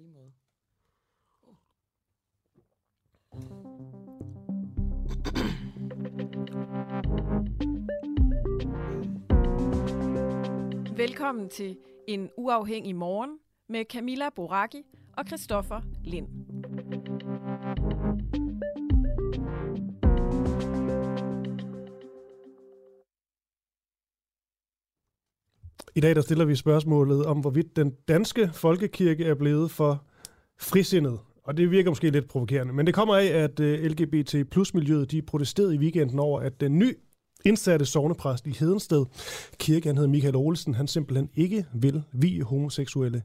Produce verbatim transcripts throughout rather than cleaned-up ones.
lige måde. Velkommen til En Uafhængig Morgen med Camilla Boracchi og Christoffer Lind. I dag der stiller vi spørgsmålet om, hvorvidt den danske folkekirke er blevet for frisindet. Og det virker måske lidt provokerende, men det kommer af, at L G B T plus miljøet de protesterede i weekenden over, at den ny indsatte sognepræst i Hedensted Kirke, han hedder Michael Olsen, han simpelthen ikke vil vie homoseksuelle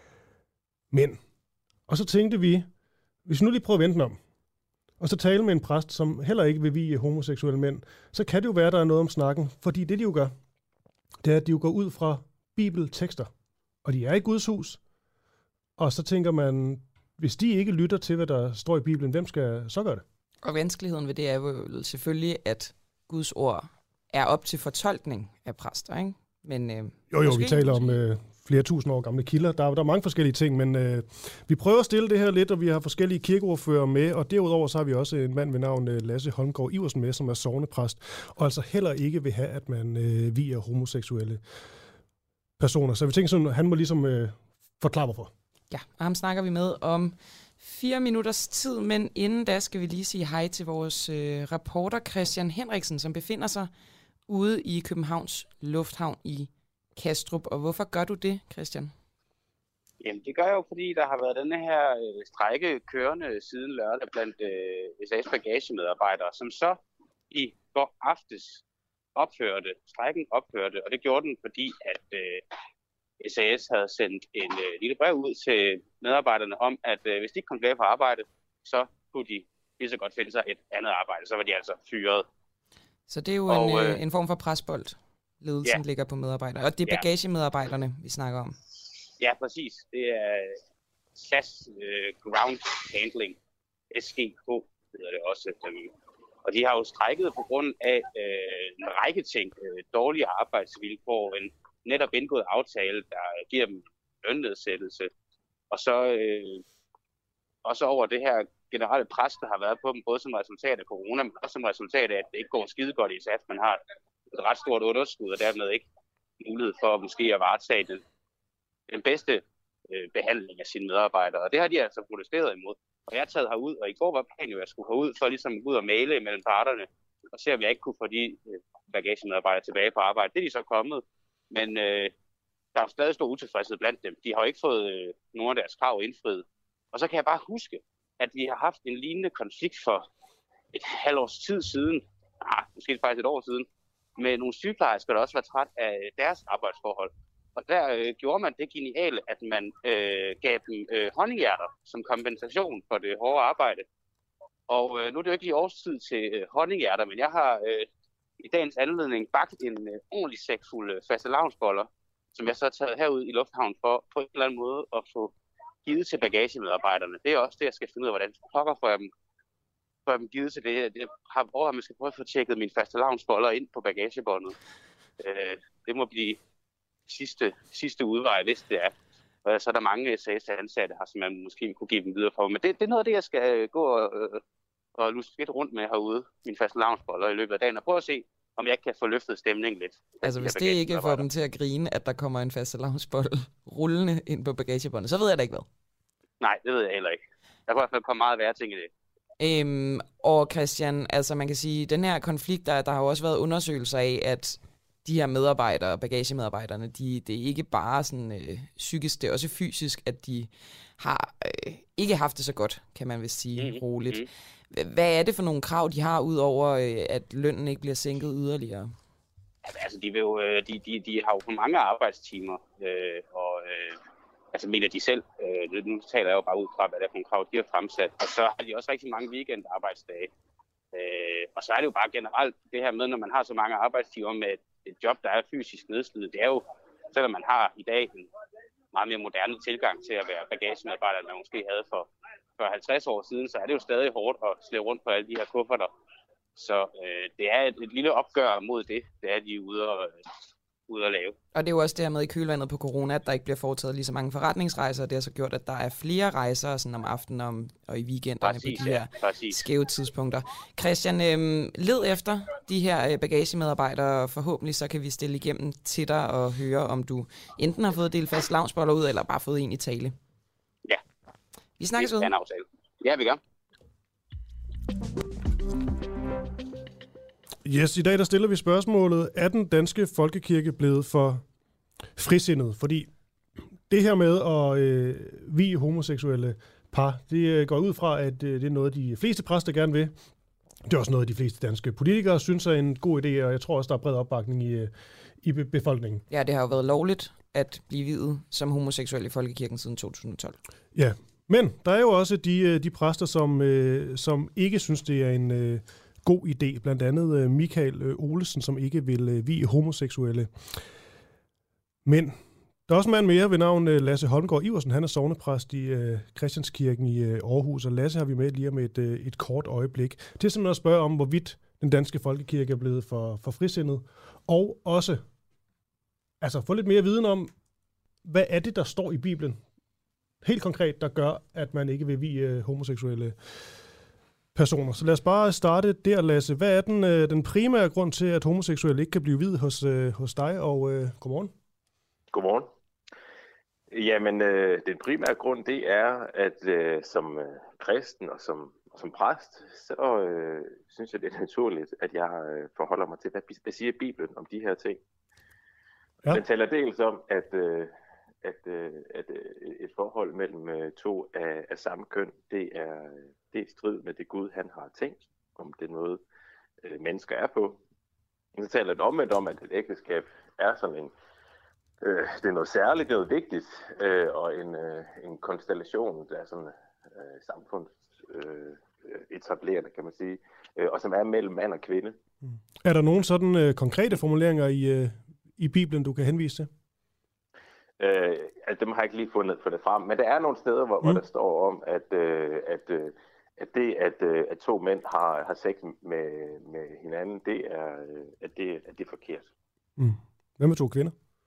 mænd. Og så tænkte vi, hvis vi nu lige prøver at vente den om, og så tale med en præst, som heller ikke vil vie homoseksuelle mænd, så kan det jo være, der er noget om snakken. Fordi det, de jo gør, det er, at de jo går ud fra bibeltekster. Og de er i Guds hus. Og så tænker man, hvis de ikke lytter til, hvad der står i Bibelen, hvem skal så gøre det? Og vanskeligheden ved det er jo selvfølgelig, at Guds ord er op til fortolkning af præster, ikke? Men, øh, jo, jo, vi taler om øh, flere tusind år gamle kilder. Der, der er mange forskellige ting, men øh, vi prøver at stille det her lidt, og vi har forskellige kirkeordfører med, og derudover så har vi også en mand ved navn øh, Lasse Holmgaard Iversen med, som er sognepræst, og altså heller ikke vil have, at man øh, vier homoseksuelle personer. Så vi tænker sådan, han må ligesom øh, forklare for. Ja, og ham snakker vi med om fire minutters tid, men inden da skal vi lige sige hej til vores øh, reporter Christian Henriksen, som befinder sig ude i Københavns Lufthavn i Kastrup. Og hvorfor gør du det, Christian? Jamen, det gør jeg jo, fordi der har været denne her øh, strejke kørende siden lørdag blandt øh, S A's bagagemedarbejdere, som så i går aftes ophørte, strejken ophørte, og det gjorde den, fordi at øh, S A S havde sendt en øh, lille brev ud til medarbejderne om, at øh, hvis de ikke kom flere på arbejde, så kunne de lige så godt finde sig et andet arbejde. Så var de altså fyret. Så det er jo og, en, øh, en form for presbold, ledelsen ja. ligger på medarbejdere. Og det er bagagemedarbejderne, vi snakker om. Ja, præcis. Det er S A S øh, Ground Handling, S G H hedder det også. Og de har jo strejket på grund af øh, en række ting. Øh, dårlige arbejdsvilkår, en netop indgået aftale, der giver dem lønnedsættelse. Og så, øh, og så over det her generelle pres, der har været på dem, både som resultat af corona, men også som resultat af, at det ikke går skide godt i S A F. Man har et ret stort underskud, og dermed ikke mulighed for måske at varetage den, den bedste øh, behandling af sine medarbejdere. Og det har de altså protesteret imod. Og jeg er taget herud, og i går var planen jo, at jeg skulle herud for ligesom gå ud og male mellem parterne, og se om jeg ikke kunne få de øh, bagagemedarbejdere tilbage på arbejde. Det er de så kommet, men øh, der er stadig stor utilfredshed blandt dem. De har jo ikke fået øh, nogle af deres krav indfriet. Og så kan jeg bare huske, at vi har haft en lignende konflikt for et halvt års tid siden, ah, måske faktisk et år siden, med nogle sygeplejersker, der også var træt af deres arbejdsforhold. Og der øh, gjorde man det geniale, at man øh, gav dem øh, honninghjerter som kompensation for det hårde arbejde. Og øh, nu er det jo ikke lige årstid til øh, honninghjerter, men jeg har øh, i dagens anledning bagt en øh, ordentlig sæk fuld øh, fastelavnsboller, som jeg så har taget herud i lufthavnen for på en eller anden måde at få givet til bagagemedarbejderne. Det er også det, jeg skal finde ud af, hvordan pokker får jeg dem, får jeg dem givet til det. Jeg har over, at man skal prøve at få tjekket mine fastelavnsboller ind på bagagebåndet. Øh, det må blive sidste, sidste udvej, hvis det er. Og så er der mange S A S-ansatte her, som man måske kunne give dem videre for. Men det, det er noget af det, jeg skal gå og, øh, og luske lidt rundt med herude, mine fastelavnsboller i løbet af dagen, og prøve at se, om jeg kan få løftet stemningen lidt. Altså hvis det ikke får dem til at grine, at der kommer en fastelavnsbolle rullende ind på bagagebåndet, så ved jeg da ikke hvad. Nej, det ved jeg heller ikke. Der kan i hvert fald komme meget værre ting i det. Øhm, og Christian, altså man kan sige, den her konflikt, der, der har jo også været undersøgelser af, at de her medarbejdere, bagagemedarbejderne, de, det er ikke bare sådan øh, psykisk, det er også fysisk, at de har øh, ikke haft det så godt, kan man vist sige, mm-hmm. roligt. Hvad er det for nogle krav, de har, udover øh, at lønnen ikke bliver sænket yderligere? Ja, altså, de, vil jo, de, de, de har jo for mange arbejdstimer, øh, og øh, altså mener de selv, øh, nu taler jeg jo bare ud fra, hvad det er for nogle krav, de har fremsat, og så har de også rigtig mange weekendarbejdsdage. Øh, og så er det jo bare generelt det her med, når man har så mange arbejdstimer med et job, der er fysisk nedslidt, det er jo, selvom man har i dag en meget mere moderne tilgang til at være bagagemedarbejder, end man måske havde for, for halvtreds år siden, så er det jo stadig hårdt at slæve rundt på alle de her kufferter. Så øh, det er et, et lille opgør mod det, det er de ude og, ud og lave. Og det er jo også det her med i kølvandet på corona, at der ikke bliver foretaget lige så mange forretningsrejser, og det har så gjort, at der er flere rejser sådan om aftenen om, og i weekenderne Præcis, på de her ja, skæve tidspunkter. Christian, øhm, led efter de her bagagemedarbejdere, og forhåbentlig så kan vi stille igennem til dig og høre, om du enten har fået delt fast lavnsboller ud, eller bare fået en i tale. Ja. Vi snakkes det ud. er en aftale. Ja, vi gør. Yes, i dag der stiller vi spørgsmålet, er den danske folkekirke blevet for frisindet? Fordi det her med at øh, vie homoseksuelle par, det øh, går ud fra, at øh, det er noget, de fleste præster gerne vil. Det er også noget, de fleste danske politikere synes er en god idé, og jeg tror også, der er bred opbakning i, øh, i befolkningen. Ja, det har jo været lovligt at blive viet som homoseksuel i folkekirken siden to tusind og tolv. Ja, men der er jo også de, de præster, som, øh, som ikke synes, det er en øh, god idé. Blandt andet øh, Michael øh, Olesen, som ikke vil øh, vie homoseksuelle. Men der er også en mand mere ved navn øh, Lasse Holmgaard Iversen. Han er sognepræst i øh, Christianskirken i øh, Aarhus, og Lasse har vi med lige om et, øh, et kort øjeblik. Det er simpelthen at spørge om, hvorvidt den danske folkekirke er blevet for, for frisindet, og også altså, få lidt mere viden om, hvad er det, der står i Bibelen, helt konkret, der gør, at man ikke vil vie øh, homoseksuelle personer. Så lad os bare starte der, Lasse. Hvad er den, øh, den primære grund til, at homoseksuelle ikke kan blive viet hos, øh, hos dig? Og øh, godmorgen. Godmorgen. Jamen, øh, den primære grund, det er, at øh, som øh, kristen og som, som præst, så øh, synes jeg, det er naturligt, at jeg øh, forholder mig til, hvad, hvad siger Bibelen om de her ting. Ja. Den taler dels om, at, øh, at, øh, at øh, et forhold mellem øh, to af, af samme køn, det er, det er i strid med det Gud, han har tænkt, om den måde, øh, mennesker er på. Så taler det omvendt om, at et ægteskab er sådan en Øh, det er noget særligt, det er noget vigtigt, øh, og en, øh, en konstellation, der er sådan øh, samfunds øh, etablerende, kan man sige, øh, og som er mellem mand og kvinde. Mm. Er der nogle sådan øh, konkrete formuleringer i, øh, i Bibelen, du kan henvise til? Øh, altså, dem har jeg ikke lige fundet, fundet frem, men der er nogle steder, hvor, mm. hvor der står om, at, øh, at, øh, at det, at, øh, at to mænd har, har sex med, med hinanden, det er, øh, at det, at det er forkert. Mm. Hvad med to kvinder?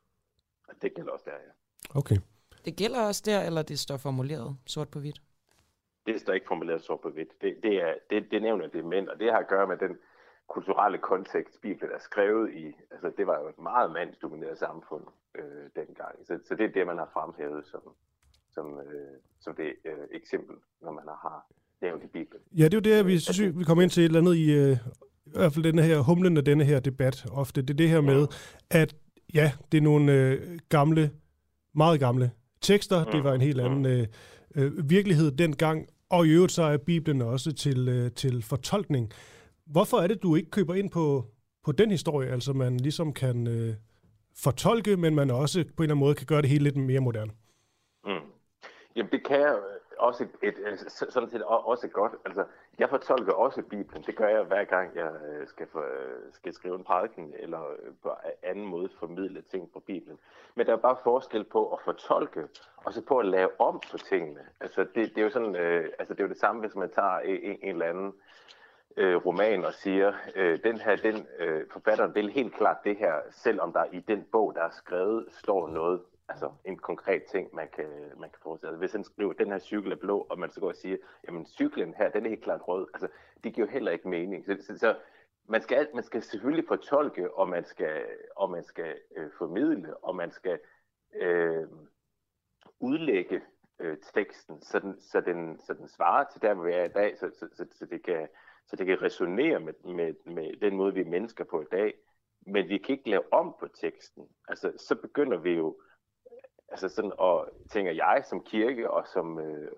Det gælder også der, ja. Okay. Det gælder også der, eller det står formuleret sort på hvidt? Det står ikke formuleret sort på hvidt. Det, det, er, det, det nævner det mænd, og det har at gøre med den kulturelle kontekst, Bibelen er skrevet i. Altså, det var jo et meget mandsdomineret samfund øh, dengang. Så, så det er det, man har fremhævet som, som, øh, som det øh, eksempel, når man har nævnt i Bibelen. Ja, det er jo det, vi synes, vi kommer ind til et eller andet i, øh, i hvert fald denne her, humlen af denne her debat ofte. Det er det her med, at ja, det er nogle øh, gamle, meget gamle tekster. Mm. Det var en helt anden øh, øh, virkelighed dengang. Og i øvrigt så er Bibelen også til, øh, til fortolkning. Hvorfor er det, du ikke køber ind på, på den historie? Altså man ligesom kan øh, fortolke, men man også på en eller anden måde kan gøre det hele lidt mere moderne. Mm. Jamen det kan jeg også et, et, sådan set også godt. Altså, jeg fortolker også Bibelen. Det gør jeg hver gang, jeg skal, for, skal skrive en prædiken eller på anden måde formidle ting fra Bibelen. Men der er bare forskel på at fortolke, og så på at lave om på tingene. Altså, det, det er jo sådan, øh, altså, det er jo det samme, hvis man tager en, en eller anden øh, roman og siger, øh, den her, den øh, forfatteren vil helt klart det her, selvom der i den bog, der er skrevet, står noget. Altså en konkret ting, man kan, man kan forestille sig. Hvis han skriver, den her cykel er blå, og man så går og siger, jamen cyklen her, den er helt klart rød. Altså, det giver jo heller ikke mening. Så, så, så man, skal, man skal selvfølgelig fortolke, og man skal, og man skal øh, formidle, og man skal øh, udlægge øh, teksten, så den, så, den, så den svarer til der, hvor vi er i dag, så, så, så, så, det, kan, så det kan resonere med, med, med den måde, vi er mennesker på i dag. Men vi kan ikke lave om på teksten. Altså, så begynder vi jo Altså sådan, og tænker jeg som kirke og som øh,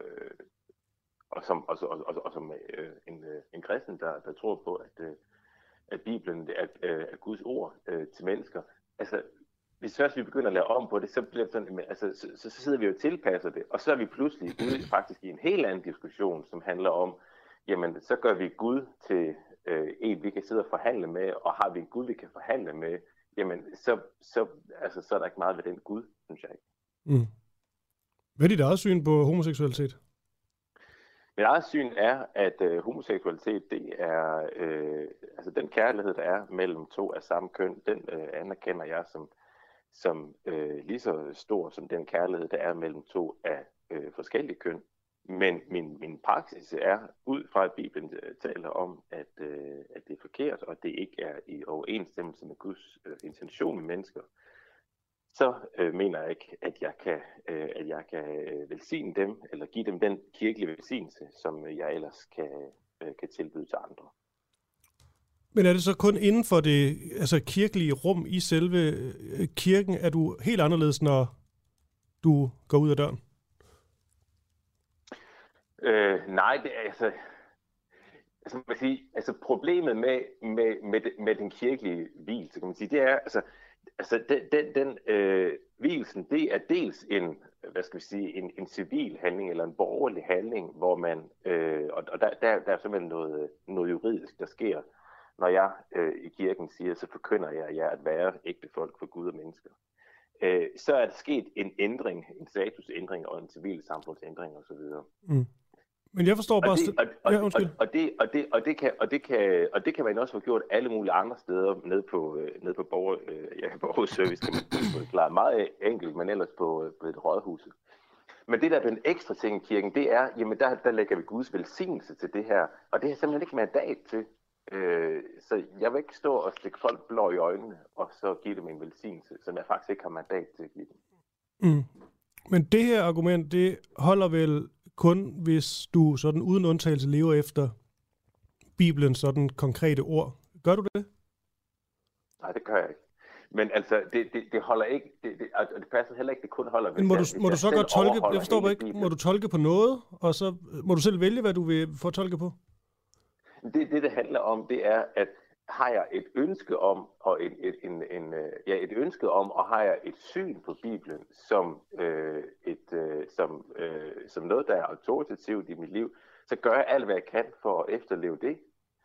og som og, og, og, og som øh, en, øh, en kristen, der, der tror på, at øh, at Bibelen er, øh, er Guds ord øh, til mennesker. Altså hvis først vi begynder at lave om på det, så bliver det sådan, altså så, så, så sidder vi jo og tilpasser det, og så er vi pludselig ude faktisk i en helt anden diskussion, som handler om, jamen så gør vi Gud til øh, en, vi kan sidde og forhandle med, og har vi en Gud, vi kan forhandle med, jamen så så altså så er der ikke meget ved den Gud, synes jeg ikke. Mm. Hvad er dit eget syn på homoseksualitet? Mit eget syn er, at øh, homoseksualitet, det er øh, altså den kærlighed, der er mellem to af samme køn, den øh, anerkender jeg som som øh, lige så stor som den kærlighed, der er mellem to af øh, forskellige køn. Men min, min praksis er, ud fra at Bibelen taler om, at, øh, at det er forkert, og det ikke er i overensstemmelse med Guds øh, intention med mennesker, så øh, mener jeg ikke, at jeg kan, øh, at jeg kan øh, velsigne dem, eller give dem den kirkelige velsignelse, som jeg ellers kan, øh, kan tilbyde til andre. Men er det så kun inden for det altså kirkelige rum i selve kirken, er du helt anderledes, når du går ud af døren? Øh, nej, det er altså... Altså, man sige, altså problemet med, med, med, med den kirkelige vielse, kan man sige, det er, altså, altså den, den, den øh, vielsen, det er dels en, hvad skal vi sige, en, en civil handling, eller en borgerlig handling, hvor man, øh, og, og der, der, der er simpelthen noget, noget juridisk, der sker, når jeg øh, i kirken siger, så forkynder jeg jer at være ægte folk for Gud og mennesker. Øh, så er der sket en ændring, en statusændring og en civil samfundsændring osv. Mm. Men jeg forstår bare... Og det, og, og, ja, og, og, det, og, det, og, det kan, og, det kan, og det kan man også få gjort alle mulige andre steder ned på, ned på borger, ja, borgerservice, kan man forklare meget enkelt, men ellers på, på et rådhus. Men det der er den ekstra ting i kirken, det er, jamen der, der lægger vi Guds velsignelse til det her, og det har simpelthen ikke mandat til. Øh, så jeg vil ikke stå og stikke folk blå i øjnene, og så give dem en velsignelse, som jeg faktisk ikke har mandat til at give dem. Mm. Men det her argument, det holder vel kun, hvis du sådan uden undtagelse lever efter Bibelens sådan konkrete ord. Gør du det? Nej, det gør jeg ikke. Men altså, det, det, det holder ikke, det, det, og det passer heller ikke, det kun holder... Men må du, må du så godt tolke, jeg forstår ikke, Bibelen. Må du tolke på noget, og så må du selv vælge, hvad du vil få tolke på? Det, det, det handler om, det er, at har jeg et ønske om, og en, en, en, en, ja, et ønske om, og har jeg et syn på Bibelen som, øh, et, øh, som, øh, som noget, der er autoritativt i mit liv, så gør jeg alt, hvad jeg kan for at efterleve det.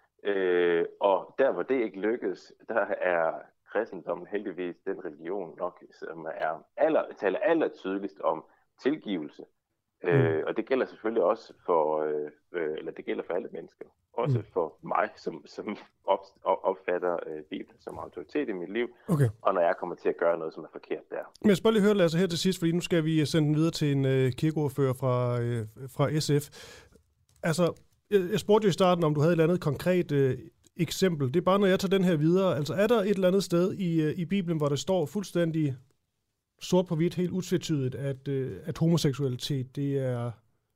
Øh, og der, hvor det ikke lykkes, der er kristendommen heldigvis den religion nok, som er aller, taler aller tydeligst om tilgivelse. Mm. Øh, og det gælder selvfølgelig også for, øh, eller det gælder for alle mennesker. Også mm. for mig, som, som op, opfatter øh, Bibelen som autoritet i mit liv. Okay. Og når jeg kommer til at gøre noget, som er forkert der. Men jeg skal bare lige høre, Lasse, her til sidst, fordi nu skal vi sende den videre til en øh, kirkeordfører fra, øh, fra S F. Altså, jeg, jeg spurgte jo i starten, om du havde et eller andet konkret øh, eksempel. Det er bare, når jeg tager den her videre. Altså, er der et eller andet sted i, øh, i Bibelen, hvor der står fuldstændig sort på hvidt, helt utvetydigt, at, øh, at homoseksualitet, det er...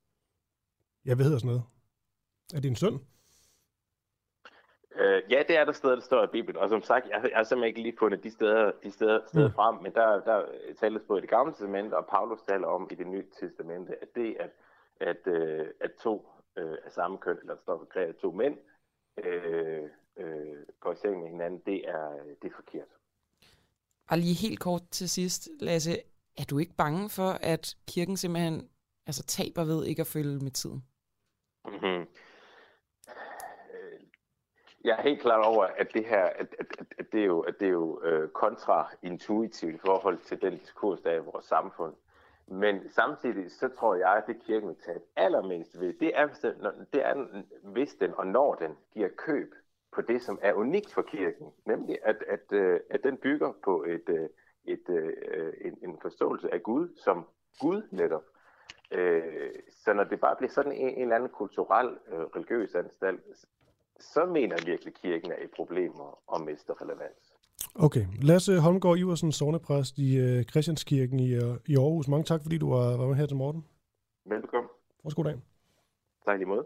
Ja, hvad hedder sådan noget? Er det en synd? Øh, ja, det er der steder, der står i Bibelen. Og som sagt, jeg, jeg har simpelthen ikke lige fundet de steder, de steder, steder mm. frem, men der, der tales på i det gamle testamente, og Paulus taler om i det nye testamente, at det, at, at, øh, at to øh, af samme køn, eller der står for to mænd, øh, øh, går i seng med hinanden, det er, det er forkert. Og lige helt kort til sidst, Lasse, er du ikke bange for, at kirken simpelthen altså, taber ved ikke at følge med tiden? Mm-hmm. Jeg er helt klar over, at det her, at, at, at det er jo, at det er jo øh, kontraintuitivt i forhold til den diskurs, der er i vores samfund. Men samtidig så tror jeg, at det kirken vil tage allermest ved, det er, hvis den, det er, hvis den og når den giver køb på det, som er unikt for kirken, nemlig at, at, at, at den bygger på et, et, et, en, en forståelse af Gud som Gud netop. Så når det bare bliver sådan en, en eller anden kulturel, religiøs anstalt, så mener jeg virkelig, at kirken er i problemer og mister relevans. Okay. Lasse Holmgaard Iversen, sognepræst i uh, Christianskirken i, uh, i Aarhus. Mange tak, fordi du var, var med her til morgen. Velbekomme. Fortsgod dag. Tak lige måde.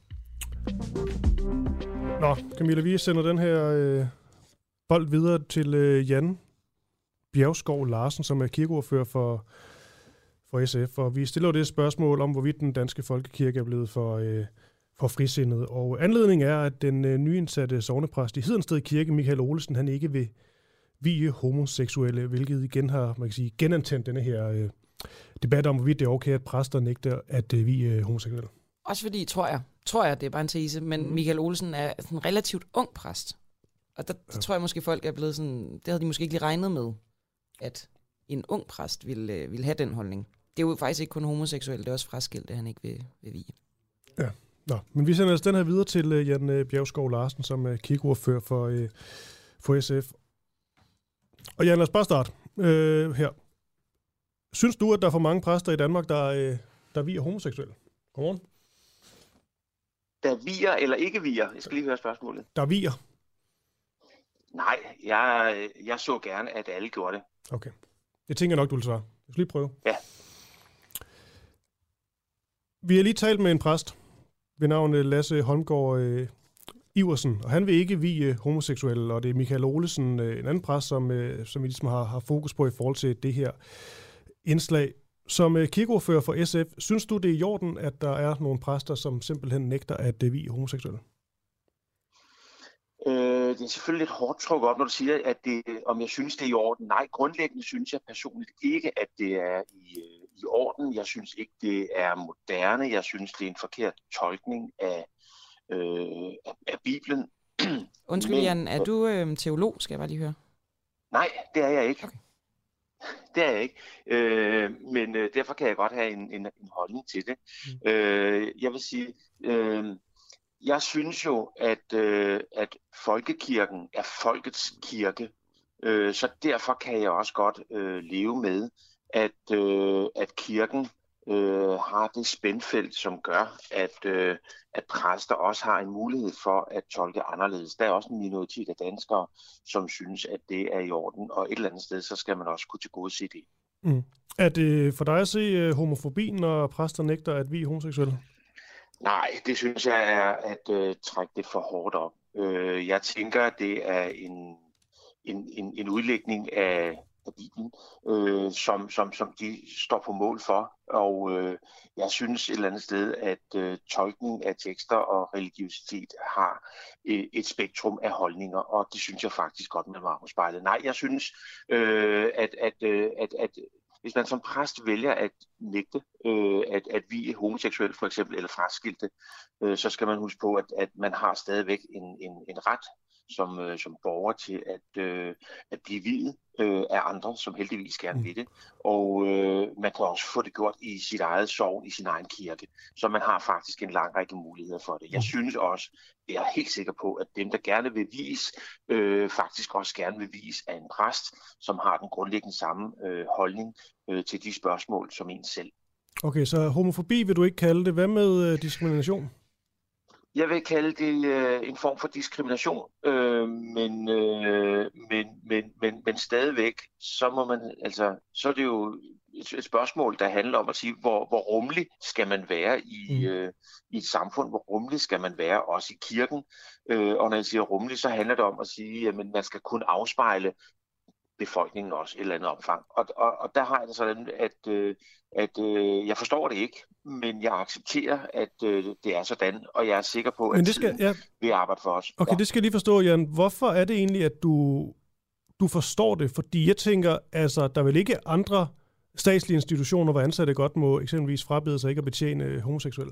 Nå, Camilla, vi sender den her øh, bold videre til øh, Jan Bjergskov Larsen, som er kirkeordfører for, for S F. Og vi stiller det spørgsmål om, hvorvidt den danske folkekirke er blevet for, øh, for frisindet. Og anledningen er, at den øh, nyindsatte sognepræst i Hedensted Kirke, Michael Olesen, han ikke vil vie homoseksuelle, hvilket igen har man kan sige, genantændt denne her øh, debat om, hvorvidt det er okay, at præster nægter at øh, vie øh, homoseksuelle. Også fordi, tror jeg, tror jeg, det er bare en tese, men Michael Olesen er en relativt ung præst. Og der, der ja. tror jeg måske, folk er blevet sådan, det havde de måske ikke lige regnet med, at en ung præst ville, ville have den holdning. Det er jo faktisk ikke kun homoseksuelt, det er også fraskilt, at han ikke vil, vil vie. Ja, nå, men vi sender altså den her videre til uh, Jan Bjergskov Larsen, som er kirkeordfører for, uh, for S F. Og Jan, lad os bare starte. øh, her. Synes du, at der er for mange præster i Danmark, der, øh, der vier homoseksuelle? Godmorgen. Der vier eller ikke vier? Jeg skal lige høre spørgsmålet. Der vier. Nej, jeg, jeg så gerne, at alle gjorde det. Okay. Jeg tænker nok, du vil svare. Jeg skal lige prøve. Ja. Vi har lige talt med en præst ved navn Lasse Holmgaard øh, Iversen, og han vil ikke vie homoseksuelle, og det er Michael Olesen, øh, en anden præst, som, øh, som vi ligesom har, har fokus på i forhold til det her indslag. Som øh, kirkeordfører for S F, synes du, det er i orden, at der er nogle præster, som simpelthen nægter at øh, vie homoseksuelle? Øh, det er selvfølgelig lidt hårdt trukket op, når du siger, at det, om jeg synes, det er i orden. Nej, grundlæggende synes jeg personligt ikke, at det er i, i orden. Jeg synes ikke, det er moderne. Jeg synes, det er en forkert tolkning af, øh, af, af Bibelen. Undskyld, Men, Jan, er du øh, teolog, skal jeg bare lige høre? Nej, det er jeg ikke. Okay. Det er jeg ikke. Øh, men øh, derfor kan jeg godt have en, en, en holdning til det. Mm. Øh, jeg vil sige... Øh, Jeg synes jo, at, øh, at folkekirken er folkets kirke, øh, så derfor kan jeg også godt øh, leve med, at, øh, at kirken øh, har det spændfelt, som gør, at, øh, at præster også har en mulighed for at tolke anderledes. Der er også en minoritet af danskere, som synes, at det er i orden, og et eller andet sted, så skal man også kunne tilgodese det. Mm. Er det for dig at se homofobien, når præster nægter at vie homoseksuelle? Nej, det synes jeg er at øh, trække det for hårdt op. Øh, jeg tænker, at det er en, en, en, en udlægning af, af Bibelen, øh, som, som, som de står på mål for. Og øh, jeg synes et eller andet sted, at øh, tolkning af tekster og religiøsitet har et, et spektrum af holdninger, og det synes jeg faktisk godt, man var afspejlet. Nej, jeg synes, øh, at, at, at, at, at hvis man som præst vælger at nægte øh, at, at vie homoseksuelle for eksempel, eller fraskilte, øh, så skal man huske på, at, at man har stadigvæk en, en, en ret som, øh, som borger til at, øh, at blive viet øh, af andre, som heldigvis gerne vil det. Og øh, man kan også få det gjort i sit eget sogn, i sin egen kirke. Så man har faktisk en lang række muligheder for det. Jeg synes også, jeg er helt sikker på, at dem, der gerne vil vies, øh, faktisk også gerne vil vies af en præst, som har den grundlæggende samme øh, holdning øh, til de spørgsmål som en selv. Okay, så homofobi vil du ikke kalde det. Hvad med øh, diskrimination? Jeg vil kalde det øh, en form for diskrimination, øh, men, øh, men, men, men, men stadigvæk, så må man, altså, så er det jo et, et spørgsmål, der handler om at sige, hvor, hvor rummelig skal man være i, øh, i et samfund, hvor rummelig skal man være også i kirken, øh, og når jeg siger rummelig, så handler det om at sige, at man skal kun afspejle befolkningen også et eller andet omfang. Og, og, og der har jeg det sådan, at, øh, at øh, jeg forstår det ikke, men jeg accepterer, at øh, det er sådan, og jeg er sikker på, at men det skal, ja. vil arbejde for os. Okay, ja. Det skal jeg lige forstå, Jan. Hvorfor er det egentlig, at du, du forstår det? Fordi jeg tænker, altså, der er vel ikke andre statslige institutioner, hvor ansatte godt må eksempelvis frabede sig ikke at betjene homoseksuelle?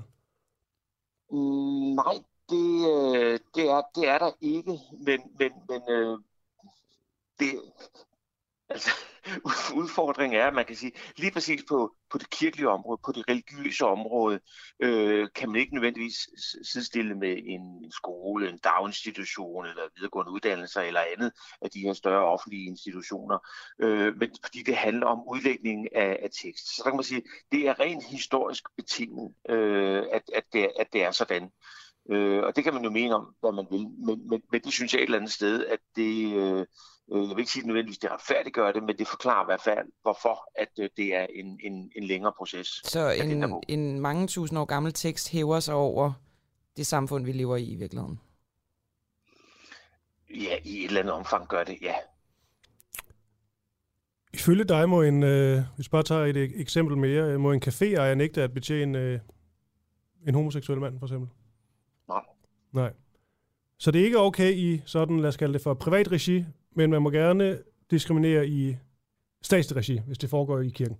Mm, nej, det, øh, det, er, det er der ikke, men, men, men øh, det... Altså, udfordringen er, at man kan sige, lige præcis på, på det kirkelige område, på det religiøse område, øh, kan man ikke nødvendigvis sidestille med en, en skole, en daginstitution eller videregående uddannelser eller andet af de her større offentlige institutioner, øh, men fordi det handler om udlægningen af, af tekst. Så der kan man sige, det er rent historisk betinget, øh, at, at, det, at det er sådan. Øh, og det kan man jo mene om, hvad man vil, men, men, men det synes jeg et eller andet sted, at det... Øh, Jeg vil ikke sige, at nødvendigvis det retfærdiggør det, men det forklarer i hvert fald, hvorfor at det er en, en, en længere proces. Så en, en mange tusind år gammel tekst hæver sig over det samfund, vi lever i i virkeligheden? Ja, i et eller andet omfang gør det, ja. Ifølge dig må en, øh, hvis bare tager et eksempel mere, må en café-ejer nægte at betjene øh, en homoseksuel mand, for eksempel? Nej. Nej. Så det er ikke okay i sådan, lad os kalde det for privat regi, men man må gerne diskriminere i statslig regi, hvis det foregår i kirken.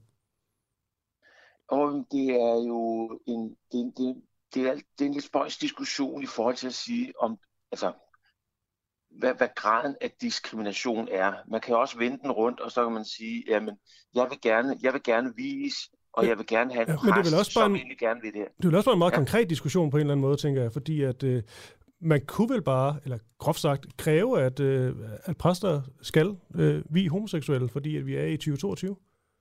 Og det er jo en, det, det, det er, det er en lidt spøjs diskussion i forhold til at sige, om, altså, hvad, hvad graden af diskrimination er. Man kan også vende den rundt, og så kan man sige, jamen, jeg vil gerne, jeg vil gerne vise, og jeg vil gerne have en ja, præst, som en, egentlig gerne vil det her. Det er vel også bare en meget ja. konkret diskussion på en eller anden måde, tænker jeg, fordi at... Øh, man kunne vel bare, eller groft sagt, kræve, at, øh, at præster skal øh, vie homoseksuelle, fordi at vi er i tyve toogtyve?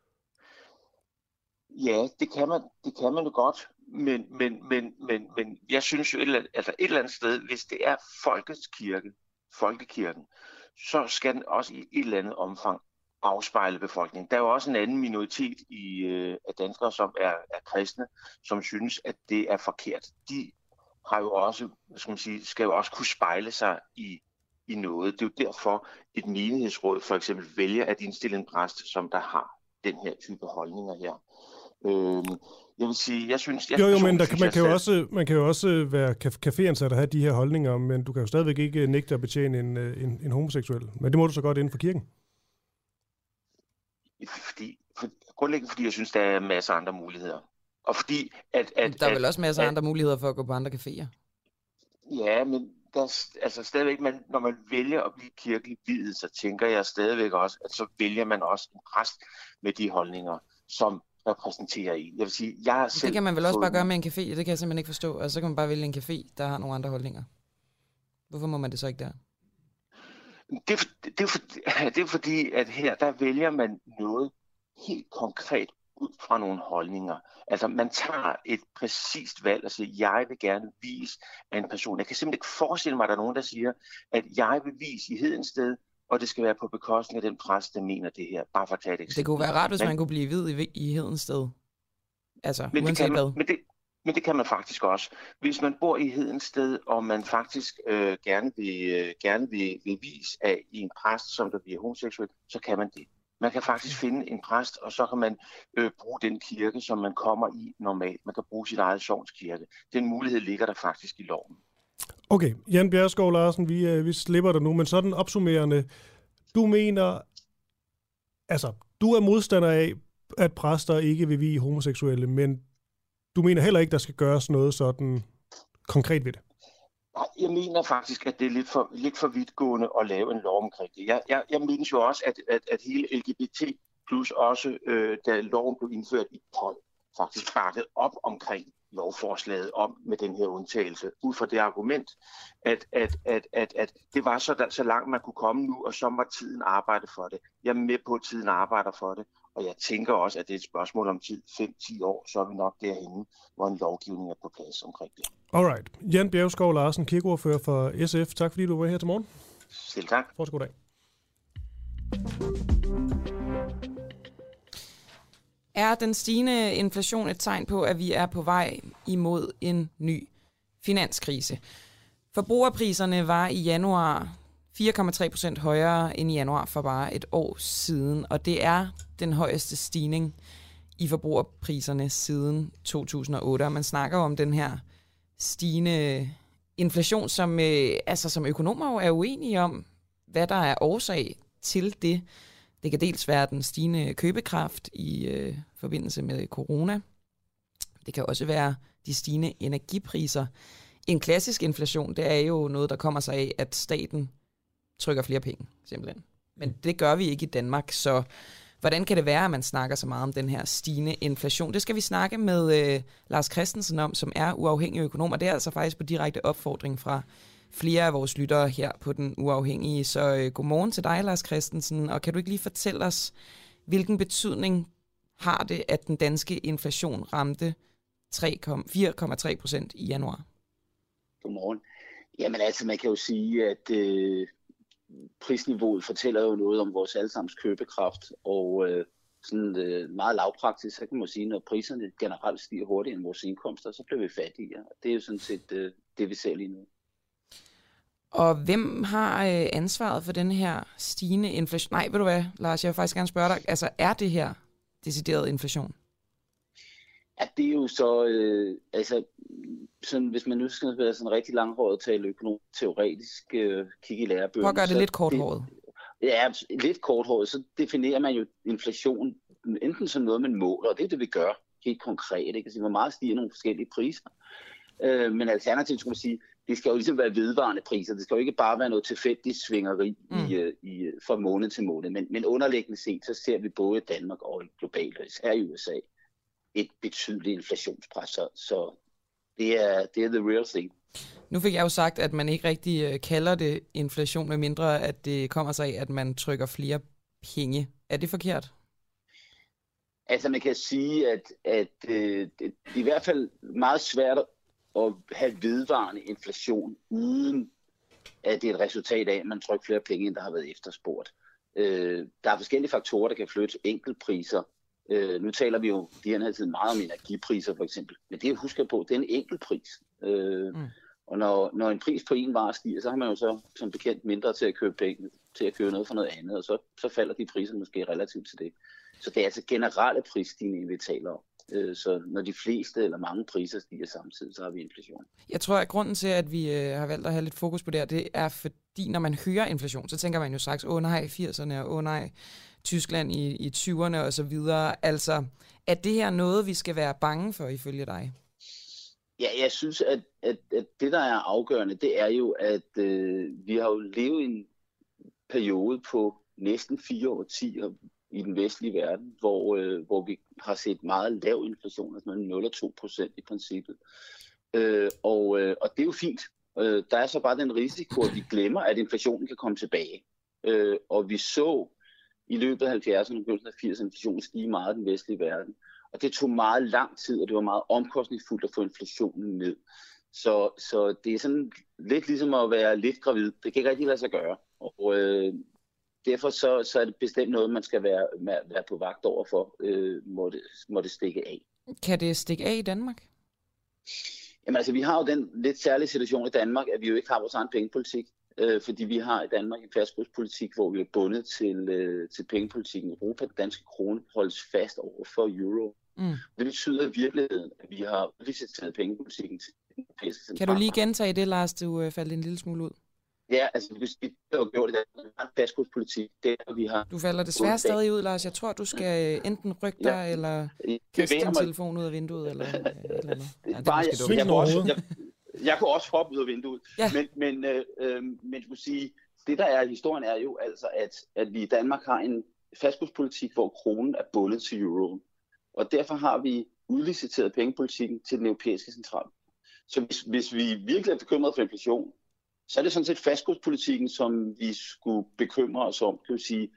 Ja, det kan man, det kan man jo godt, men, men, men, men, men jeg synes jo, et eller, andet, altså et eller andet sted, hvis det er folkets kirke, folkekirken, så skal den også i et eller andet omfang afspejle befolkningen. Der er jo også en anden minoritet i, øh, af danskere, som er, er kristne, som synes, at det er forkert. De har jo også, hvad skal man sige, skal jo også kunne spejle sig i, i noget. Det er jo derfor, et menighedsråd for eksempel vælger at indstille en præst, som der har den her type holdninger her. Øhm, jeg vil sige, jeg synes... Jeg jo, jo, men der, synes, man, kan jo selv... også, man kan jo også være caféansat og have de her holdninger, men du kan jo stadigvæk ikke nægte at betjene en, en, en homoseksuel. Men det må du så godt inden for kirken. Fordi, for, grundlæggende fordi jeg synes, der er masser af andre muligheder. Og fordi at... at der er at, vel også masser af at, andre muligheder for at gå på andre caféer. Ja, men der, altså stadigvæk, man, når man vælger at blive kirkelig viet, så tænker jeg stadigvæk også, at så vælger man også en præst med de holdninger, som repræsenterer i. Jeg vil sige, jeg har selv det kan man vel også fået... bare gøre med en café, det kan jeg simpelthen ikke forstå. Og så kan man bare vælge en café, der har nogle andre holdninger. Hvorfor må man det så ikke der? Det er, det, er for, det er fordi, at her, der vælger man noget helt konkret ud fra nogle holdninger. Altså, man tager et præcist valg og siger, jeg vil gerne vise af en person. Jeg kan simpelthen ikke forestille mig, at der er nogen, der siger, at jeg vil vise i Hedensted, og det skal være på bekostning af den præst, der mener det her. Bare for at tage et eksempel. Det kunne være rart, hvis men, man kunne blive hvid i, i Hedensted. Altså, men uanset man, hvad. Men det, men det kan man faktisk også. Hvis man bor i Hedensted, og man faktisk øh, gerne, vil, øh, gerne vil, vil vise af en præst, som der bliver homoseksuel, så kan man det. Man kan faktisk finde en præst, og så kan man øh, bruge den kirke, som man kommer i normalt. Man kan bruge sit eget sognskirke. Den mulighed ligger der faktisk i loven. Okay, Jan Bjergskov Larsen, vi, øh, vi slipper dig nu, men sådan opsummerende. Du mener, altså, du er modstander af, at præster ikke vil vie homoseksuelle, men du mener heller ikke, der skal gøres noget sådan konkret ved det? Nej, jeg mener faktisk, at det er lidt for, lidt for vidtgående at lave en lov omkring det. Jeg, jeg, jeg mener jo også, at, at, at hele L G B T plus også, øh, da loven blev indført i tolv, faktisk bakket op omkring lovforslaget om med den her undtagelse, ud fra det argument, at, at, at, at, at det var så, der, så langt man kunne komme nu, og så var tiden arbejde for det. Jeg er med på, at tiden arbejder for det, og jeg tænker også, at det er et spørgsmål om tid, fem til ti år, så er vi nok derhenne, hvor en lovgivning er på plads omkring det. Alright. Jan Bjergskov Larsen, kirkeordfører for S F. Tak fordi du var her til morgen. Selv tak. Fortsat god dag. Er den stigende inflation et tegn på, at vi er på vej imod en ny finanskrise? Forbrugerpriserne var i januar fire komma tre procent højere end i januar for bare et år siden, og det er den højeste stigning i forbrugerpriserne siden to tusind og otte. Og man snakker om den her stigende inflation, som, øh, altså, som økonomer jo er uenige om, hvad der er årsag til det. Det kan dels være den stigende købekraft i øh, forbindelse med corona. Det kan også være de stigende energipriser. En klassisk inflation, det er jo noget, der kommer sig af, at staten trykker flere penge, simpelthen. Men det gør vi ikke i Danmark, så hvordan kan det være, at man snakker så meget om den her stigende inflation? Det skal vi snakke med øh, Lars Christensen om, som er uafhængig økonom, og det er altså faktisk på direkte opfordring fra flere af vores lyttere her på Den Uafhængige. Så øh, godmorgen til dig, Lars Christensen, og kan du ikke lige fortælle os, hvilken betydning har det, at den danske inflation ramte fire komma tre procent i januar? Godmorgen. Jamen altså, man kan jo sige, at øh, prisniveauet fortæller jo noget om vores allesammens købekraft, og øh, sådan øh, meget lavpraktisk, så kan man sige, når priserne generelt stiger hurtigere end vores indkomster, så bliver vi fattigere. Det er jo sådan set øh, det, vi ser lige nu. Og hvem har øh, ansvaret for den her stigende inflation? Nej, ved du hvad, Lars, jeg vil faktisk gerne spørge dig, altså er det her decideret inflation? Ja, det er jo så, øh, altså, sådan, hvis man nu skal være sådan rigtig langhåret tale økonomisk teoretisk, øh, kigge i lærebøgerne. Prøv at gøre det lidt korthåret. Ja, lidt korthåret, så definerer man jo inflation enten som noget, man måler, og det er det, vi gør helt konkret. Ikke? Altså, hvor meget stiger nogle forskellige priser. Øh, men alternativt skulle man sige, det skal jo ligesom være vedvarende priser. Det skal jo ikke bare være noget tilfældigt svingeri mm. i, i, fra måned til måned. Men, men underliggende set, så ser vi både i Danmark og globalt, og især i U S A, et betydeligt inflationspres. Så det er, det er the real thing. Nu fik jeg jo sagt, at man ikke rigtig kalder det inflation, med mindre at det kommer sig af, at man trykker flere penge. Er det forkert? Altså man kan sige, at, at øh, det er i hvert fald meget svært at have vedvarende inflation, uden at det er et resultat af, at man trykker flere penge, end der har været efterspurgt. Øh, der er forskellige faktorer, der kan flytte enkeltpriser. Øh, nu taler vi jo de her tid meget om energipriser for eksempel, men det jeg husker på, det er en enkeltpris. Øh, mm. Og når, når en pris på en vare stiger, så har man jo så som bekendt mindre til at købe penge, til at købe noget for noget andet, og så, så falder de priser måske relativt til det. Så det er altså generelle prisstigninger, vi taler om. Så når de fleste eller mange priser stiger samtidig, så har vi inflation. Jeg tror, at grunden til, at vi øh, har valgt at have lidt fokus på det her, det er fordi, når man hører inflation, så tænker man jo straks, åh nej, firserne, og åh nej, Tyskland i, i tyverne og så videre. Altså, er det her noget, vi skal være bange for, ifølge dig? Ja, jeg synes, at, at, at det, der er afgørende, det er jo, at øh, vi har jo levet i en periode på næsten fire årtier i den vestlige verden, hvor, øh, hvor vi har set meget lav inflation, altså mellem nul og to procent i princippet. Øh, og, øh, og det er jo fint. Øh, der er så bare den risiko, at vi glemmer, at inflationen kan komme tilbage. Øh, og vi så i løbet af halvfjerdserne og begyndelsen af firserne inflationen stige meget i den vestlige verden. Og det tog meget lang tid, og det var meget omkostningsfuldt at få inflationen ned. Så, så det er sådan lidt ligesom at være lidt gravid. Det kan ikke rigtig lade sig gøre. Og øh, derfor så, så er det bestemt noget, man skal være, være på vagt over for, øh, må, det, må det stikke af. Kan det stikke af i Danmark? Jamen altså, vi har jo den lidt særlige situation i Danmark, at vi jo ikke har vores egen pengepolitik. Øh, fordi vi har i Danmark en fastkurspolitik, hvor vi er bundet til, øh, til pengepolitikken i Europa. Den danske krone holdes fast over for euro. Mm. Det betyder i virkeligheden, at vi har udliciteret pengepolitikken til den europæiske centralbank. Kan du lige gentage det, Lars? Du øh, faldt en lille smule ud. Ja, altså hvis vi har gjort det, der er en fastkurspolitik, det er, vi har... Du falder desværre stadig ud, Lars. Jeg tror, du skal enten rykke dig, ja. eller kaste din telefon ud af vinduet, eller, eller noget. Ja, det Bare, jeg, jeg, også, jeg, jeg kunne også hoppe ud af vinduet. Ja. Men, men, øh, øh, men skulle sige, det der er i historien er jo altså, at, at vi i Danmark har en fastkurspolitik, hvor kronen er bundet til euroen. Og derfor har vi udliciteret pengepolitikken til den europæiske centralbank. Så hvis, hvis vi virkelig er bekymrede for inflation, så er det sådan set fastkurspolitikken, som vi skulle bekymre os om. Kan vi sige,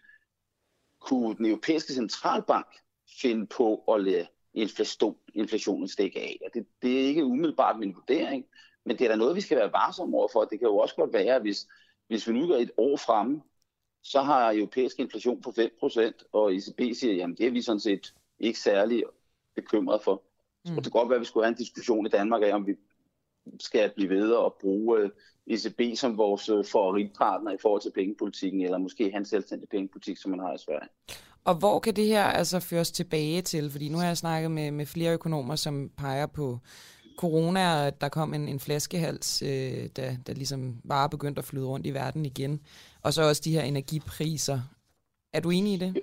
kunne den europæiske centralbank finde på at lade inflation, inflationen stikke af? Og det, det er ikke umiddelbart min vurdering, men det er da noget, vi skal være varsomme overfor. Det kan jo også godt være, hvis, hvis vi nu går et år fremme, så har europæisk inflation på fem procent, og E C B siger, jamen det er vi sådan set ikke særlig bekymret for. Så mm. det kan godt være, at vi skulle have en diskussion i Danmark af, om vi skal blive ved at bruge E C B som vores favoritpartner i forhold til pengepolitikken, eller måske hans selvstændige pengepolitik, som man har i Sverige. Og hvor kan det her altså føres tilbage til? Fordi nu har jeg snakket med, med flere økonomer, som peger på corona, og der kom en, en flaskehals, øh, da, da ligesom bare begyndte at flyde rundt i verden igen. Og så også de her energipriser. Er du enig i det?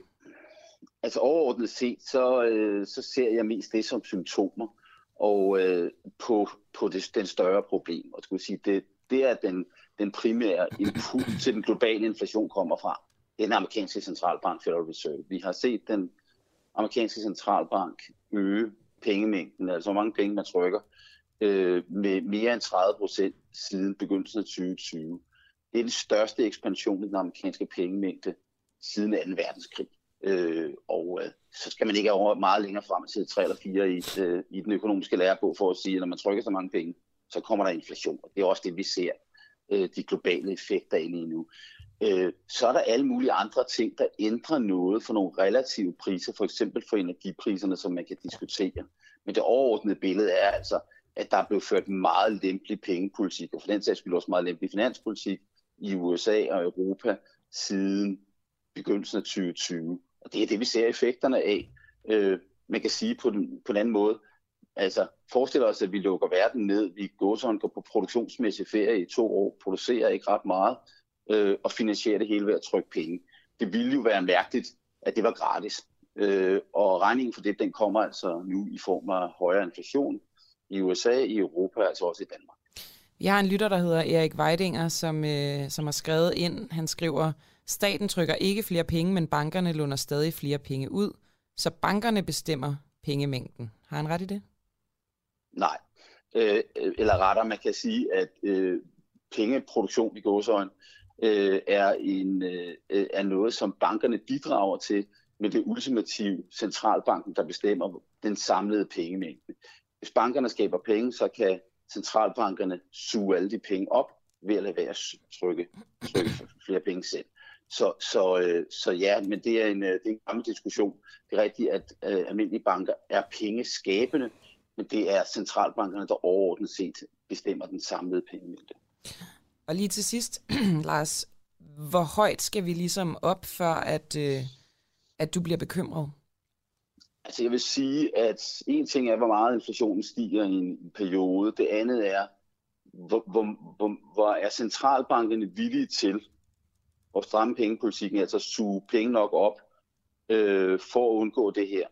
Altså overordnet set, så, øh, så ser jeg mest det som symptomer og øh, på, på det, den større problem. Og skulle sige, det, det er den, den primære impuls til den globale inflation kommer fra. Det er den amerikanske centralbank, Federal Reserve. Vi har set den amerikanske centralbank øge pengemængden, altså hvor mange penge man trykker, øh, med mere end tredive procent siden begyndelsen af tyve tyve. Det er den største ekspansion i den amerikanske pengemængde siden anden verdenskrig. Øh, og øh, så skal man ikke over meget længere frem til tre eller fire i, øh, i den økonomiske lærebog for at sige, at når man trykker så mange penge, så kommer der inflation. Og det er også det, vi ser øh, de globale effekter ind i nu. Øh, så er der alle mulige andre ting, der ændrer noget for nogle relative priser, for eksempel for energipriserne, som man kan diskutere. Men det overordnede billede er altså, at der er blevet ført meget lempelig pengepolitik, og for den sags skyld også meget lempelig finanspolitik i U S A og Europa siden begyndelsen af tyve tyve. Og det er det, vi ser effekterne af. Øh, man kan sige på den, på den anden måde, altså forestil os, at vi lukker verden ned, vi går sådan går på produktionsmæssig ferie i to år, producerer ikke ret meget, øh, og finansierer det hele ved at trykke penge. Det ville jo være mærkeligt, at det var gratis. Øh, og regningen for det, den kommer altså nu i form af højere inflation i U S A, i Europa, altså også i Danmark. Vi har en lytter, der hedder Erik Weidinger, som, øh, som har skrevet ind. Han skriver, staten trykker ikke flere penge, men bankerne låner stadig flere penge ud, så bankerne bestemmer pengemængden. Har han ret i det? Nej. øh, eller rettere man kan sige, at øh, pengeproduktion i gåseøjne øh, er, en, øh, er noget, som bankerne bidrager til, med det ultimative centralbanken, der bestemmer den samlede pengemængde. Hvis bankerne skaber penge, så kan centralbankerne suge alle de penge op ved at lade være at trykke, trykke flere penge selv. Så, så, øh, så ja, men det er en, det er en gammel diskussion. Det er rigtigt, at øh, almindelige banker er pengeskabende, men det er centralbankerne, der overordnet set bestemmer den samlede pengemængde. Og lige til sidst, Lars, hvor højt skal vi ligesom op, før at, øh, at du bliver bekymret? Altså jeg vil sige, at en ting er, hvor meget inflationen stiger i en periode. Det andet er, hvor, hvor, hvor, hvor er centralbankerne villige til at stramme pengepolitikken, altså suge penge nok op øh, for at undgå det her.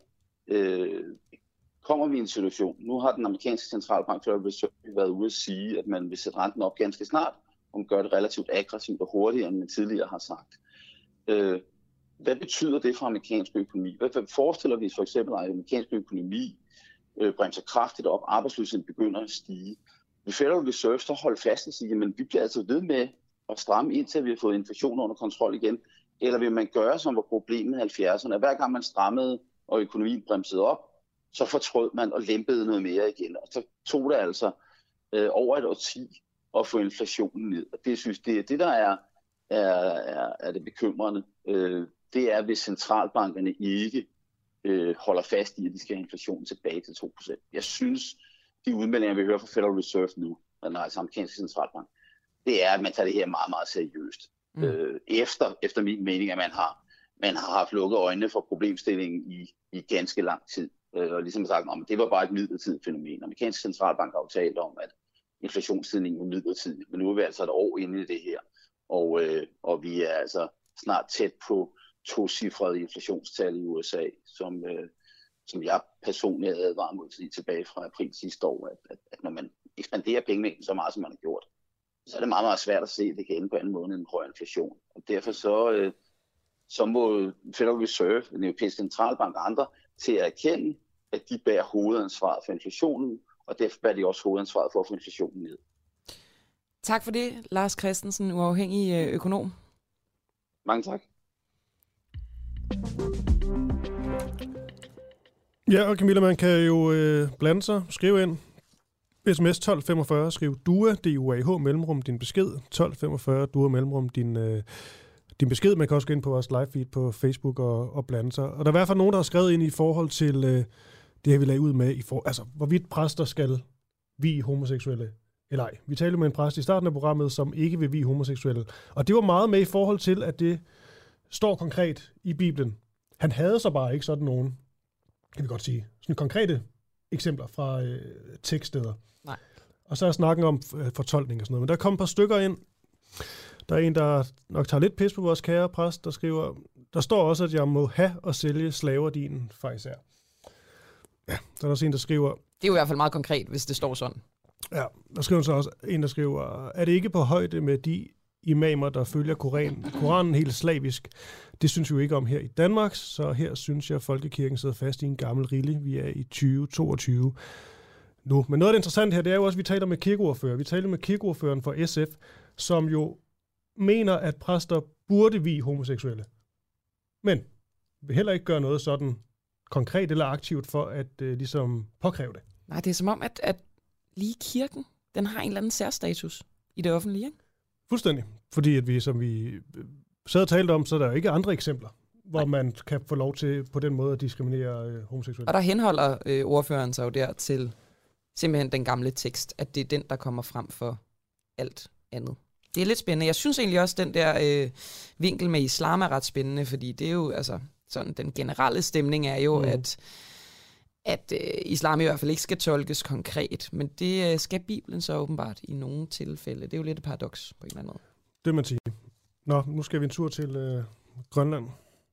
Øh, kommer vi i en situation, nu har den amerikanske centralbank Federal Reserve været ude at sige, at man vil sætte renten op ganske snart, og man gør det relativt aggressivt og hurtigere, end man tidligere har sagt. Øh, hvad betyder det for amerikansk økonomi? Hvad forestiller vi for eksempel, at amerikansk økonomi øh, bremser kraftigt op, arbejdsløsheden begynder at stige? Vil Federal Reserve så holde fast og sige, at vi bliver altså ved med at stramme indtil vi har fået inflationen under kontrol igen? Eller vil man gøre, som var problemet i halvfjerdserne, at hver gang man strammede, og økonomien bremsede op, så fortrød man og lempede noget mere igen. Og så tog det altså øh, over et årti at få inflationen ned. Og det synes det er det, der er, er, er, er det bekymrende. Øh, det er, hvis centralbankerne ikke øh, holder fast i, at de skal have inflationen tilbage til to procent. Jeg synes, de udmeldinger, vi hører fra Federal Reserve nu, altså amerikanske centralbank, det er, at man tager det her meget, meget seriøst. Mm. Øh, efter, efter min mening, at man har, man har haft lukket øjnene for problemstillingen i, i ganske lang tid. Øh, og ligesom sagt, at det var bare et midlertidigt fænomen. Amerikanske centralbank har jo talt om, at inflationsstigningen er midlertidig, men nu er vi altså et år inde i det her. Og, øh, og vi er altså snart tæt på tocifrede inflationstal i U S A, som, øh, som jeg personligt havde advaret mod tilbage fra april sidste år, at, at, at når man ekspanderer pengemængden så meget, som man har gjort, så er det meget, meget svært at se, at det kan ende på anden måde end en høj inflation. Og derfor så, øh, så må Federal Reserve, den europæiske centralbank og andre, til at erkende, at de bærer hovedansvaret for inflationen, og derfor bærer de også hovedansvaret for at få inflationen ned. Tak for det, Lars Christensen, uafhængig økonom. Mange tak. Ja, og Camilla, man kan jo øh, blande sig, skrive ind. sms tolv femogfyrre, skriv D U A, D U A H, mellemrum, din besked. tolv femogfyrre, D U A, mellemrum, din, øh, din besked. Man kan også gå ind på vores live feed på Facebook og, og blande sig. Og der er i hvert fald nogen, der har skrevet ind i forhold til øh, det her, vi lagde ud med, i for, altså hvorvidt præster skal vie homoseksuelle eller ej. Vi talte med en præst i starten af programmet, som ikke vil vie homoseksuelle. Og det var meget med i forhold til, at det står konkret i Bibelen. Han havde så bare ikke sådan nogen, kan vi godt sige, sådan konkrete eksempler fra øh, tekststeder. Nej. Og så er snakken om øh, fortolkning og sådan noget. Men der kom et par stykker ind. Der er en, der nok tager lidt pis på vores kære præst, der skriver, der står også, at jeg må have og sælge slaver din farisæer. Ja, så er der også en, der skriver... Det er jo i hvert fald meget konkret, hvis det står sådan. Ja, der skriver så også en, der skriver, er det ikke på højde med de imamer, der følger Koran, Koranen helt slavisk? Det synes vi jo ikke om her i Danmark, så her synes jeg, at Folkekirken sidder fast i en gammel rille. Vi er i tyve toogtyve nu. Men noget af det interessante her, det er jo også, at vi taler med kirkeordfører. Vi taler med kirkeordføreren for S F, som jo mener, at præster burde vie homoseksuelle. Men vil heller ikke gøre noget sådan konkret eller aktivt for at øh, ligesom påkræve det. Nej, det er som om, at, at lige kirken, den har en eller anden særstatus i det offentlige, ikke? Fuldstændig. Fordi at vi, som vi sad og talte om, så er der jo ikke andre eksempler, hvor Nej. man kan få lov til på den måde at diskriminere øh, homoseksuelle. Og der henholder øh, ordføreren sig jo der til simpelthen den gamle tekst, at det er den, der kommer frem for alt andet. Det er lidt spændende. Jeg synes egentlig også, den der øh, vinkel med islam er ret spændende, fordi det er jo, altså, sådan den generelle stemning er jo, mm. at, at øh, islam i hvert fald ikke skal tolkes konkret, men det øh, skal Bibelen så åbenbart i nogle tilfælde. Det er jo lidt et paradoks på en eller anden måde. Det man siger. Nå, nu skal vi en tur til øh, Grønland.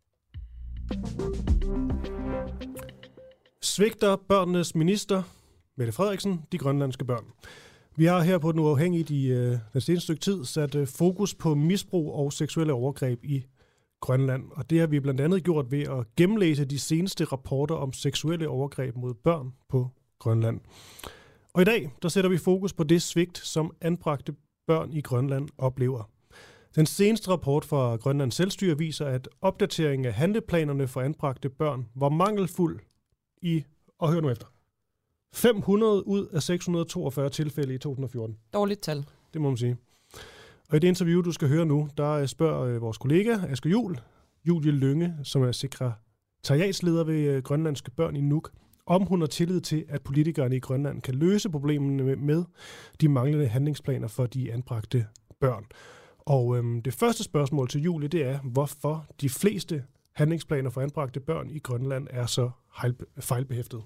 Svigter børnenes minister, Mette Frederiksen, de grønlandske børn. Vi har her på Den Uafhængige i øh, den seneste stykke tid sat øh, fokus på misbrug og seksuelle overgreb i Grønland. Og det har vi blandt andet gjort ved at gennemlæse de seneste rapporter om seksuelle overgreb mod børn på Grønland. Og i dag, der sætter vi fokus på det svigt, som anbragte børn i Grønland oplever. Den seneste rapport fra Grønlands Selvstyre viser, at opdateringen af handleplanerne for anbragte børn var mangelfuld i, og hør nu efter, fem hundrede ud af seks hundrede og toogfyrre tilfælde i to tusind og fjorten. Dårligt tal. Det må man sige. Og i det interview, du skal høre nu, der spørger vores kollega Asger Juhl, Julie Lynge, som er sekretariatsleder ved Grønlandske Børn i Nuuk, om hun har tillid til, at politikerne i Grønland kan løse problemerne med de manglende handlingsplaner for de anbragte børn. Og øhm, det første spørgsmål til Julie, det er, hvorfor de fleste handlingsplaner for anbragte børn i Grønland er så fejlbehæftet.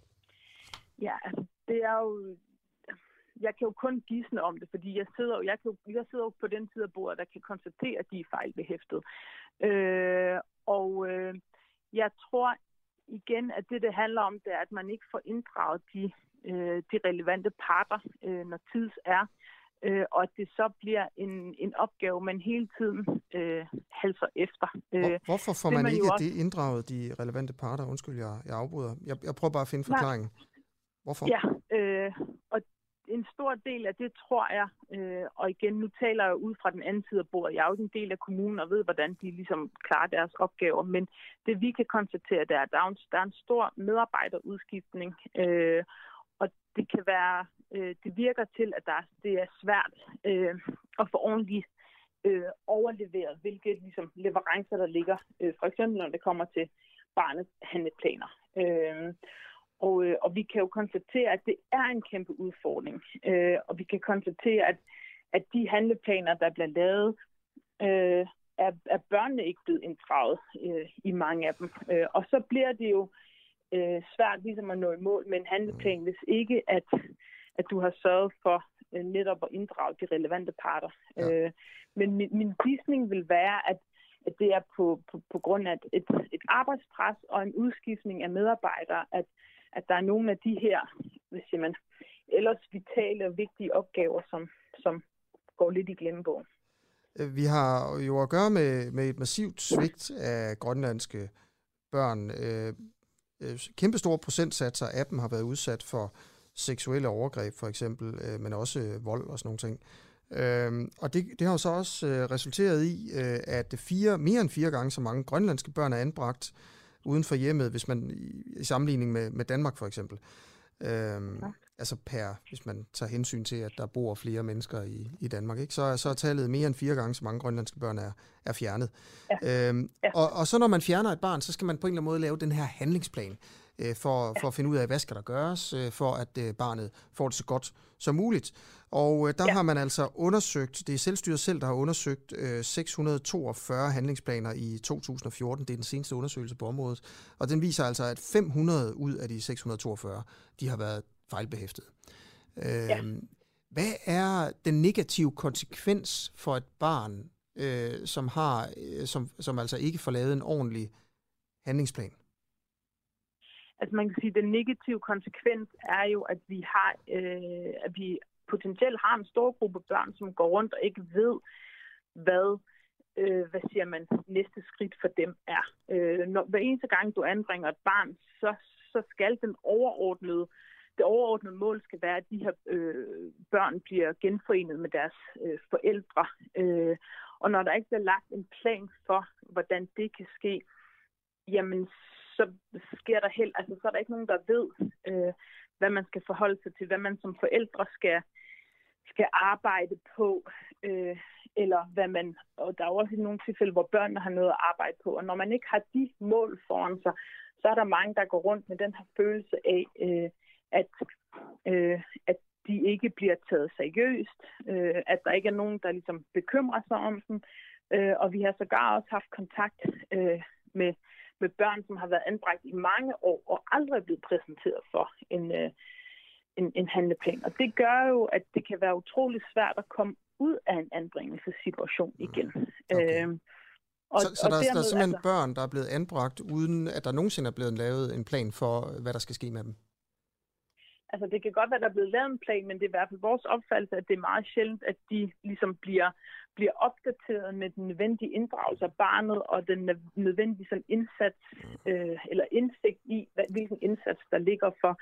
Ja, altså, det er jo... Jeg kan jo kun gisne om det, fordi jeg sidder, jeg kan jo, jeg sidder jo på den side af bordet, der kan konstatere, at de er fejlbehæftet. Øh, og øh, jeg tror igen, at det, det handler om, det er, at man ikke får inddraget de, øh, de relevante parter, øh, når tids er, øh, og at det så bliver en, en opgave, man hele tiden øh, halser efter. Hvor, hvorfor får man, man ikke også... det inddraget, de relevante parter? Undskyld, jeg, jeg afbryder. Jeg, jeg prøver bare at finde forklaringen. Hvorfor? Ja, øh, og en stor del af det, tror jeg, øh, og igen, nu taler jeg ud fra den anden side af bordet. Jeg er jo en del af kommunen og ved, hvordan de ligesom klarer deres opgaver. Men det vi kan konstatere, det er, at der er en, der er en stor medarbejderudskiftning. Øh, og det kan være, øh, det virker til, at der, det er svært øh, at få ordentligt øh, overleveret, hvilke ligesom, leverancer der ligger. Øh, for eksempel, når det kommer til barnets handleplaner. Øh, Og, og vi kan jo konstatere, at det er en kæmpe udfordring. Øh, og vi kan konstatere, at, at de handleplaner, der bliver lavet, øh, er, er børnene ikke blevet inddraget øh, i mange af dem. Øh, og så bliver det jo øh, svært ligesom at nå i mål med en handleplan, hvis ikke at, at du har sørget for øh, netop at inddrage de relevante parter. Ja. Øh, men min, min gisning vil være, at at det er på, på, på grund af et, et arbejdspres og en udskiftning af medarbejdere, at at der er nogle af de her, hvis man ellers vitale og vigtige opgaver, som, som går lidt i glemmebogen. Vi har jo at gøre med, med et massivt svigt af grønlandske børn. Øh, kæmpe store procentsatser af dem har været udsat for seksuelle overgreb, for eksempel, øh, men også øh, vold og sådan nogle ting. Øh, og det, det har jo så også øh, resulteret i, øh, at fire, mere end fire gange så mange grønlandske børn er anbragt uden for hjemmet, hvis man i, i sammenligning med, med Danmark for eksempel. Øhm, ja. Altså per, hvis man tager hensyn til, at der bor flere mennesker i, i Danmark, ikke? Så, så er tallet mere end fire gange, så mange grønlandske børn er, er fjernet. Ja. Øhm, ja. Og, og så når man fjerner et barn, så skal man på en eller anden måde lave den her handlingsplan, øh, for, for at finde ud af, hvad skal der gøres, øh, for at øh, barnet får det så godt som muligt. Og øh, der ja. har man altså undersøgt, det er Selvstyret selv, der har undersøgt øh, seks hundrede og toogfyrre handlingsplaner i to tusind og fjorten. Det er den seneste undersøgelse på området. Og den viser altså, at fem hundrede ud af de seks hundrede og toogfyrre, de har været fejlbehæftet. Øh, ja. Hvad er den negative konsekvens for et barn, øh, som, har, øh, som, som altså ikke får lavet en ordentlig handlingsplan? Altså man kan sige, at den negative konsekvens er jo, at vi har, øh, at vi potentielt har en stor gruppe børn, som går rundt og ikke ved, hvad, øh, hvad siger man, næste skridt for dem er. Øh, når, hver eneste gang du anbringer et barn, så, så skal den overordnede, det overordnede mål skal være, at de her øh, børn bliver genforenet med deres øh, forældre. Øh, og når der ikke bliver lagt en plan for, hvordan det kan ske, jamen så sker der helt, altså så er der ikke nogen, der ved, øh, hvad man skal forholde sig til, hvad man som forældre skal, skal arbejde på, øh, eller hvad man, og der er også nogle tilfælde, hvor børnene har noget at arbejde på, og når man ikke har de mål foran sig, så er der mange, der går rundt med den her følelse af, øh, at, øh, at de ikke bliver taget seriøst, øh, at der ikke er nogen, der ligesom bekymrer sig om dem, øh, og vi har sågar også haft kontakt øh, med med børn, som har været anbragt i mange år og aldrig er blevet præsenteret for en, øh, en, en handleplan. Og det gør jo, at det kan være utrolig svært at komme ud af en anbringelsessituation igen. Okay. Øhm, og, så så og der, dermed, der er simpelthen altså, børn, der er blevet anbragt, uden at der nogensinde er blevet lavet en plan for, hvad der skal ske med dem? Altså det kan godt være, at der er blevet lavet en plan, men det er i hvert fald vores opfattelse, at det er meget sjældent, at de ligesom bliver, bliver opdateret med den nødvendige inddragelse af barnet og den nødvendige sådan, indsats øh, eller indsigt i, hvad, hvilken indsats der ligger for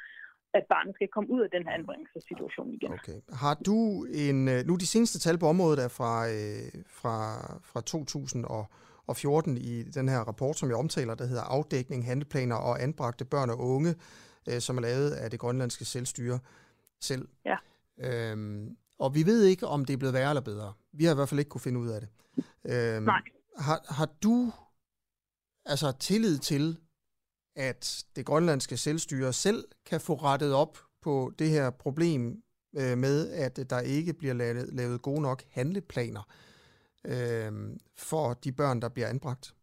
at barnet skal komme ud af den her anbringelsessituation igen. Okay. Har du en, nu de seneste tal på området er fra, fra, fra to tusind og fjorten i den her rapport, som jeg omtaler, der hedder Afdækning, handleplaner og anbragte børn og unge, som er lavet af det grønlandske selvstyre selv. Ja. Øhm, og vi ved ikke, om det er blevet værre eller bedre. Vi har i hvert fald ikke kunne finde ud af det. Øhm, Nej. Har, har du altså tillid til, at det grønlandske selvstyre selv kan få rettet op på det her problem øh, med, at der ikke bliver lavet, lavet gode nok handleplaner øh, for de børn, der bliver anbragt?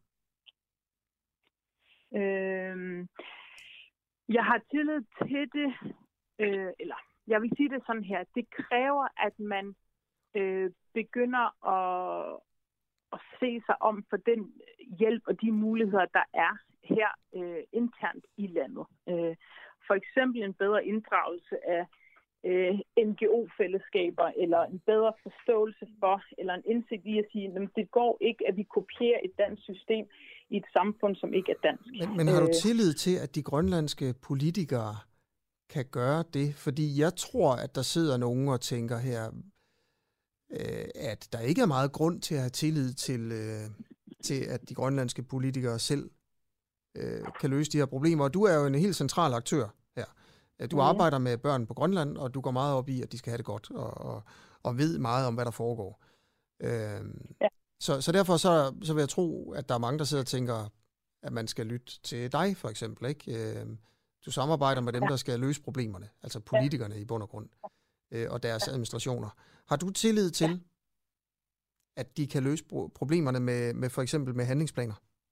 Øh, jeg har tillid til det, øh, eller jeg vil sige det sådan her, det kræver, at man øh, begynder at, at se sig om for den hjælp og de muligheder, der er her øh, internt i landet. Øh, for eksempel en bedre inddragelse af øh, N G O-fællesskaber, eller en bedre forståelse for, eller en indsigt i at sige, at det går ikke, at vi kopierer et dansk system i et samfund, som ikke er dansk. Men, men har du tillid til, at de grønlandske politikere kan gøre det? Fordi jeg tror, at der sidder nogen og tænker her, øh, at der ikke er meget grund til at have tillid til, øh, til at de grønlandske politikere selv kan løse de her problemer. Og du er jo en helt central aktør her. Du mm. arbejder med børn på Grønland, og du går meget op i, at de skal have det godt, og, og, og ved meget om, hvad der foregår. Øhm, ja. så, så derfor så, så vil jeg tro, at der er mange, der sidder og tænker, at man skal lytte til dig, for eksempel. Ikke? Øhm, du samarbejder med dem, ja. der skal løse problemerne, altså politikerne ja. i bund og grund, øh, og deres ja. administrationer. Har du tillid til, ja. at de kan løse problemerne med, med for eksempel med handlingsplaner?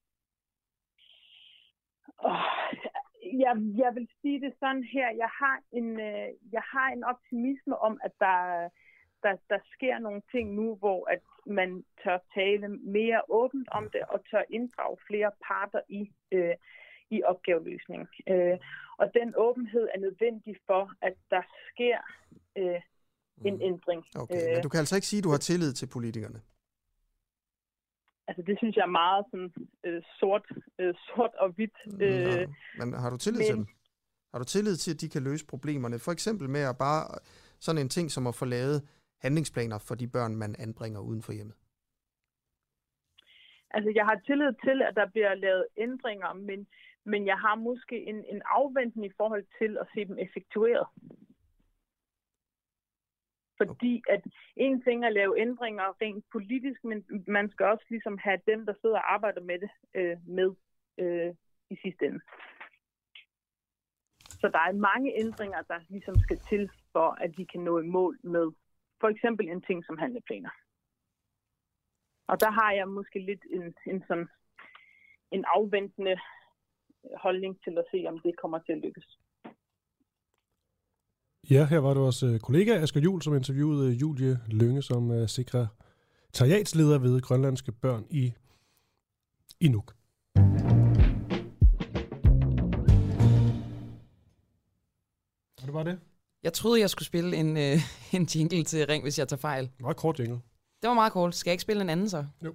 Jeg, jeg vil sige det sådan her. Jeg har en, jeg har en optimisme om, at der, der, der sker nogle ting nu, hvor at man tør tale mere åbent om det, og tør inddrage flere parter i, øh, i opgaveløsning. Øh, og den åbenhed er nødvendig for, at der sker øh, en ændring. Okay, men du kan altså ikke sige, at du har tillid til politikerne? Altså, det synes jeg er meget sådan, øh, sort, øh, sort og hvidt. Øh, ja, men har du tillid men... til dem? Har du tillid til, at de kan løse problemerne? For eksempel med at bare sådan en ting som at få lavet handlingsplaner for de børn, man anbringer uden for hjemmet? Altså, jeg har tillid til, at der bliver lavet ændringer, men, men jeg har måske en, en afventning i forhold til at se dem effektueret. Fordi at en ting er at lave ændringer rent politisk, men man skal også ligesom have dem, der sidder og arbejder med det, øh, med øh, i sidste ende. Så der er mange ændringer, der ligesom skal til, for at vi kan nå i mål med for eksempel en ting som handleplaner. Og der har jeg måske lidt en, en, sådan, en afventende holdning til at se, om det kommer til at lykkes. Ja, her var det vores kollega Asger Juhl, som interviewede Julie Lynge, som er sekretariatsleder ved grønlandske børn i Inuk. Var det bare det? Jeg troede, jeg skulle spille en, øh, en jingle til Ring, hvis jeg tager fejl. Meget kort jingle. Det var meget kort. Skal jeg ikke spille en anden så? Jo.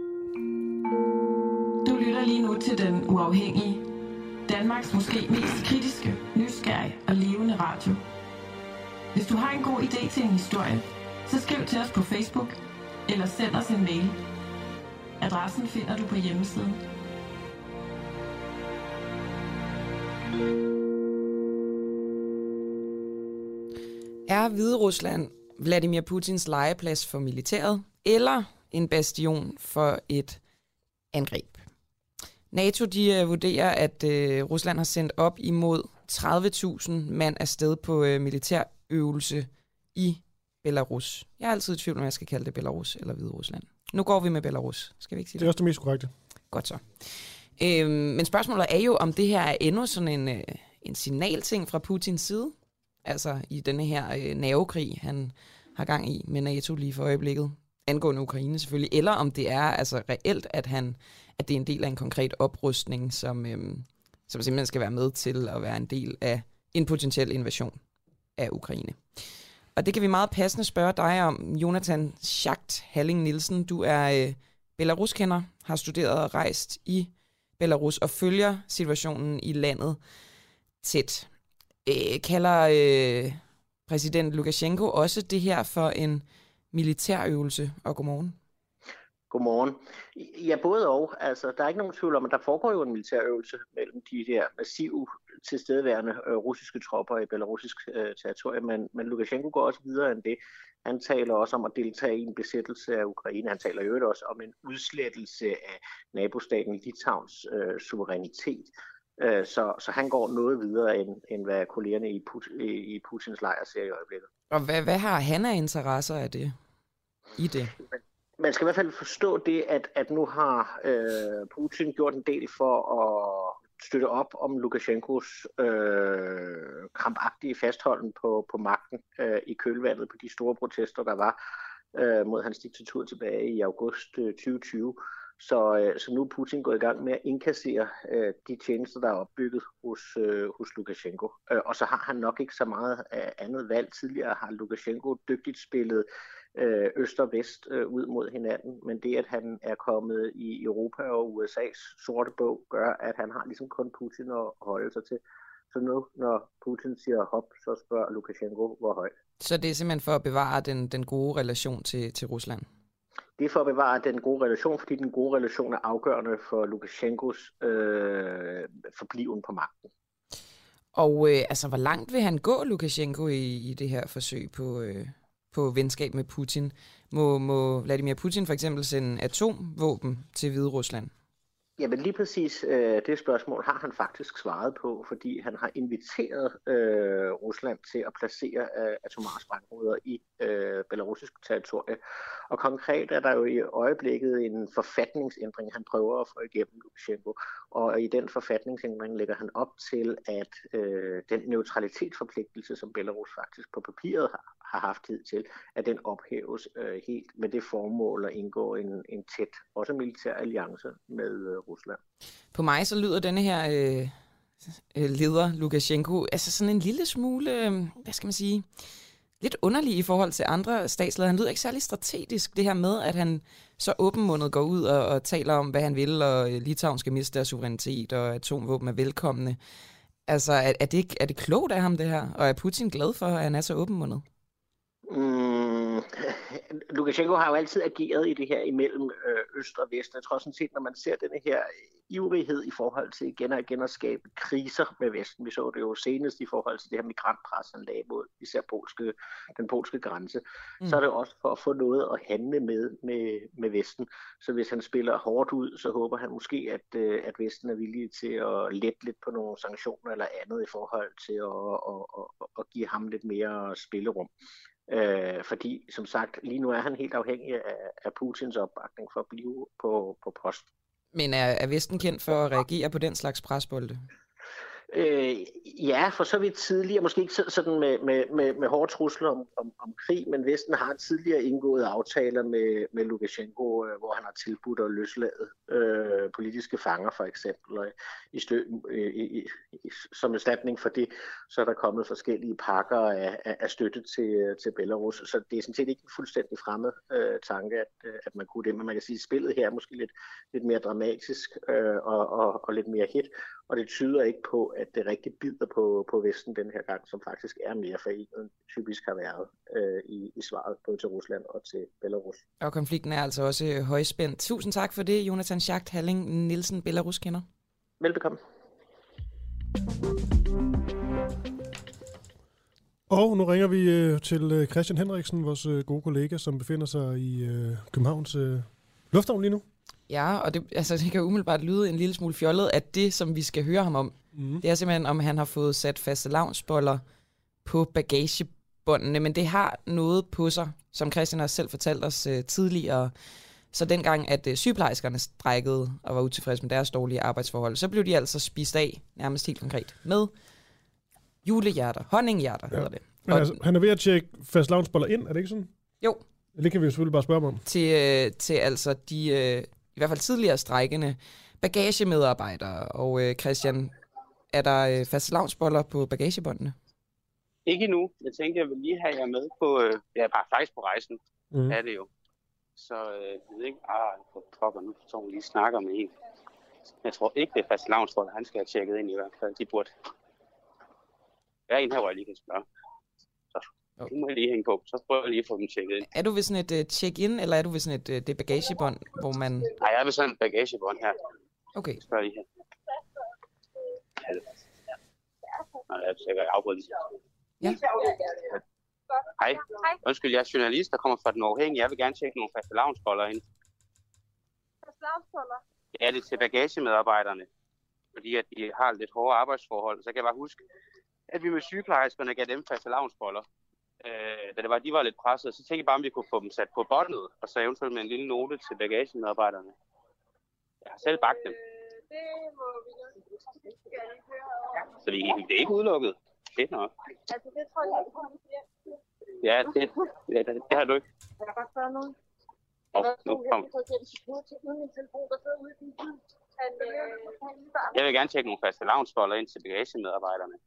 Du lytter lige nu til Den Uafhængige. Danmarks måske mest kritiske, nysgerrige og levende radio. Hvis du har en god idé til en historie, så skriv til os på Facebook eller send os en mail. Adressen finder du på hjemmesiden. Er Hviderusland Vladimir Putins legeplads for militæret, eller en bastion for et angreb? NATO de uh, vurderer, at uh, Rusland har sendt op imod tredive tusind mand afsted på uh, militærøvelse i Belarus. Jeg er altid i tvivl, om jeg skal kalde det Belarus eller Hviderusland. Nu går vi med Belarus. Skal vi ikke sige det? Det er også det mest korrekte. Godt så. Øhm, men spørgsmålet er jo, om det her er endnu sådan en, uh, en signalting fra Putins side. Altså i denne her uh, nervekrig, han har gang i med NATO lige for øjeblikket. Angående Ukraine selvfølgelig. Eller om det er altså reelt, at han at det er en del af en konkret oprustning, som, øhm, som simpelthen skal være med til at være en del af en potentiel invasion af Ukraine. Og det kan vi meget passende spørge dig om, Jonathan Schacht Halling Nielsen. Du er øh, Belarus-kender, har studeret og rejst i Belarus og følger situationen i landet tæt. Øh, kalder øh, præsident Lukashenko også det her for en militærøvelse? Og godmorgen. Godmorgen. Ja, både og. Altså, der er ikke nogen tvivl om, at der foregår jo en militærøvelse mellem de der massive tilstedeværende øh, russiske tropper i belarusisk øh, territorium, men, men Lukashenko går også videre end det. Han taler også om at deltage i en besættelse af Ukraine. Han taler jo også om en udslettelse af nabostaten Litauens øh, suverænitet. Øh, så, så han går noget videre, end, end hvad kollegerne i, Put- i, i Putins lejr ser i øjeblikket. Og hvad, hvad har han af interesser af det? I det? Man skal i hvert fald forstå det, at, at nu har øh, Putin gjort en del for at støtte op om Lukashenkos øh, krampagtige fastholden på, på magten øh, i kølvandet på de store protester, der var øh, mod hans diktatur tilbage i august øh, tyve tyve. Så, øh, så nu er Putin gået i gang med at indkassere øh, de tjenester, der er opbygget hos, øh, hos Lukashenko. Øh, og så har han nok ikke så meget øh, andet valg. Tidligere har Lukashenko dygtigt spillet øh, øst og vest øh, ud mod hinanden, men det, at han er kommet i Europa og U S A's sorte bog, gør, at han har ligesom kun Putin at holde sig til. Så nu, når Putin siger hop, så spørger Lukashenko, hvor højt. Så det er simpelthen for at bevare den, den gode relation til, til Rusland? Det er for at bevare den gode relation, fordi den gode relation er afgørende for Lukashenkos øh, forbliven på magten. Og øh, altså, hvor langt vil han gå, Lukashenko, i, i det her forsøg på, øh, på venskab med Putin? Må, må Vladimir Putin for eksempel sende atomvåben til Hvide Rusland? Jamen lige præcis øh, det spørgsmål har han faktisk svaret på, fordi han har inviteret øh, Rusland til at placere øh, atomare sprænghoveder i øh, belarusisk territorie. Og konkret er der jo i øjeblikket en forfatningsændring, han prøver at få igennem Lukashenko. Og i den forfatningsændring lægger han op til, at øh, den neutralitetsforpligtelse, som Belarus faktisk på papiret har, har haft tid til, at den ophæves øh, helt med det formål at indgå en, en tæt, også militær alliance med øh, Rusland. På mig så lyder denne her øh, leder, Lukashenko, altså sådan en lille smule, øh, hvad skal man sige, lidt underlig i forhold til andre statsledere. Han lyder ikke særlig strategisk, det her med, at han så åbenmundet går ud og, og taler om, hvad han vil, og Litauen skal miste deres suverænitet, og atomvåben er velkomne. Altså, er, er, det, er det klogt af ham, det her? Og er Putin glad for, at han er så åbenmundet? Mm, Lukashenko har jo altid ageret i det her imellem øh, øst og vest. Jeg tror sådan set, når man ser denne her ivrighed i forhold til igen og igen at skabe kriser med Vesten. Vi så det jo senest i forhold til det her migrantpres, han lagde mod især polske, den polske grænse. Mm. Så er det også for at få noget at handle med, med med Vesten. Så hvis han spiller hårdt ud, så håber han måske, at, at Vesten er villige til at lette lidt på nogle sanktioner eller andet i forhold til at, at, at, at give ham lidt mere spillerum. Øh, fordi, som sagt, lige nu er han helt afhængig af, af Putins opbakning for at blive på, på post. Men er, er Vesten kendt for at reagere på den slags presbolde? Øh, ja, for så vidt tidligere, måske ikke sådan med, med, med, med hårde trusler om, om, om krig, men Vesten har tidligere indgået aftaler med, med Lukashenko, øh, hvor han har tilbudt at løslade øh, politiske fanger for eksempel. Og i stø, øh, i, i, som erstatning for det, så er der kommet forskellige pakker af, af, af støtte til, til Belarus. Så det er sådan set ikke en fuldstændig fremmed øh, tanke, at, at man kunne det. Men man kan sige, at spillet her er måske lidt, lidt mere dramatisk øh, og, og, og lidt mere hit. Og det tyder ikke på, at det rigtig bider på, på Vesten den her gang, som faktisk er mere forenet, end typisk har været øh, i, i svaret både til Rusland og til Belarus. Og konflikten er altså også højspændt. Tusind tak for det, Jonathan Schacht Halling Nielsen, Belarus kender. Velbekomme. Og nu ringer vi øh, til øh, Christian Henriksen, vores øh, gode kollega, som befinder sig i øh, Københavns øh, Lufthavn lige nu. Ja, og det, altså, det kan umiddelbart lyde en lille smule fjollet, at det, som vi skal høre ham om, mm. det er simpelthen, om han har fået sat fastelavnsboller på bagagebåndene. Men det har noget på sig, som Christian har selv fortalt os uh, tidligere. Så dengang, at uh, sygeplejerskerne strækkede og var utilfredse med deres dårlige arbejdsforhold, så blev de altså spist af, nærmest helt konkret, med julehjerter, honninghjerter, ja. hedder det. Men og, altså, han er ved at tjekke fastelavnsboller ind, er det ikke sådan? Jo. Det kan vi jo selvfølgelig bare spørge om. Til, øh, til altså de, øh, i hvert fald tidligere strækkende bagagemedarbejdere. Og øh, Christian, er der øh, fastelavnsboller på bagagebåndene? Ikke endnu. Jeg tænker, jeg vil lige have jer med på, øh, jeg er bare faktisk på rejsen, mm. er det jo. Så øh, jeg ved ikke, ah, for pokker, nu så hun lige snakker med en. Jeg tror ikke, det er fastelavnsboller, han skal have tjekket ind i hvert fald. De burde. Jeg er en her, hvor jeg lige kan spørge. Så nu må jeg lige hænge på. Så prøver jeg lige at få dem tjekket ind. Er du ved sådan et uh, check-in, eller er du ved sådan et uh, det bagagebånd, hvor man... Nej, jeg er ved sådan et bagagebånd her. Okay. Jeg spørger lige her. Nej, jeg er sikkert afbrudt. Ja. Hej. Undskyld, jeg er journalist, der kommer fra Den Uafhængige. Jeg vil gerne tjekke nogle fastelavnsboller ind. Fastelavnsboller? Ja, det er til bagagemedarbejderne. Fordi at de har lidt hårde arbejdsforhold. Så kan jeg bare huske, at vi med sygeplejerskerne gav dem fastelavnsboller. Øh, da det var, de var lidt presset, så tænkte jeg bare, om vi kunne få dem sat på båndet. Og så eventuelt med en lille note til bagagemedarbejderne. Jeg har selv bagt dem. Det må vi nok skal høre over. Så det er, det er ikke udelukket. Fedt nok. Altså, det tror jeg ikke, Ja, det, ja, det, det har du ikke. Kan jeg bare spørge noget? Oh, nu kom. Jeg vil gerne tjekke nogle fastelavnsboller ind til bagagemedarbejderne.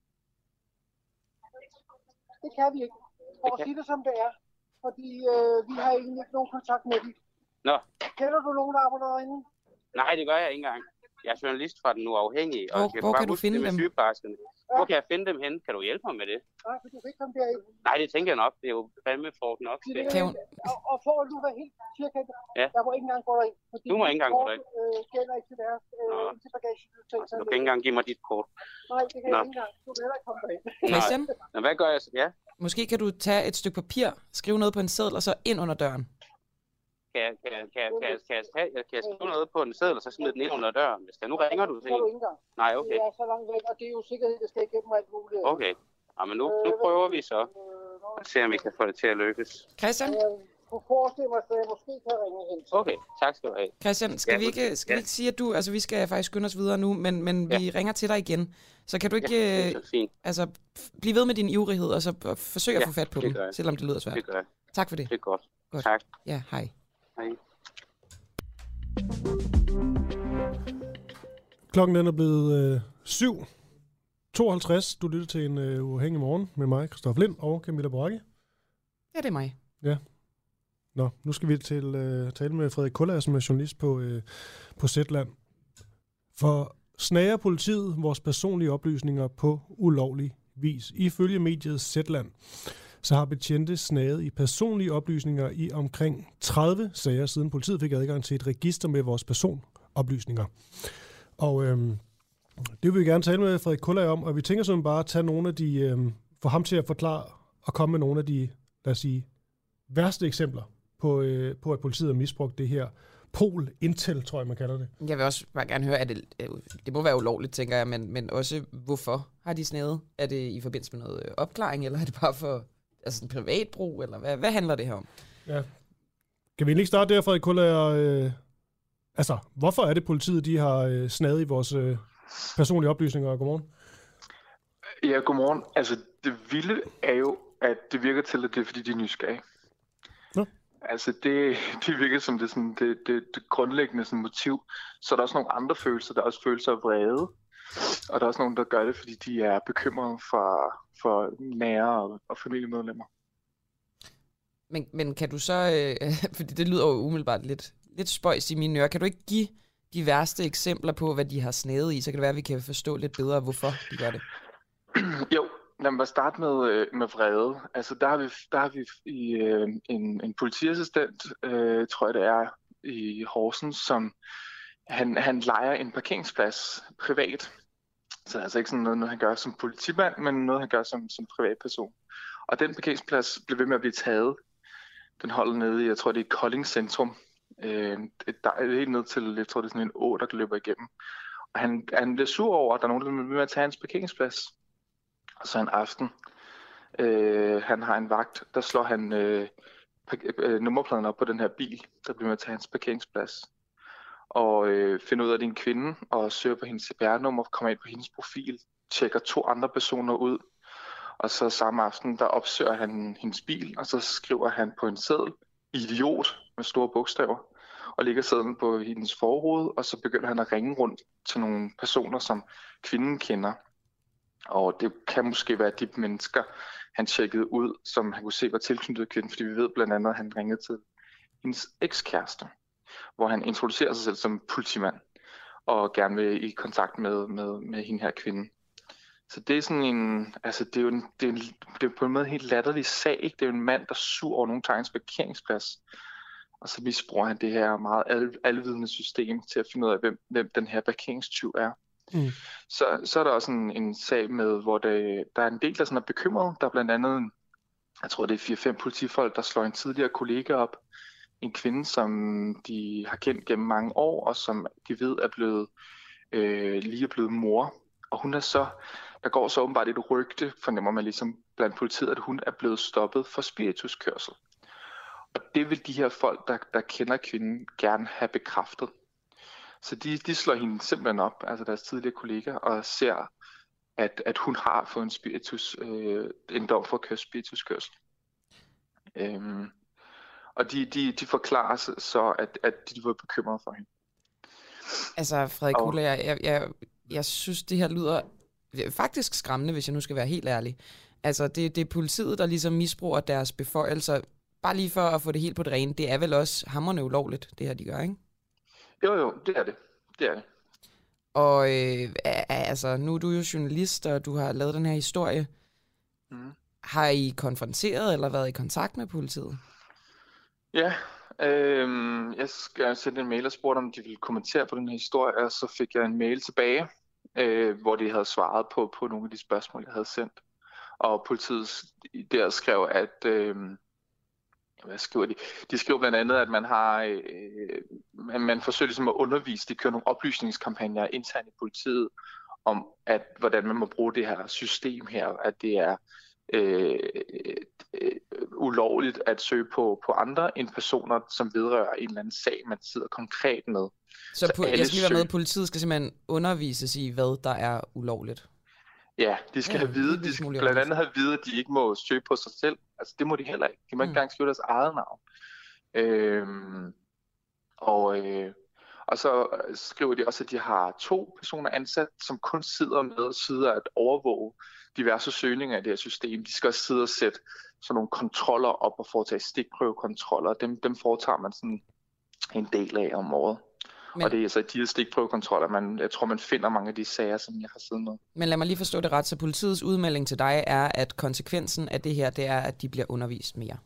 Det kan vi ikke. For at sige det som det er. Fordi øh, vi har egentlig ikke nogen kontakt med dem. Nå. Kender du nogen, der arbejder derinde? Nej, det gør jeg ikke engang. Jeg er journalist fra Den Uafhængige. Hvor, og jeg hvor kan, kan du finde dem? Ja. Hvor kan jeg finde dem henne? Kan du hjælpe mig med det? Nej, for du kan ikke komme derind. Nej, det tænker jeg nok. Det er jo fandme for nok. Det det. Hun... Og, og for at du være helt firkantet, ja. Jeg må ikke engang gå derind. Du må ikke engang gå derind. Øh, gælder ikke til deres øh, til bagage. Altså, du kan ikke engang give mig dit kort. Nej, det kan Nå. jeg ikke engang. Du kan heller ikke komme derind. Christian? Nå, hvad gør jeg så? Ja? Måske kan du tage et stykke papir, skrive noget på en seddel, og så ind under døren. Kan jeg, kan, jeg, kan, jeg, kan, jeg, kan, jeg, kan, jeg, kan jeg skrive noget på en seddel, og så smide den ind under døren? Hvis der nu ringer du til en? Nej, okay. Det er så langt væk, og det er jo sikkerhed, der skal igennem alt muligt. Okay. Ja, men nu, nu prøver vi så at se, om vi kan få det til at lykkes. Christian? Jeg kunne forestille mig, at jeg måske kan ringe hen. Okay, tak skal du have. Christian, skal, ja, vi, ikke, skal ja. vi ikke sige, at du... Altså, vi skal faktisk skynde os videre nu, men, men ja. vi ringer til dig igen. Så kan du ikke ja, øh, altså, blive ved med din ivrighed, og så forsøge ja, at få fat på dem, jeg. selvom det lyder svært. Det gør jeg. Tak for det. Det er godt. godt. Tak. Ja, hej. Hej. Klokken den er blevet øh, syv tooghalvtreds. Du lytter til en øh, uafhængig morgen med mig, Christoffer Lind og Camilla Boracke. Ja, det er mig. Ja. Nå, nu skal vi til øh, tale med Frederik Kullager, som er journalist på, øh, på Zetland. For snager politiet vores personlige oplysninger på ulovlig vis? Ifølge mediet Zetland, så har betjente snaget i personlige oplysninger i omkring tredive sager, siden politiet fik adgang til et register med vores personoplysninger. Og øhm, det vil vi gerne tale med Frederik Kullager om, og vi tænker sådan bare at tage nogle af de, øhm, få ham til at forklare og komme med nogle af de, lad os sige, værste eksempler på, øh, på at politiet har misbrugt det her Pol Intel, tror jeg, man kalder det. Jeg vil også bare gerne høre, at det, det må være ulovligt, tænker jeg, men, men også hvorfor har de snaget? Er det i forbindelse med noget opklaring, eller er det bare for altså en privatbrug, eller hvad, hvad handler det her om? Ja. Kan vi ikke starte der, Frederik Kullager? Øh, altså, hvorfor er det politiet, de har øh, snaget i vores øh, personlige oplysninger? Godmorgen. Ja, godmorgen. Altså, det vilde er jo, at det virker til, at det er, fordi de er nysgerrige. Ja. Altså, det, det virker som det, sådan, det, det, det grundlæggende sådan, motiv. Så er der også nogle andre følelser. Der er også følelser af vrede. Og der er også nogen, der gør det, fordi de er bekymrede for, for nære og, og familiemedlemmer. Men, men kan du så, øh, fordi det lyder jo umiddelbart lidt, lidt spøjs i mine ører, kan du ikke give de værste eksempler på, hvad de har snaget i, så kan det være, at vi kan forstå lidt bedre, hvorfor de gør det? Jo, lad mig starte med, med vrede. Altså, der har vi, der har vi i, øh, en, en politiassistent, øh, tror jeg det er, i Horsens, som han, han lejer en parkeringsplads privat. Så altså ikke sådan noget, noget han gør som politimand, men noget, han gør som, som privatperson. Og den parkeringsplads blev ved med at blive taget. Den holder nede i, jeg tror det er Kolding Centrum. Øh, der er helt ned til, jeg tror det er sådan en å, der løber igennem. Og han, han bliver sur over, at der er nogen, der bliver ved med at tage hans parkeringsplads. Og så en aften, øh, han har en vagt, der slår han øh, øh, nummerpladen op på den her bil, der bliver med at tage hans parkeringsplads. Og øh, finder ud af, at det er en kvinde, og søger på hendes C P R-nummer, kommer ind på hendes profil, tjekker to andre personer ud. Og så samme aften, der opsøger han hendes bil, og så skriver han på en seddel, idiot, med store bogstaver, og lægger sedlen på hendes forhoved, og så begynder han at ringe rundt til nogle personer, som kvinden kender. Og det kan måske være de mennesker, han tjekkede ud, som han kunne se var tilknyttet kvinden, fordi vi ved blandt andet, at han ringede til hendes ekskæreste, hvor han introducerer sig selv som politimand, og gerne vil i kontakt med, med, med hende her kvinde. Så det er sådan en, altså det er jo en, det er, en, det er på en måde en helt latterlig sag, ikke? Det er jo en mand, der er sur over nogle tegns parkeringsplads, og så misbruger han det her meget al, alvidende system til at finde ud af, hvem, hvem den her parkeringstyv er. Mm. Så, så er der også en, en sag med, hvor det, der er en del, der sådan er bekymret. Der er blandt andet, en, jeg tror det er fire fem politifolk, der slår en tidligere kollega op. En kvinde, som de har kendt gennem mange år, og som de ved er blevet, øh, lige er blevet mor. Og hun er så, der går så åbenbart et rygte, fornemmer man ligesom blandt politiet, at hun er blevet stoppet for spirituskørsel. Og det vil de her folk, der, der kender kvinden, gerne have bekræftet. Så de, de slår hende simpelthen op, altså deres tidligere kollegaer, og ser, at, at hun har fået en, spiritus, øh, en dom for at køre spirituskørsel. Øhm, og de, de, de forklarer så, at, at de var bekymrede for hende. Altså, Frederik Kuhle, jeg, jeg, jeg, jeg synes, det her lyder faktisk skræmmende, hvis jeg nu skal være helt ærlig. Altså, det, det er politiet, der ligesom misbruger deres beføjelser. Bare lige for at få det helt på det rene, det er vel også hamrende ulovligt, det her, de gør, ikke? Jo, jo, det er det. Det er det. Og øh, altså, nu er du jo journalist, og du har lavet den her historie. Mm. Har I konfronteret eller været i kontakt med politiet? Ja, øh, jeg skal sende en mail og spurgte, om de ville kommentere på den her historie, og så fik jeg en mail tilbage, øh, hvor de havde svaret på, på nogle af de spørgsmål, jeg havde sendt. Og politiet der skrev, at... Øh, Hvad skriver de? De skriver blandt andet, at man har, øh, man, man forsøger ligesom at undervise, de kører nogle oplysningskampagner internt i politiet, om at, hvordan man må bruge det her system her, at det er øh, øh, ulovligt at søge på, på andre end personer, som vedrører en eller anden sag, man sidder konkret med. Så, så jeg skal lige være med, politiet skal simpelthen undervises i, hvad der er ulovligt? Ja, de skal ja, have vide, de skal blandt andet have vide, at de ikke må søge på sig selv. Altså det må de heller ikke. De må ikke engang skrive deres eget navn. Øhm, og, øh, og så skriver de også, at de har to personer ansat, som kun sidder med og sidder at overvåge diverse søgninger i det her system. De skal også sidde og sætte sådan nogle kontroller op og foretage stikprøvekontroller. Dem, dem foretager man sådan en del af om året. Men, og det er altså de her stikprøvekontroller, man, jeg tror, man finder mange af de sager, som jeg har siddet med. Men lad mig lige forstå det ret, så politiets udmelding til dig er, at konsekvensen af det her, det er, at de bliver undervist mere?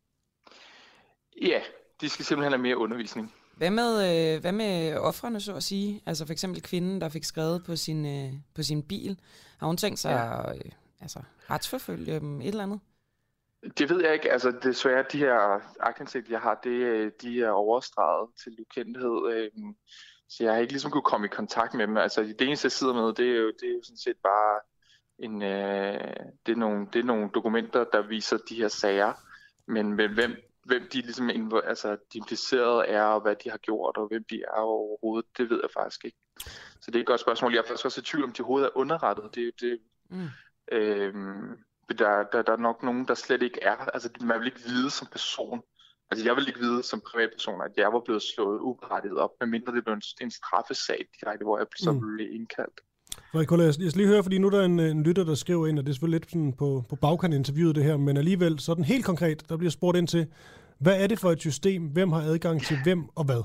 Ja, de skal simpelthen have mere undervisning. Hvad med, øh, hvad med ofrene, så at sige? Altså for eksempel kvinden, der fik skrevet på sin, øh, på sin bil. Har hun tænkt sig ja. at øh, altså, retsforfølge dem et eller andet? Det ved jeg ikke. Altså desværre, de her aktindsigter, jeg har, det, de er overstreget til ukendthed. Så jeg har ikke ligesom kunne komme i kontakt med dem. Altså det eneste, jeg sidder med, det er jo, det er jo sådan set bare en, det er nogle, det er nogle dokumenter, der viser de her sager. Men, men hvem, hvem de ligesom altså, de implicerede er, og hvad de har gjort, og hvem de er overhovedet, det ved jeg faktisk ikke. Så det er et godt spørgsmål. Jeg er faktisk også i tvivl om, de overhovedet er underrettet. Det, det, mm. øhm, Der, der, der er nok nogen, der slet ikke er. Altså, man vil ikke vide som person. Altså, jeg vil ikke vide som privatperson, at jeg var blevet slået uberettiget op, medmindre det blev en, en straffesag direkte, hvor jeg så blev mm. indkaldt. Frederik, jeg skal lige høre, fordi nu er der en, en lytter, der skriver ind, og det er selvfølgelig lidt sådan på, på bagkant interviewet det her, men alligevel sådan helt konkret, der bliver spurgt ind til, hvad er det for et system? Hvem har adgang til hvem og hvad?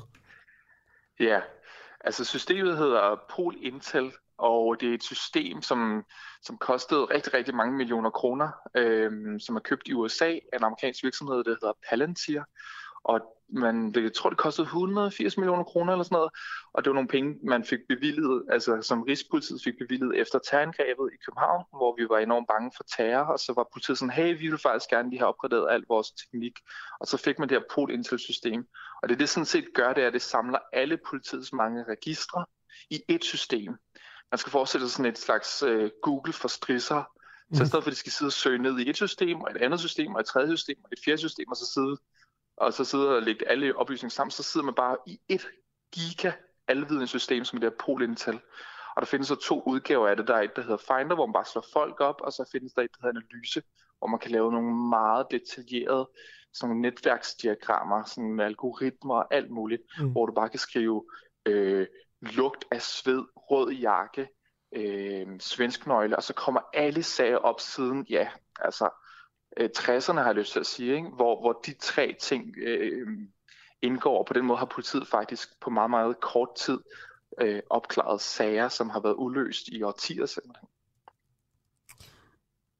Ja, altså systemet hedder Pol Intel, og det er et system, som, som kostede rigtig, rigtig mange millioner kroner, øhm, som er købt i U S A af en amerikansk virksomhed, der hedder Palantir. Og man, det, jeg tror, det kostede et hundrede og firs millioner kroner eller sådan noget. Og det var nogle penge, man fik bevilget, altså som Rigspolitiet fik bevilget efter terrorangrebet i København, hvor vi var enormt bange for terror. Og så var politiet sådan, hey, vi vil faktisk gerne lige have opgraderet al vores teknik. Og så fik man det her Pol Intel-system. Og det, det sådan set gør, det er, at det samler alle politiets mange registre i et system. Man skal forestille sig sådan et slags uh, Google for strisser. Så i stedet for, at de skal sidde og søge ned i et system, og et andet system, og et tredje system, og et fjerde system, og så sidde og så sidder og lægge alle oplysninger sammen, så sidder man bare i et giga alvidende system, som det er Pol Intel. Og der findes så to udgaver af det. Der er et, der hedder Finder, hvor man bare slår folk op, og så findes der et, der hedder Analyse, hvor man kan lave nogle meget detaljerede sådan nogle netværksdiagrammer, sådan med algoritmer og alt muligt, mm. hvor du bare kan skrive øh, lugt af sved, rød jakke, øh, svensk nøgle, og så kommer alle sager op siden, ja, altså tresserne har jeg lyst til at sige, ikke? Hvor, hvor de tre ting øh, indgår, og på den måde har politiet faktisk på meget, meget kort tid øh, opklaret sager, som har været uløst i årtier simpelthen.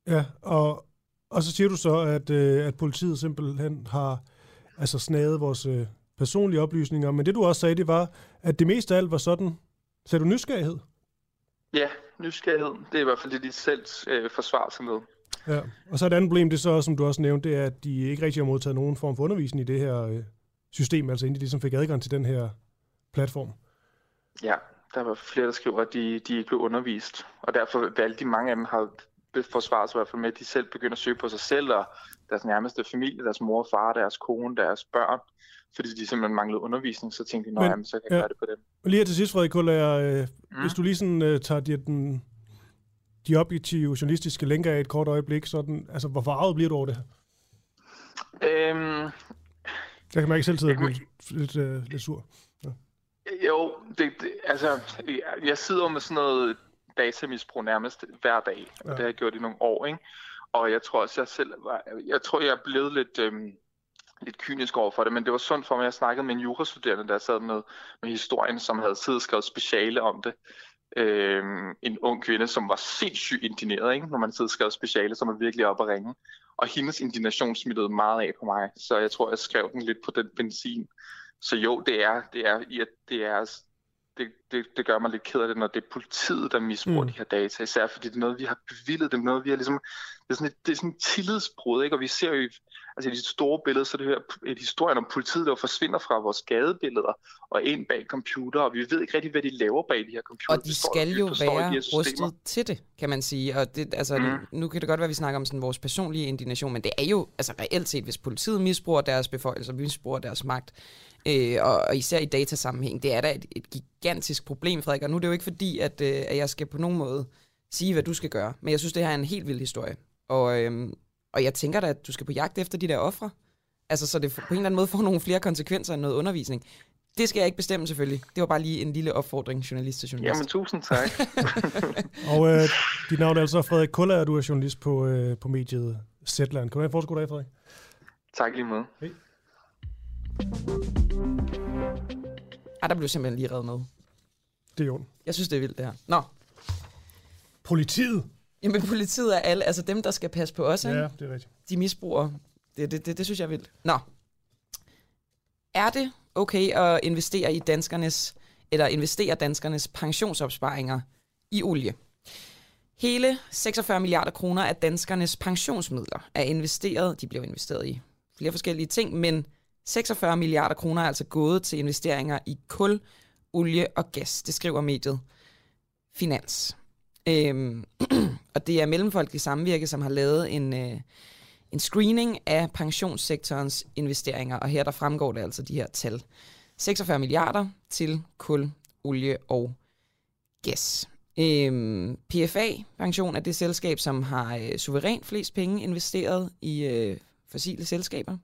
Ja, og, og så siger du så, at, øh, at politiet simpelthen har altså snaget vores øh, personlige oplysninger, men det du også sagde, det var, at det meste af alt var sådan, sagde du nysgerrighed? Ja, nysgerrighed. Det er i hvert fald det, de selv øh, forsvarer sig med. Ja, og så et andet problem, det er så, som du også nævnte, det er, at de ikke rigtig har modtaget nogen form for undervisning i det her øh, system, altså inden de som fik adgang til den her platform. Ja, der var flere, der skriver, at de, de ikke blev undervist, og derfor valgte de, mange af dem har forsvaret sig i hvert fald med, at de selv begynder at søge på sig selv, og deres nærmeste familie, deres mor og far, deres kone, deres børn, fordi de simpelthen manglede undervisning, så tænkte de, nå, jamen, så kan jeg ja, gøre det på dem. Lige her til sidst, Frederik Kullager, øh, mm. hvis du lige sådan øh, tager de, den, de objektive journalistiske lænker af et kort øjeblik, sådan, altså, hvor farvet bliver du over det her? Øhm, jeg kan mærke selv til at blive lidt, øh, lidt sur. Ja. Jo, det, det, altså, jeg, jeg sidder med sådan noget datamisbrug nærmest hver dag, og ja. Det har jeg gjort i nogle år, ikke? Og jeg tror også, jeg selv var, jeg tror, jeg er blevet lidt, øhm, lidt kynisk over for det, men det var sundt for mig, jeg snakkede med en jurastuderende, der sad med, med historien, som havde siddet og skrevet speciale om det. Øhm, en ung kvinde, som var sindssygt indigneret, ikke? Når man sidder og skrevet speciale, som er virkelig oppe at ringe. Og hendes indignation smittede meget af på mig, så jeg tror, jeg skrev den lidt på den benzin. Så jo, det er, det er, det er, det, det, det gør mig lidt ked af det, når det er politiet, der misbruger mm. de her data, især fordi det er noget, vi har bevillet, det er noget, vi har ligesom, det er sådan et, det er sådan et tillidsbrud, ikke? Og vi ser jo, altså i de store billeder, så det her et historien om politiet, der forsvinder fra vores gadebilleder og ind bag computer, og vi ved ikke rigtig, hvad de laver bag de her computer. Og de skal jo være rustet til det, kan man sige. Og det, altså, mm. nu kan det godt være, at vi snakker om sådan vores personlige indignation, men det er jo altså reelt set, hvis politiet misbruger deres beføjelser, misbruger deres magt, øh, og, og især i datasammenhæng, det er da et, et gigantisk problem, Frederik. Og nu er det jo ikke fordi, at, øh, at jeg skal på nogen måde sige, hvad du skal gøre, men jeg synes, det her er en helt vild historie. Og, øhm, og jeg tænker da, at du skal på jagt efter de der ofre. Altså, så det på en eller anden måde får nogle flere konsekvenser end noget undervisning. Det skal jeg ikke bestemme, selvfølgelig. Det var bare lige en lille opfordring, journalist til journalist. Jamen, tusind tak. Og øh, dit navn er altså Frederik Kullager, og du er journalist på, øh, på mediet Zetland. Kan du have en fortsat god dag, Frederik? Tak lige måde. Hej. Ej, der blev simpelthen lige reddet med. Det er jo. Jeg synes, det er vildt, det her. Nå. Politiet? Jamen, politiet er alle, altså dem, der skal passe på os, ikke? Ja, det er rigtigt. De misbruger. Det, det, det, det synes jeg er vildt. Nå. Er det okay at investere i danskernes, eller investere danskernes pensionsopsparinger i olie? Hele seksogfyrre milliarder kroner af danskernes pensionsmidler er investeret, de blev investeret i flere forskellige ting, men seksogfyrre milliarder kroner er altså gået til investeringer i kul, olie og gas. Det skriver mediet Finans. Øhm, og det er Mellemfolkeligt Samvirke, som har lavet en, øh, en screening af pensionssektorens investeringer, og her der fremgår det altså de her tal. seksogfyrre milliarder til kul, olie og gas. Øhm, P F A Pension er det selskab, som har øh, suverænt flest penge investeret i øh, fossile selskaber.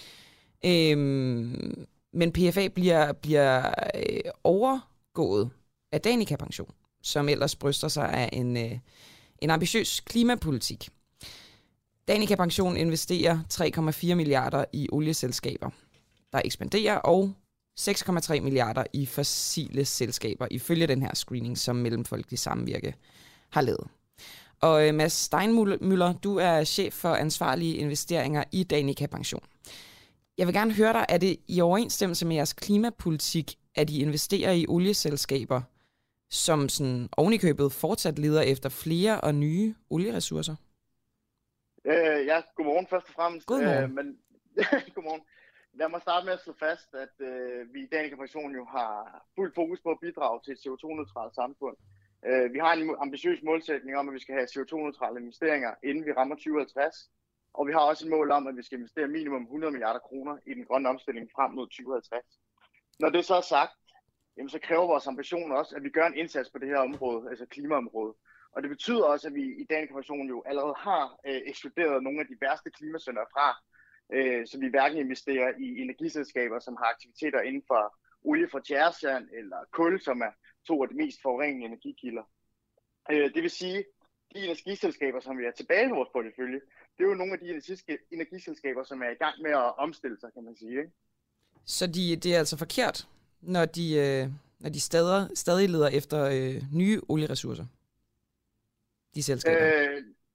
Øhm, men P F A bliver, bliver øh, overgået af Danica Pension, som ellers bryster sig af en, øh, en ambitiøs klimapolitik. Danica Pension investerer tre komma fire milliarder i olieselskaber, der ekspanderer, og seks komma tre milliarder i fossile selskaber, ifølge den her screening, som Mellemfolkeligt Samvirke har lavet. Og øh, Mads Steinmüller, du er chef for ansvarlige investeringer i Danica Pension. Jeg vil gerne høre dig, er det i overensstemmelse med jeres klimapolitik, at I investerer i olieselskaber, som sådan ovenikøbet fortsat leder efter flere og nye olieressourcer? Øh, ja, godmorgen først og fremmest. Godmorgen. Øh, men, godmorgen. Lad mig starte med at slå fast, at øh, vi i Danica Pension jo har fuld fokus på at bidrage til et C O to neutralt samfund. Øh, vi har en ambitiøs målsætning om, at vi skal have C O to neutrale investeringer, inden vi rammer tyve halvtreds. Og vi har også et mål om, at vi skal investere minimum hundrede milliarder kroner i den grønne omstilling frem mod tyve halvtreds. Når det så er sagt, jamen, så kræver vores ambition også, at vi gør en indsats på det her område, altså klimaområdet. Og det betyder også, at vi i Danica Pension jo allerede har øh, ekskluderet nogle af de værste klimasyndere fra, øh, så vi hverken investerer i energiselskaber, som har aktiviteter inden for olie fra tjæresand eller kul, som er to af de mest forurenende energikilder. Øh, det vil sige, de energiselskaber, som vi er tilbage i vores portefølje, det er jo nogle af de energiselskaber, som er i gang med at omstille sig, kan man sige. Ikke? Så de, det er altså forkert, når de, øh, når de stadig, stadig leder efter øh, nye olieressourcer? De selskaber? Øh,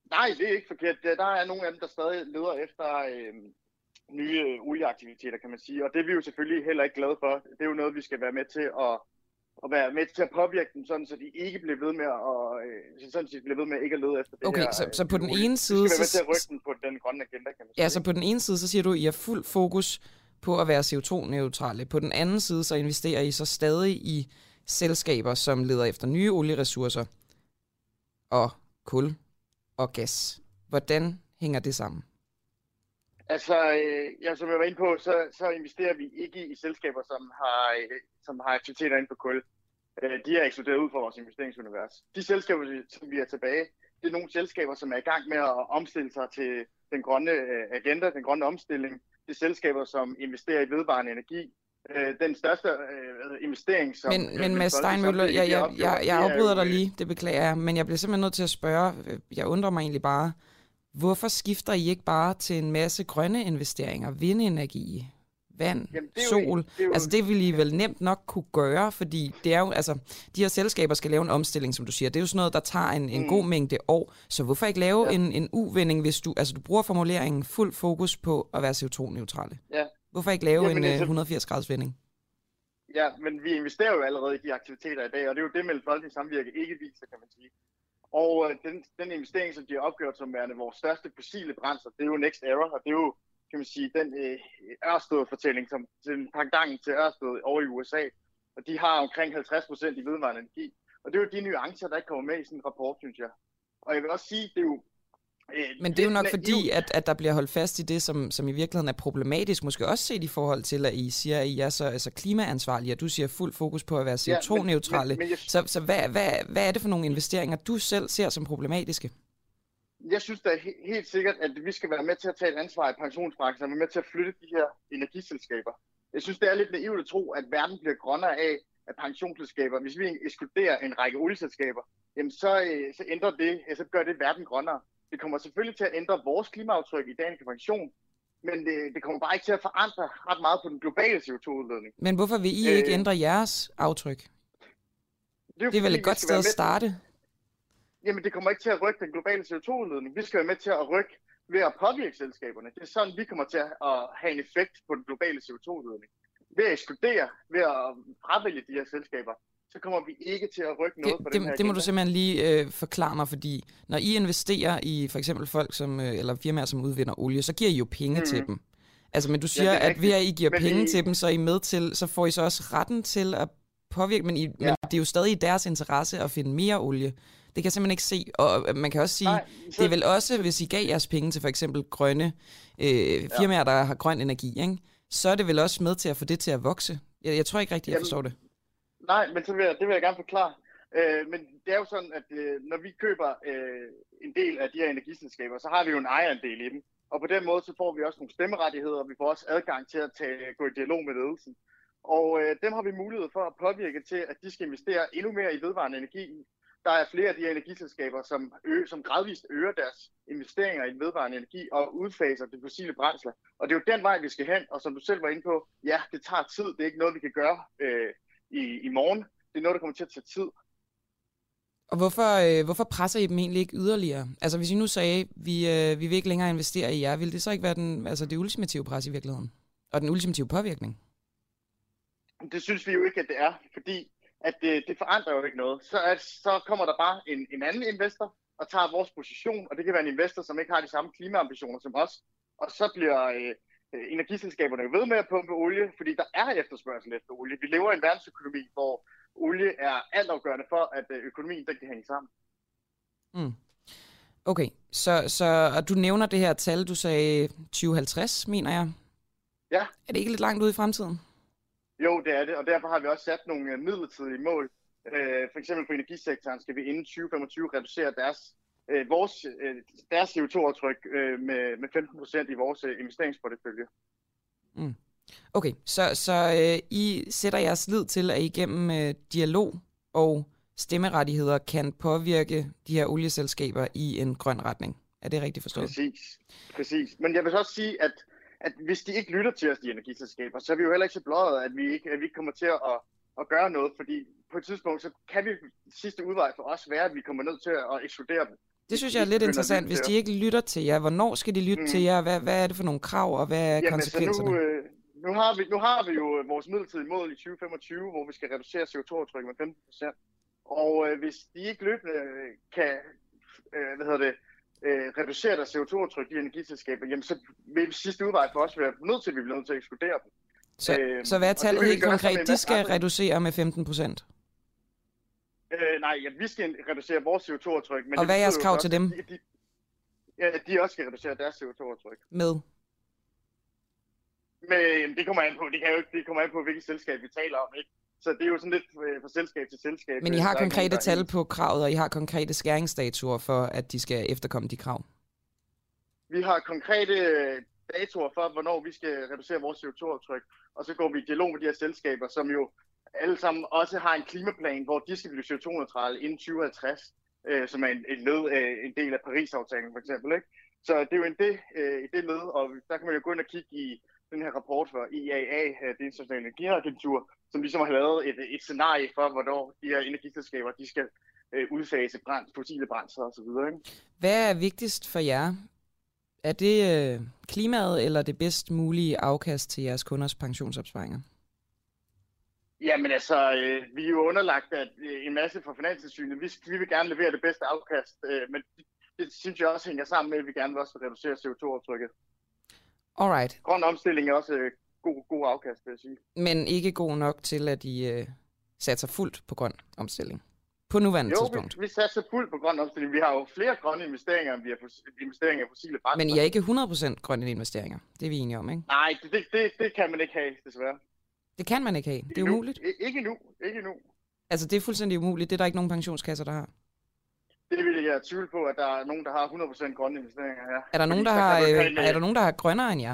Nej, det er ikke forkert. Der er nogle af dem, der stadig leder efter øh, nye øh, olieaktiviteter, kan man sige. Og det er vi jo selvfølgelig heller ikke glade for. Det er jo noget, vi skal være med til at, at være med til at påvirke dem, sådan så de ikke bliver ved med at, øh, sådan, så de bliver ved med ikke at lede efter det okay, her. Så, så på den ene side... Vi skal være med så, til at rykke den på den grønne agenda, kan man sige. Ja, så på den ene side, så siger du, at I har fuld fokus på at være C O to neutrale. På den anden side, så investerer I så stadig i selskaber, som leder efter nye olieressourcer og kul og gas. Hvordan hænger det sammen? Altså, øh, ja, som jeg var inde på, så, så investerer vi ikke i, i selskaber, som har, øh, som har aktiviteter inden for kul. Øh, de er ekskluderet ud fra vores investeringsunivers. De selskaber, som vi er tilbage, det er nogle selskaber, som er i gang med at omstille sig til den grønne øh, agenda, den grønne omstilling. Det er selskaber, som investerer i vedvarende energi. Øh, den største øh, investering, som... Men, men Mads Steinmøller, jeg, jeg, jeg, jeg afbryder dig lige, det beklager jeg, men jeg bliver simpelthen nødt til at spørge, jeg undrer mig egentlig bare, hvorfor skifter I ikke bare til en masse grønne investeringer, vindenergi, vand, Jamen, det sol? Jo, det jo... Altså det ville I vel nemt nok kunne gøre, fordi det er jo, altså, de her selskaber skal lave en omstilling, som du siger. Det er jo sådan noget, der tager en, en mm. god mængde år. Så hvorfor ikke lave ja. en, en uvending, hvis du, altså du bruger formuleringen fuld fokus på at være C O to neutrale? Ja. Hvorfor ikke lave Jamen, en uh, hundrede og firs graders vending? Ja, men vi investerer jo allerede i de aktiviteter i dag, og det er jo det, Mellem Folkeligt Samvirke ikke viser, kan man sige. Og uh, den, den investering, som de har opgjort som værende vores største fossile brændsler, det er jo Next Era, og det er jo, kan man sige, den øh, Ørsted-fortælling, som til pangdangen til Ørsted over i U S A, og de har omkring halvtreds procent i vedvarende energi. Og det er jo de nuancer, der ikke kommer med i sådan en rapport, synes jeg. Og jeg vil også sige, det er jo Men det er jo nok fordi, at, at der bliver holdt fast i det, som, som i virkeligheden er problematisk, måske også set i forhold til, at I siger, at I er så altså klimaansvarlige, og du siger fuld fokus på at være C O to neutrale. Ja, så så hvad, hvad, hvad er det for nogle investeringer, du selv ser som problematiske? Jeg synes da he- helt sikkert, at vi skal være med til at tage et ansvar i pensionsbranchen, og være med til at flytte de her energiselskaber. Jeg synes, det er lidt naivt at tro, at verden bliver grønnere af, at pensionsselskaber, hvis vi ekskluderer en række olieselskaber, jamen så, så ændrer det, så gør det verden grønnere. Det kommer selvfølgelig til at ændre vores klimaaftryk i Danica Pension, men det, det kommer bare ikke til at forandre ret meget på den globale C O to udledning. Men hvorfor vil I ikke øh, ændre jeres aftryk? Det er, det er vel et godt sted at starte? Til, jamen, det kommer ikke til at rykke den globale C O to udledning. Vi skal være med til at rykke ved at påvirke selskaberne. Det er sådan, vi kommer til at have en effekt på den globale C O to udledning. Ved at ekskludere, ved at fravælge de her selskaber, så kommer vi ikke til at rykke noget det, på det, den her Det må du simpelthen lige øh, forklare mig, fordi når I investerer i for eksempel folk, som, øh, eller firmaer, som udvinder olie, så giver I jo penge mm. til dem. Altså, men du siger, ja, at ved at I giver men penge I... til dem, så er I med til, så får I så også retten til at påvirke, men, I, ja. men det er jo stadig i deres interesse at finde mere olie. Det kan jeg simpelthen ikke se, og man kan også sige, Nej, så... det er vel også, hvis I gav jeres penge til for eksempel grønne øh, firmaer, ja. der har grøn energi, ikke? Så er det vel også med til at få det til at vokse. Jeg, jeg tror ikke rigtigt, jeg Jamen... forstår det. Nej, men så vil jeg, det vil jeg gerne forklare. Øh, men det er jo sådan, at øh, når vi køber øh, en del af de her energiselskaber, så har vi jo en ejerandel i dem. Og på den måde, så får vi også nogle stemmerettigheder, og vi får også adgang til at tage, gå i dialog med ledelsen. Og øh, dem har vi mulighed for at påvirke til, at de skal investere endnu mere i vedvarende energi. Der er flere af de her energiselskaber, som, ø- som gradvist øger deres investeringer i vedvarende energi og udfaser de fossile brændsler. Og det er jo den vej, vi skal hen, og som du selv var inde på, ja, det tager tid. Det er ikke noget, vi kan gøre øh, I, i morgen. Det er noget, der kommer til at tage tid. Og hvorfor, øh, hvorfor presser I dem egentlig ikke yderligere? Altså hvis I nu sagde, vi, øh, vi vil ikke længere investere i jer, ville det så ikke være den, altså det ultimative pres i virkeligheden? Og den ultimative påvirkning? Det synes vi jo ikke, at det er, fordi at det, det forandrer jo ikke noget. Så, at, så kommer der bare en, en anden investor og tager vores position, og det kan være en investor, som ikke har de samme klimaambitioner som os. Og så bliver øh, energiselskaberne ved med at pumpe olie, fordi der er efterspørgsel efter olie. Vi lever i en verdensøkonomi, hvor olie er altafgørende for, at økonomien den kan hænge sammen. Mm. Okay, så, så og du nævner det her tal, du sagde tyve halvtreds, mener jeg. Ja. Er det ikke lidt langt ude i fremtiden? Jo, det er det, og derfor har vi også sat nogle midlertidige mål. Øh, for eksempel på energisektoren skal vi inden tyve femogtyve reducere deres, øh, vores, øh, deres C O to aftryk øh, med, med femten procent i vores øh, investeringsportefølje. Mm. Okay, så, så øh, I sætter jeres lid til, at I gennem øh, dialog og stemmerettigheder kan påvirke de her olieselskaber i en grøn retning. Er det rigtigt forstået? Præcis, præcis. Men jeg vil også sige, at, at hvis de ikke lytter til os, de energiselskaber, så er vi jo heller ikke så bløjet, at vi ikke, at vi ikke kommer til at, at, at gøre noget, fordi på et tidspunkt, så kan vi sidste udvej for os være, at vi kommer ned til at ekskludere dem. Det synes jeg er lidt interessant, hvis de ikke lytter til jer. Hvornår skal de lytte mm. til jer? Hvad, hvad er det for nogle krav, og hvad er Jamen, konsekvenserne? Altså nu, øh, nu, har vi, nu har vi jo vores midlertidige mål i tyve femogtyve, hvor vi skal reducere C O to aftrykket med femten procent. Og øh, hvis de ikke løbende kan øh, hvad hedder det, øh, reducere deres C O to aftryk i energiselskaber, jamen så vil vi sidste udvej for os være nødt til, at vi bliver nødt til at ekskludere dem. Så, øh, så hvad er tallet helt konkret? De skal reducere med femten procent? Øh, nej, ja, vi skal reducere vores C O to aftryk. Men og hvad er jeres krav til dem? De, de, ja, de også skal reducere deres C O to aftryk. Med? Men det kommer an på, det, kan jo ikke, det kommer an på, hvilket selskab vi taler om, ikke? Så det er jo sådan lidt fra selskab til selskab. Men I har konkrete tal på kravet, og I har konkrete skæringsdatoer for, at de skal efterkomme de krav? Vi har konkrete datoer for, hvornår vi skal reducere vores C O to aftryk, og så går vi i dialog med de her selskaber, som jo alle sammen også har en klimaplan, hvor de skal blive C O to neutrale inden tyve halvtreds, øh, som er en, en, led, øh, en del af Paris-aftalen for eksempel. Ikke? Så det er jo en det, øh, det led, og der kan man jo gå ind og kigge i den her rapport fra I A A, det internationale energiagentur, som ligesom har lavet et, et scenarie for, hvornår de her energiselskaber de skal øh, udfase brand, fossile brændsler osv. Hvad er vigtigst for jer? Er det øh, klimaet eller det bedst mulige afkast til jeres kunders pensionsopsparinger? Jamen altså, øh, vi er jo underlagt at, øh, en masse fra Finanstilsynet. Vi, vi vil gerne levere det bedste afkast, øh, men det, det synes jeg også hænger sammen med, at vi gerne vil også reducere C O to aftrykket. Alright. Grøn omstilling er også øh, god, god afkast, vil jeg sige. Men ikke god nok til, at I øh, satser fuldt på grøn omstilling? På nuværende jo, tidspunkt? Jo, vi, vi satser fuldt på grøn omstilling. Vi har jo flere grønne investeringer, end vi har investeringer i fossile brændsler. Men I er ikke hundrede procent grønne investeringer? Det er vi enige om, ikke? Nej, det, det, det, det kan man ikke have, desværre. Det kan man ikke have? Det er endnu. umuligt? I, ikke nu, ikke nu. Altså, det er fuldstændig umuligt? Det er der ikke nogen pensionskasser, der har? Det vil jeg tvivle på, at der er nogen, der har hundrede procent grønne investeringer her. Er der, nogen, der, har, øh, er der nogen, der har grønnere end jer?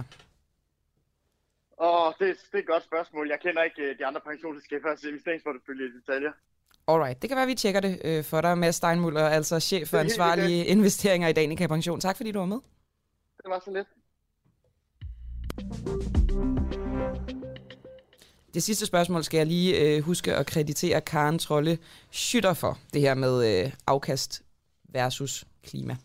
Åh, det, det er et godt spørgsmål. Jeg kender ikke de andre pensionsselskabers investeringsportefølje i detaljer. Alright, det kan være, at vi tjekker det øh, for dig, Mads Steinmüller, altså chef for ansvarlige investeringer i Danica Pension. Tak fordi du var med. Det var så lidt. Det sidste spørgsmål skal jeg lige øh, huske at kreditere Karen Trolle Schytter for. Det her med øh, afkast versus klima.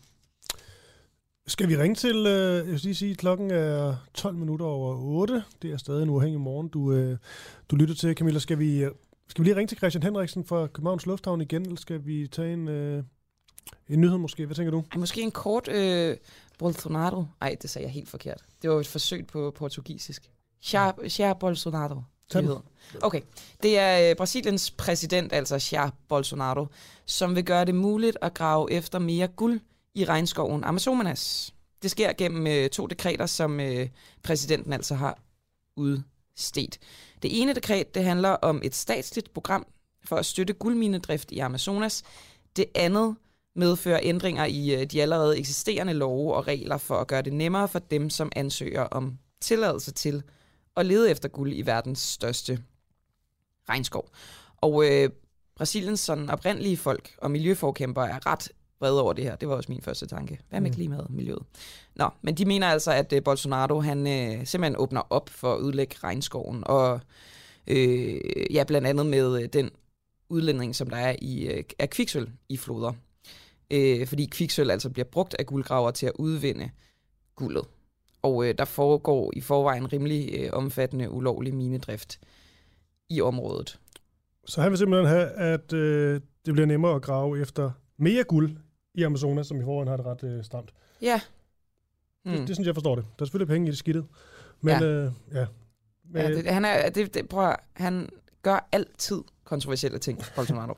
Skal vi ringe til, øh, jeg vil lige sige, klokken er tolv minutter over otte. Det er stadig en uafhængig morgen, du, øh, du lytter til, Camilla. Skal vi, skal vi lige ringe til Christian Henriksen fra Københavns Lufthavn igen, eller skal vi tage en, øh, en nyhed måske? Hvad tænker du? Måske en kort øh, Bolsonaro. Ej, det sagde jeg helt forkert. Det var et forsøg på portugisisk. Jair Bolsonaro. Okay, det er øh, Brasiliens præsident, altså Jair Bolsonaro, som vil gøre det muligt at grave efter mere guld i regnskoven Amazonas. Det sker gennem øh, to dekreter, som øh, præsidenten altså har udstedt. Det ene dekret, det handler om et statsligt program for at støtte guldminedrift i Amazonas. Det andet medfører ændringer i øh, de allerede eksisterende love og regler for at gøre det nemmere for dem, som ansøger om tilladelse til at lede efter guld i verdens største regnskov. Og øh, Brasiliens sådan oprindelige folk og miljøforkæmpere er ret vrede over det her. Det var også min første tanke. Hvad med klimaet og miljøet? Nå, men de mener altså, at øh, Bolsonaro han øh, simpelthen åbner op for at udlægge regnskoven, og øh, ja, blandt andet med øh, den udledning, som der er i øh, af kviksølv i floder. Øh, fordi kviksølv altså bliver brugt af guldgraver til at udvinde guldet. Og øh, der foregår i forvejen rimelig øh, omfattende ulovlig minedrift i området. Så han vil simpelthen have, at øh, det bliver nemmere at grave efter mere guld i Amazonas, som i forvejen har det ret øh, stramt. Ja. Hmm. Det, det synes jeg forstår det. Der er selvfølgelig penge i det skidtet. Men ja. Øh, ja. Men, ja det, han, er, det, det, prøv at, han gør altid kontroversielle ting, Bolsonaro.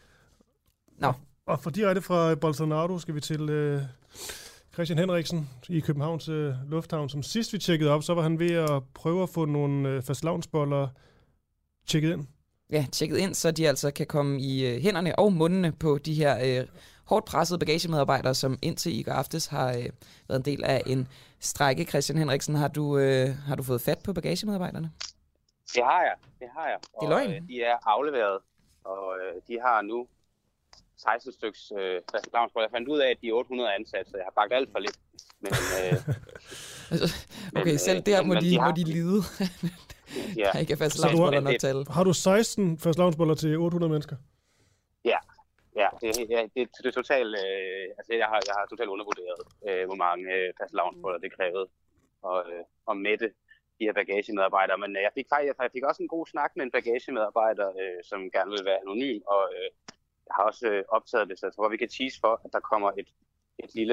Nå. Og, og for direkte fra Bolsonaro skal vi til øh, Christian Henriksen i Københavns øh, Lufthavn. Som sidst vi tjekkede op, så var han ved at prøve at få nogle øh, fastelavnsboller tjekket ind. Ja, tjekket ind, så de altså kan komme i øh, hænderne og mundene på de her øh, hårdt pressede bagagemedarbejdere, som indtil i går aftes har øh, været en del af en strejke. Christian Henriksen, har du, øh, har du fået fat på bagagemedarbejderne? Det har jeg, det har jeg. Det er løgn. Og, øh, de er afleveret, og øh, de har nu seksten styks øh, fastelavnsboller. Jeg fandt ud af, at de er otte hundrede ansat, så jeg har bagt alt for lidt. Men, øh, okay, men, selv der må, men, de, de har... må de lide. Ja. Der ikke er fastelavnsboller nok til alle. Har du seksten fastelavnsboller til otte hundrede mennesker? Ja, Ja, det, ja, det, det er totalt, øh, altså jeg har, jeg har totalt undervurderet, øh, hvor mange øh, fastelavnsboller det krævede og, øh, og mætte de her bagagemedarbejdere. Men øh, jeg fik faktisk jeg fik også en god snak med en bagagemedarbejder, øh, som gerne vil være anonym, og øh, jeg har også øh, optaget det, så jeg tror, vi kan tease for, at der kommer et, et lille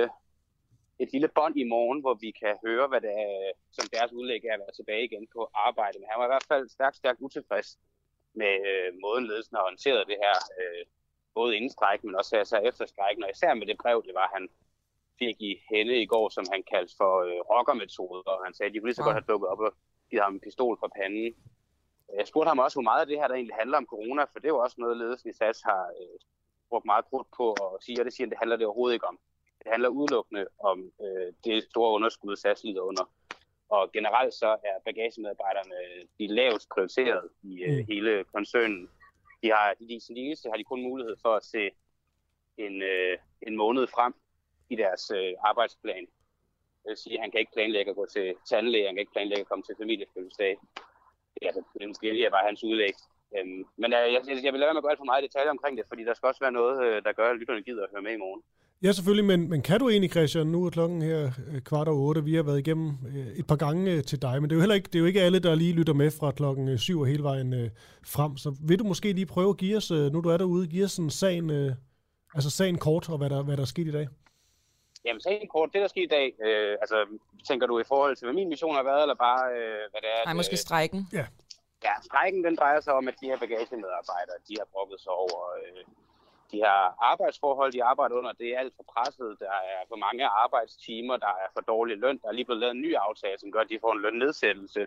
et lille bånd i morgen, hvor vi kan høre, hvad det er, som deres udlæg er at være tilbage igen på arbejde. Men han var i hvert fald stærkt, stærkt utilfreds med øh, måden ledelsen har håndteret det her, øh, både inden strejken, men også altså efter strejken, og især med det brev, det var, han fik i hende i går, som han kaldte for øh, rockermetoder, og han sagde, at de kunne lige så godt have dukket op og givet ham en pistol for panden. Jeg spurgte ham også, hvor meget af det her, der egentlig handler om corona, for det er jo også noget, ledelsen i S A S har øh, brugt meget krudt på at sige, og det siger, at det handler det overhovedet ikke om. Det handler udelukkende om øh, det store underskud, S A S lider under. Og generelt så er bagagemedarbejderne de lavest prioriteret i øh, hele koncernen. De har, de, de, de eneste har de kun mulighed for at se en, øh, en måned frem i deres øh, arbejdsplan. Det vil sige, at han kan ikke planlægge at gå til tandlæge, han kan ikke planlægge at komme til familiefødselsdag. Det er, altså, det er bare hans udlæg. Øhm, men øh, jeg, jeg vil lade være med at gå alt for meget i detaljer omkring det, fordi der skal også være noget, øh, der gør, at lytterne gider at høre med i morgen. Ja, selvfølgelig, men, men kan du egentlig, Christian, nu er klokken her kvart over otte, vi har været igennem et par gange til dig, men det er jo heller ikke, det er jo ikke alle, der lige lytter med fra klokken syv og hele vejen øh, frem, så vil du måske lige prøve at give os, øh, nu du er derude, give os sådan sagen, øh, altså sagen kort, og hvad der, hvad der er sket i dag? Jamen, sagen kort, det der er sket i dag, øh, altså tænker du i forhold til, hvad min mission har været, eller bare, øh, hvad det er? Nej, måske strejken. Ja. Ja, strejken, den drejer sig om, at de her bagagemedarbejdere, de har brokket sig over øh, de her arbejdsforhold, de arbejder under. Det er alt for presset, der er for mange arbejdstimer, der er for dårlig løn. Der er lige blevet lavet en ny aftale, som gør, at de får en lønnedsættelse.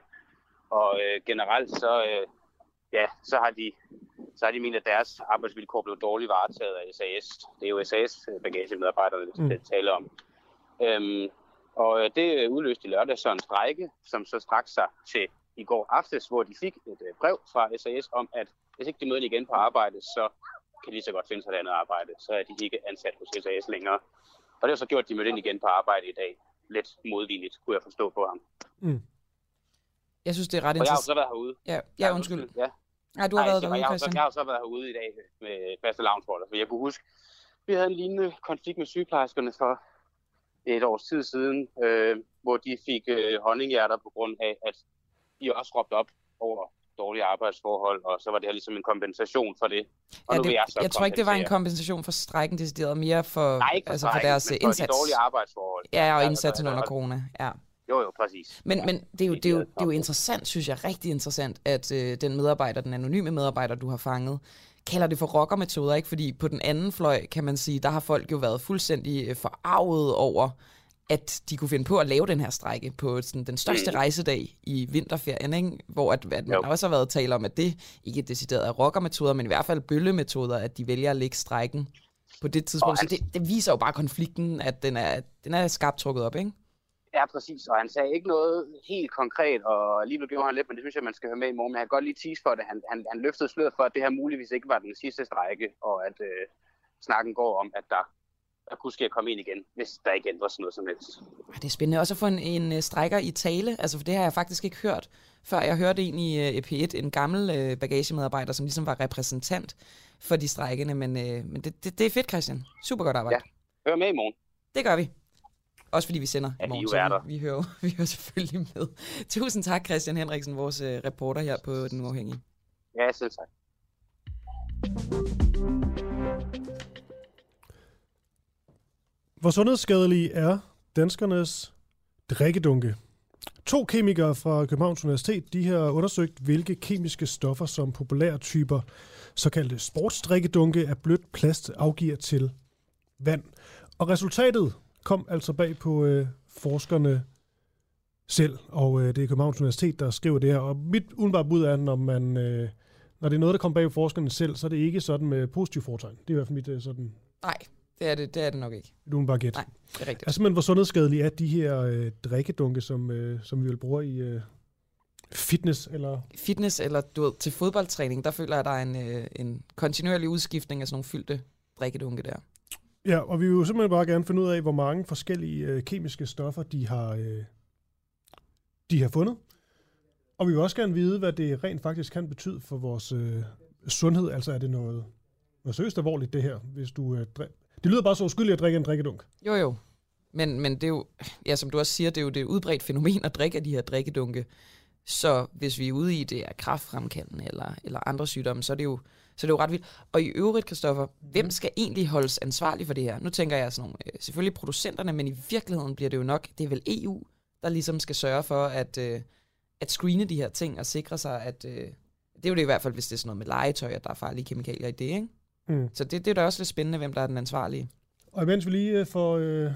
Og øh, generelt så, øh, ja, så har de så har de ment, at deres arbejdsvilkår blev dårligt varetaget af S A S. Det er jo S A S bagagemedarbejderne, det mm. taler om. Øhm, og det udløste i lørdag så en strejke, som så strakte sig til i går aftes, hvor de fik et brev fra S A S om, at hvis ikke de møder igen på arbejde, så kan de så godt finde sig et andet arbejde. Så er de ikke ansat hos S A S længere. Og det har så gjort, at de mødte ind igen på arbejde i dag. Lidt modvilligt, kunne jeg forstå på ham. Mm. Jeg synes, det er ret interessant. Og jeg har interessant. så været herude. Ja, ja undskyld. Ja. Nej, du har Nej, været derude, jeg har, Christian. Jeg har så været herude i dag med fastelavnsboller, for jeg kunne huske, vi havde en lignende konflikt med sygeplejerskerne for et års tid siden, øh, hvor de fik øh, honninghjerter på grund af, at de også råbte op over dårlige arbejdsforhold, og så var det her ligesom en kompensation for det. Og Ja, nu det vil jeg så jeg tror ikke, det var en kompensere. kompensation for strejken, decideret mere for, Nej, ikke for, altså for strejken, deres men for indsats. de dårlige arbejdsforhold. Ja, og Ja, indsatsen altså, under altså, corona. Ja. Jo, jo, præcis. Men, ja. men det, er jo, det, er jo, det er jo interessant, synes jeg, rigtig interessant, at øh, den medarbejder, den anonyme medarbejder, du har fanget, kalder det for rockermetoder, ikke? Fordi på den anden fløj, kan man sige, der har folk jo været fuldstændig forarvet over, at de kunne finde på at lave den her strejke på sådan, den største rejsedag i vinterferien, ikke? Hvor at, at man jo. også har været tale om, at det ikke er decideret af rockermetoder, men i hvert fald bøllemetoder, at de vælger at lægge strejken på det tidspunkt. Så det, det viser jo bare konflikten, at den er, den er skarpt trukket op, ikke? Ja, præcis. Og han sagde ikke noget helt konkret, og alligevel gjorde han lidt, men det synes jeg, man skal høre med i morgen. Men jeg kan godt lige tease for det. Han, han, han løftede sløret for, at det her muligvis ikke var den sidste strejke, og at øh, snakken går om, at der, der kunne ske at komme ind igen, hvis der ikke ændres noget som helst. Det er spændende også at få en, en strejker i tale, altså for det har jeg faktisk ikke hørt, før jeg hørte en i uh, P et, en gammel uh, bagagemedarbejder, som ligesom var repræsentant for de strejkende, men, uh, men det, det, det er fedt, Christian. Super godt arbejde. Ja, hør med i morgen. Det gør vi. Også fordi vi sender ja, i morgen, vi, så vi, vi, hører, vi hører selvfølgelig med. Tusind tak, Christian Henriksen, vores uh, reporter her på Den Uafhængige. Ja, selv tak. Hvor sundhedsskadelige er danskernes drikkedunke? To kemikere fra Københavns Universitet, de har undersøgt, hvilke kemiske stoffer, som populære typer såkaldte sportsdrikkedunke af blødt plast afgiver til vand. Og resultatet kom altså bag på øh, forskerne selv, og øh, det er Københavns Universitet, der skriver det her. Og mit umiddelbare bud er, når, man, øh, når det er noget, der kommer bag på forskerne selv, så er det ikke sådan med positiv fortegn. Det er i hvert fald mit øh, sådan... Nej, det er det, det er det nok ikke. Du må bare gætte. Nej, det er rigtigt. Altså, men hvor sundhedsskadelige er de her øh, drikkedunke, som, øh, som vi vil bruge i øh, fitness? Eller? Fitness, eller du ved, til fodboldtræning, der føler jeg, at der er en, øh, en kontinuerlig udskiftning af sådan nogle fyldte drikkedunke der. Ja, og vi vil jo simpelthen bare gerne finde ud af, hvor mange forskellige øh, kemiske stoffer, de har, øh, de har fundet. Og vi vil også gerne vide, hvad det rent faktisk kan betyde for vores øh, sundhed. Altså er det noget er seriøst alvorligt, det her, hvis du... Øh, drik... Det lyder bare så uskyldigt at drikke en drikkedunk. Jo, jo. Men, men det er jo, ja, som du også siger, det er jo det udbredt fænomen at drikke af de her drikkedunke. Så hvis vi er ude i, det er kræftfremkaldende eller, eller andre sygdomme, så er, det jo, så er det jo ret vildt. Og i øvrigt, Christoffer, hvem skal egentlig holdes ansvarlig for det her? Nu tænker jeg sådan nogle, øh, selvfølgelig producenterne, men i virkeligheden bliver det jo nok, det er vel E U, der ligesom skal sørge for at, øh, at screene de her ting og sikre sig, at øh, det er jo det i hvert fald, hvis det er sådan noget med legetøj, at der er farlige kemikalier i det, ikke? Mm. Så det, det er da også lidt spændende, hvem der er den ansvarlige. Og imens vi lige får øh,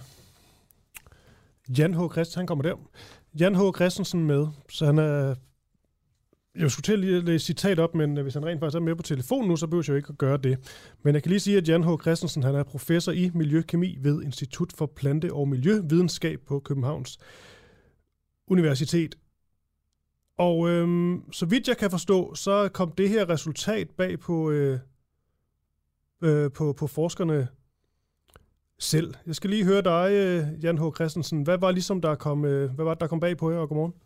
Jan H. Christensen, han kommer der. Jan H. Christensen med, så han er... Jeg skulle til at lige læse citat op, men hvis han rent faktisk er med på telefon nu, så behøver jeg jo ikke at gøre det. Men jeg kan lige sige, at Jan H. Christensen, han er professor i miljøkemi ved Institut for Plante- og Miljøvidenskab på Københavns Universitet. Og øhm, så vidt jeg kan forstå, så kom det her resultat bag på, øh, øh, på, på forskerne selv. Jeg skal lige høre dig, øh, Jan H. Christensen. Hvad var ligesom der kom, øh, hvad var det, der kom bag på jer, og godmorgen?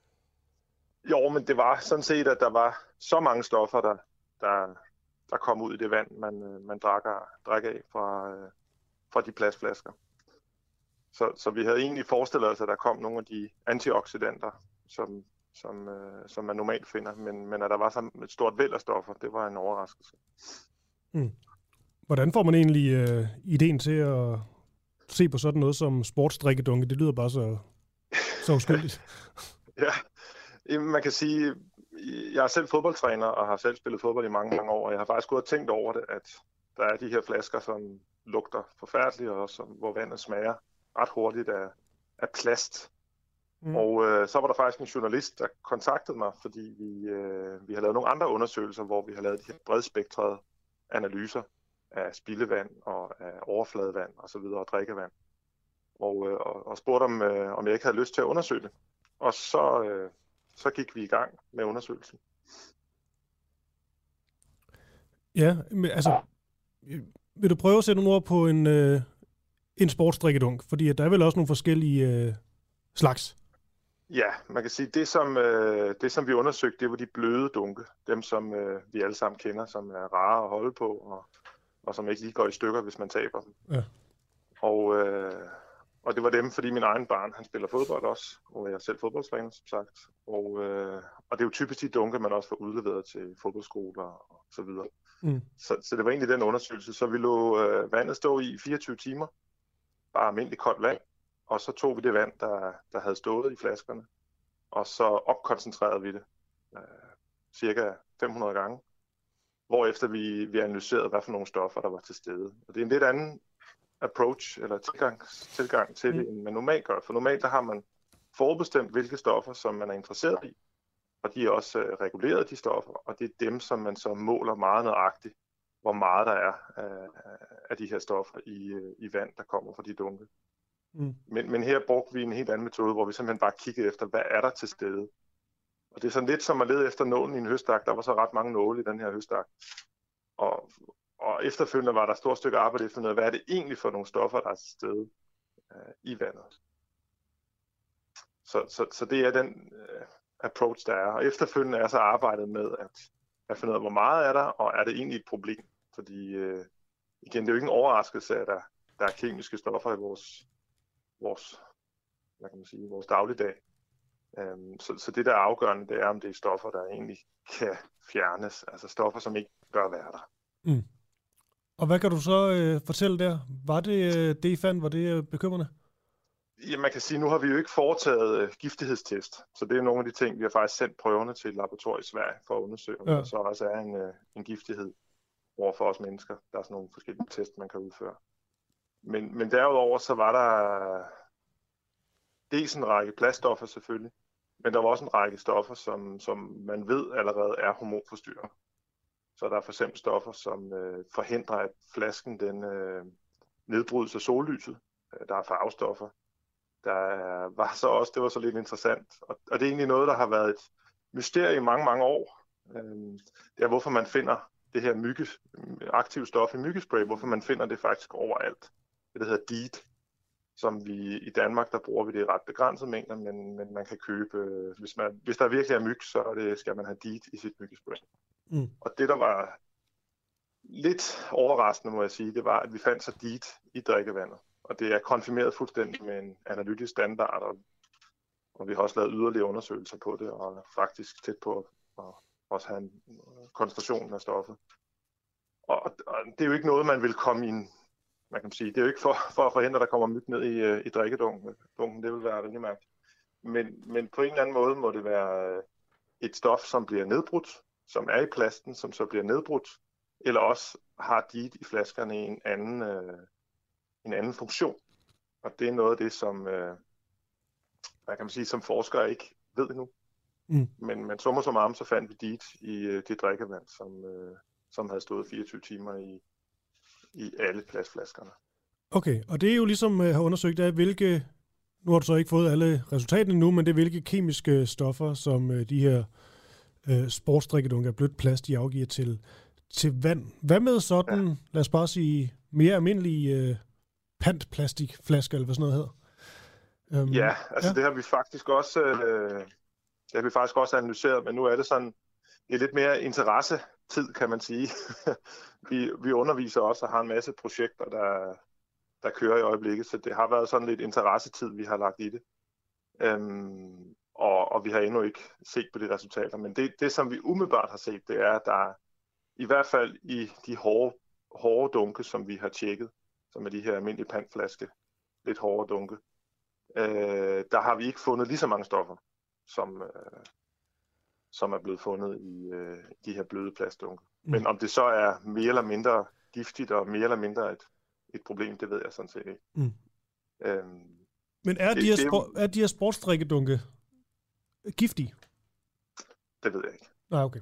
Jo, men det var sådan set, at der var så mange stoffer, der, der, der kom ud i det vand, man, man drikker, drikker af fra, fra de plastflasker. Så, så vi havde egentlig forestillet os, at der kom nogle af de antioxidanter, som, som, øh, som man normalt finder, men, men at der var så et stort væld af stoffer, det var en overraskelse. Mm. Hvordan får man egentlig øh, ideen til at se på sådan noget som sportsdrikkedunke? Det lyder bare så, så uskyldigt. Ja. Man kan sige, jeg er selv fodboldtræner og har selv spillet fodbold i mange, mange år, og jeg har faktisk gået og tænkt over det, at der er de her flasker, som lugter forfærdeligt, og som, hvor vandet smager ret hurtigt af, af plast. Mm. Og øh, så var der faktisk en journalist, der kontaktede mig, fordi vi, øh, vi har lavet nogle andre undersøgelser, hvor vi har lavet de her bredspektrede analyser af spildevand og af overfladevand og så videre, og drikkevand. Og, øh, og, og spurgte om, øh, om jeg ikke havde lyst til at undersøge det. Og så... Øh, Så gik vi i gang med undersøgelsen. Ja, men altså, vil du prøve at sætte nogle ord på en, øh, en sportsdrikkedunk? Fordi der er vel også nogle forskellige øh, slags. Ja, man kan sige, det som, øh, det som vi undersøgte, det var de bløde dunke. Dem som øh, vi alle sammen kender, som er rare at holde på, og, og som ikke lige går i stykker, hvis man taber dem. Ja. Og... Øh, Og det var dem, fordi min egen barn, han spiller fodbold også, og jeg er selv fodboldtræner, som sagt. Og, øh, og det er jo typisk de dunke, man også får udleveret til fodboldskoler og så videre. Mm. Så, så det var egentlig den undersøgelse. Så vi lå øh, vandet stå i fireogtyve timer, bare almindeligt koldt vand, og så tog vi det vand, der, der havde stået i flaskerne, og så opkoncentrerede vi det øh, cirka fem hundrede gange, hvorefter vi, vi analyserede, hvad for nogle stoffer, der var til stede. Og det er en lidt anden approach eller tilgang, tilgang til det, end man normalt gør. For normalt der har man forudbestemt, hvilke stoffer, som man er interesseret i, og de er også uh, reguleret, de stoffer, og det er dem, som man så måler meget nøjagtigt, hvor meget der er uh, af de her stoffer i, uh, i vand, der kommer fra de dunke. Mm. Men, men her brugte vi en helt anden metode, hvor vi simpelthen bare kiggede efter, hvad er der til stede. Og det er sådan lidt som at lede efter nålen i en høstak. Der var så ret mange nåle i den her høstak. Og Og efterfølgende var der et stort stykke arbejde efter noget, hvad er det egentlig for nogle stoffer, der er til stede øh, i vandet. Så, så, så det er den øh, approach, der er. Og efterfølgende er så arbejdet med at, at finde ud af, hvor meget er der, og er det egentlig et problem? Fordi øh, igen, det er jo ikke en overraskelse, at der, der er kemiske stoffer i vores, vores, hvad kan man sige, vores dagligdag. Um, så, så det, der er afgørende, det er, om det er stoffer, der egentlig kan fjernes. Altså stoffer, som ikke bør være der. Mm. Og hvad kan du så øh, fortælle der? Var det øh, det, I fandt? Var det øh, bekymrende? Ja, man kan sige, nu har vi jo ikke foretaget øh, giftighedstest, så det er nogle af de ting, vi har faktisk sendt prøverne til et laboratorium i Sverige for at undersøge, om ja. der så også er en, øh, en giftighed over for os mennesker. Der er sådan nogle forskellige test, man kan udføre. Men, men derudover så var der dels en række plaststoffer selvfølgelig, men der var også en række stoffer, som, som man ved allerede er hormonforstyrrende. Så der er for eksempel stoffer, som øh, forhindrer, at flasken den, øh, nedbrydes af sollyset. Der er farvestoffer. Der var så også, det var så lidt interessant, og, og det er egentlig noget, der har været et mysterie i mange, mange år. Øh, det er, hvorfor man finder det her mygge, aktive stof i myggespray, hvorfor man finder det faktisk overalt. Det, der hedder D E E T, som vi i Danmark, der bruger vi det i ret begrænset mængder, men, men man kan købe, hvis, man, hvis der virkelig er myg, så er det, skal man have D E E T i sit myggespray. Mm. Og det, der var lidt overraskende, må jeg sige, det var, at vi fandt så dit i drikkevandet. Og det er konfirmeret fuldstændig med en analytisk standard, og, og vi har også lavet yderligere undersøgelser på det, og faktisk tæt på at også have en koncentration af stoffet. Og, og det er jo ikke noget, man vil komme i en, man kan sige, det er jo ikke for, for at forhindre, at der kommer myg ned i, i drikkedunken. Det vil være rimelig mærkeligt. Men, men på en eller anden måde må det være et stof, som bliver nedbrudt, som er i plasten, som så bliver nedbrudt, eller også har dit i flaskerne en anden, øh, en anden funktion. Og det er noget af det, som, øh, hvad kan man sige, som forskere ikke ved endnu. Mm. Men, men summa summarum, så fandt vi dit i øh, det drikkevand, som, øh, som havde stået fireogtyve timer i, i alle plastflaskerne. Okay, og det er jo ligesom at have undersøgt af, hvilke, nu har du så ikke fået alle resultaterne nu, men det er hvilke kemiske stoffer, som øh, de her øh, sportsdrikkedunke af blødt plast, de afgiver til, til vand. Hvad med sådan, ja. lad os bare sige, mere almindelige øh, pantplastikflasker, eller hvad sådan noget hedder? Um, ja, altså ja. det har vi faktisk også, øh, det har vi faktisk også analyseret, men nu er det sådan, det er lidt mere interessetid, kan man sige. vi, vi underviser også og har en masse projekter, der, der kører i øjeblikket, så det har været sådan lidt interessetid, vi har lagt i det. Um, og, og vi har endnu ikke set på de resultater, men det, det som vi umiddelbart har set, det er, at der er, i hvert fald i de hårde, hårde dunke, som vi har tjekket, som er de her almindelige pantflaske, lidt hårde dunke, øh, der har vi ikke fundet lige så mange stoffer, som, øh, som er blevet fundet i øh, de her bløde plastdunke. Mm. Men om det så er mere eller mindre giftigt og mere eller mindre et, et problem, det ved jeg sådan set ikke. Mm. Øhm, Men er, det, de her spor- er de her sportsdrikkedunke giftige? Det ved jeg ikke. Nej, okay.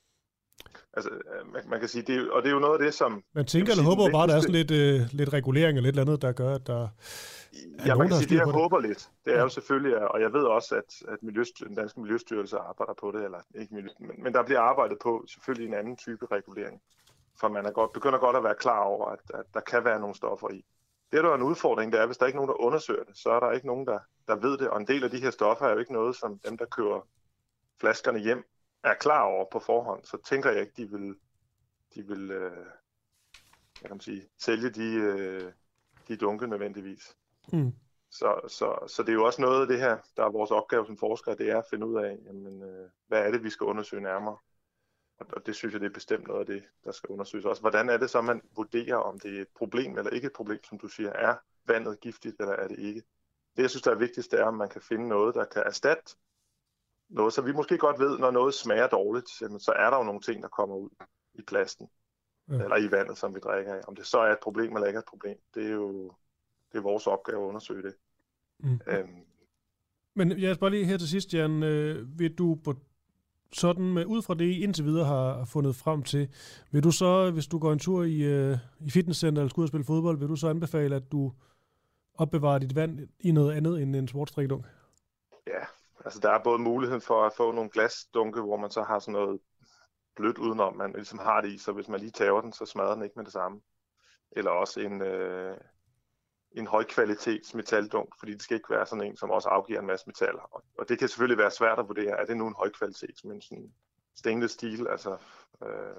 Altså, man, man kan sige, det er, og det er jo noget af det, som... Man tænker eller håber bare, at der er sådan lidt, øh, lidt regulering eller lidt andet, der gør, at der er ja, nogen, man kan der sige, det jeg det. håber lidt, det er ja. jo selvfølgelig, og jeg ved også, at, at miljøstyr, den danske miljøstyrelse arbejder på det, eller ikke miljø, men, men der bliver arbejdet på selvfølgelig en anden type regulering. For man er godt, begynder godt at være klar over, at, at der kan være nogle stoffer i. Det, der er en udfordring, det er, hvis der ikke er nogen, der undersøger det, så er der ikke nogen, der, der ved det, og en del af de her stoffer er jo ikke noget, som dem, der kører flaskerne hjem, er klar over på forhånd, så tænker jeg ikke, de vil, de vil øh, hvad kan man sige, sælge de, øh, de dunke nødvendigvis. Mm. Så, så, så det er jo også noget af det her, der er vores opgave som forskere, det er at finde ud af, jamen, øh, hvad er det, vi skal undersøge nærmere. Og, og det synes jeg, det er bestemt noget af det, der skal undersøges også. Hvordan er det så, man vurderer, om det er et problem eller ikke et problem, som du siger, er vandet giftigt eller er det ikke? Det, jeg synes, der er vigtigst, er, om man kan finde noget, der kan erstatte noget, så vi måske godt ved, når noget smager dårligt, så er der jo nogle ting, der kommer ud i plasten, ja. eller i vandet, som vi drikker af. Om det så er et problem eller ikke er et problem, det er jo det er vores opgave at undersøge det. Mm. Øhm. Men jeg skal bare lige her til sidst, Jan, øh, vil du på sådan med ud fra det, I indtil videre har fundet frem til, vil du så, hvis du går en tur i, øh, i fitnesscenter eller skal ud og spille fodbold, vil du så anbefale, at du opbevarer dit vand i noget andet end en sportsdrikkedunk? Ja, altså der er både muligheden for at få nogle glasdunke, hvor man så har sådan noget blødt udenom, man ligesom har det i, så hvis man lige tager den, så smadrer den ikke med det samme. Eller også en, øh, en højkvalitets metaldunk, fordi det skal ikke være sådan en, som også afgiver en masse metaller. Og, og det kan selvfølgelig være svært at vurdere, er det nu en højkvalitet, men sådan stainless steel, altså øh,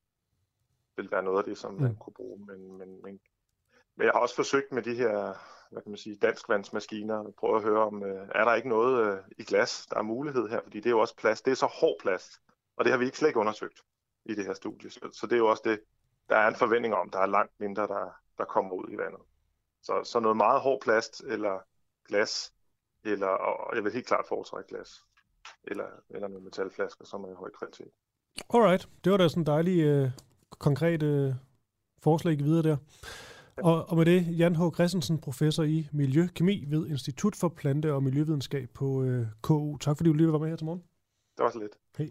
vil være noget af det, som mm. man kunne bruge. Men, men, men, men jeg har også forsøgt med de her, hvad kan man sige, danskvandsmaskiner, og prøve at høre om, øh, er der ikke noget øh, i glas, der er mulighed her, fordi det er jo også plast, det er så hård plast, og det har vi ikke slet ikke undersøgt i det her studie. Så, så det er jo også det, der er en forventning om, der er langt mindre, der, der kommer ud i vandet. Så, så noget meget hård plast, eller glas, eller, og jeg vil helt klart foretrække glas, eller, eller nogle metalflasker, som er i høj kvalitet. Alright, det var da sådan en dejlig, øh, konkret øh, forslag videre der. Ja. Og, og med det, Jan H. Christensen, professor i miljøkemi ved Institut for Plante- og Miljøvidenskab på øh, K U. Tak fordi du lige var med her til morgen. Det var så lidt. Hej.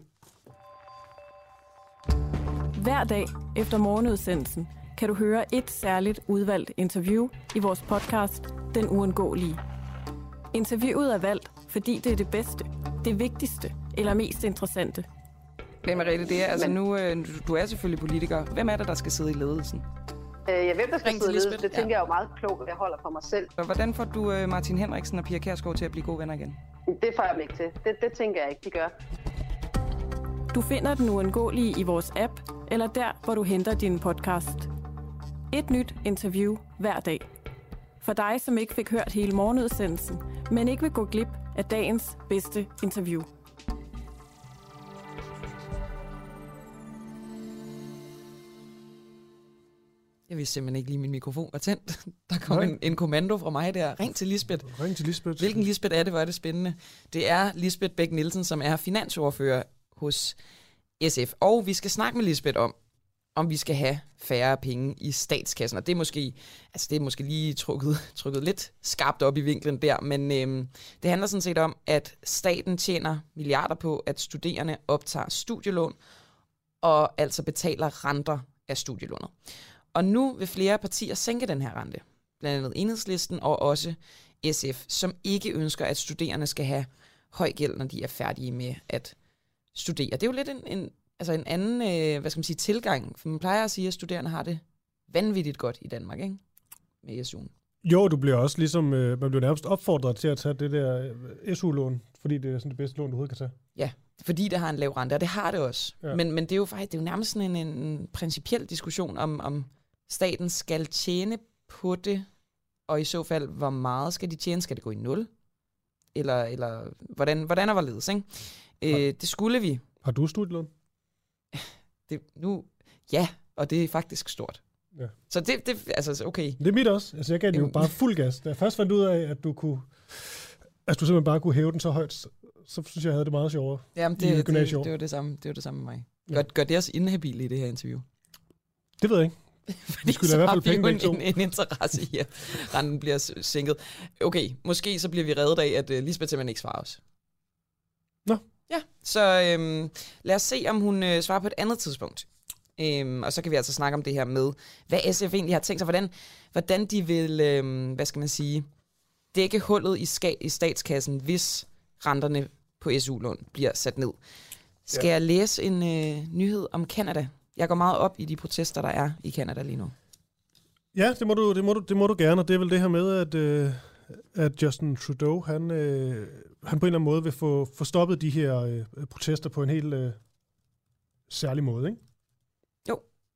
Hver dag efter morgenudsendelsen kan du høre et særligt udvalgt interview i vores podcast Den Uundgåelige. Interviewet er valgt, fordi det er det bedste, det vigtigste eller mest interessante. Hvem er det? Det er, altså nu, du er selvfølgelig politiker. Hvem er det, der skal sidde i ledelsen? Øh, ja, hvem der skal sidde i ledelsen, det tænker ja. jeg jo meget klogt, at jeg holder for mig selv. Og hvordan får du Martin Henriksen og Pia Kjærsgaard til at blive gode venner igen? Det får jeg dem ikke til. Det, det tænker jeg ikke, de gør. Du finder Den Uundgåelige i vores app, eller der, hvor du henter din podcast. Et nyt interview hver dag. For dig, som ikke fik hørt hele morgenudsendelsen, men ikke vil gå glip af dagens bedste interview. Jeg vidste simpelthen ikke lige, min mikrofon var tændt. Der kom en, en kommando fra mig der. Ring til Lisbeth. Ring til Lisbeth. Hvilken Lisbeth er det? Hvor er det spændende. Det er Lisbeth Bech Nielsen, som er finansordfører hos S F. Og vi skal snakke med Lisbeth om, om vi skal have færre penge i statskassen. Og det er måske, altså det er måske lige trukket, trukket lidt skarpt op i vinklen der. Men øhm, det handler sådan set om, at staten tjener milliarder på, at studerende optager studielån og altså betaler renter af studielånet. Og nu vil flere partier sænke den her rente. Blandt andet Enhedslisten og også S F, som ikke ønsker, at studerende skal have høj gæld, når de er færdige med at studere. Det er jo lidt en, en, altså en anden øh, hvad skal man sige, tilgang, for man plejer at sige, at studerende har det vanvittigt godt i Danmark, ikke? Med S U'en. Jo, du bliver også ligesom, øh, man bliver nærmest opfordret til at tage det der øh, S U-lån, fordi det er sådan det bedste lån, du overhovedet kan tage. Ja, fordi det har en lav rente, og det har det også. Ja. Men, men det er jo faktisk det er jo nærmest sådan en, en principiel diskussion om, om staten skal tjene på det, og i så fald, hvor meget skal de tjene? Skal det gå i nul? Eller, eller hvordan, hvordan er hvorledes, ikke? Øh, det skulle vi. Har du studielån? Det, nu, ja, og det er faktisk stort. Ja. Så det, det, altså, okay. Det er mit også. Altså, jeg gav den jo bare fuld gas. Da jeg først fandt ud af, at du kunne, at du simpelthen bare kunne hæve den så højt, så, så synes jeg, jeg havde det meget sjovere. Jamen, det, det, det, det, var det samme, det var det samme med mig. Ja. Gør, gør det os inhabile i det her interview? Det ved jeg ikke. Fordi vi så i hvert fald har vi jo en, en interesse i, at renten bliver sænket. Okay, måske så bliver vi reddet af, at uh, Lisbeth simpelthen ikke svarer os. Nå. Ja, så øhm, lad os se, om hun øh, svarer på et andet tidspunkt. Øhm, og så kan vi altså snakke om det her med, hvad S F egentlig har tænkt sig, hvordan, hvordan de vil, øhm, hvad skal man sige, dække hullet i, ska- i statskassen, hvis renterne på S U-lån bliver sat ned. Skal ja. jeg læse en øh, nyhed om Canada? Jeg går meget op i de protester, der er i Canada lige nu. Ja, det må du, det må du, det må du gerne, og det er vel det her med, at, øh, at Justin Trudeau, han, øh, han på en eller anden måde vil få, få stoppet de her øh, protester på en helt øh, særlig måde, ikke? Jo.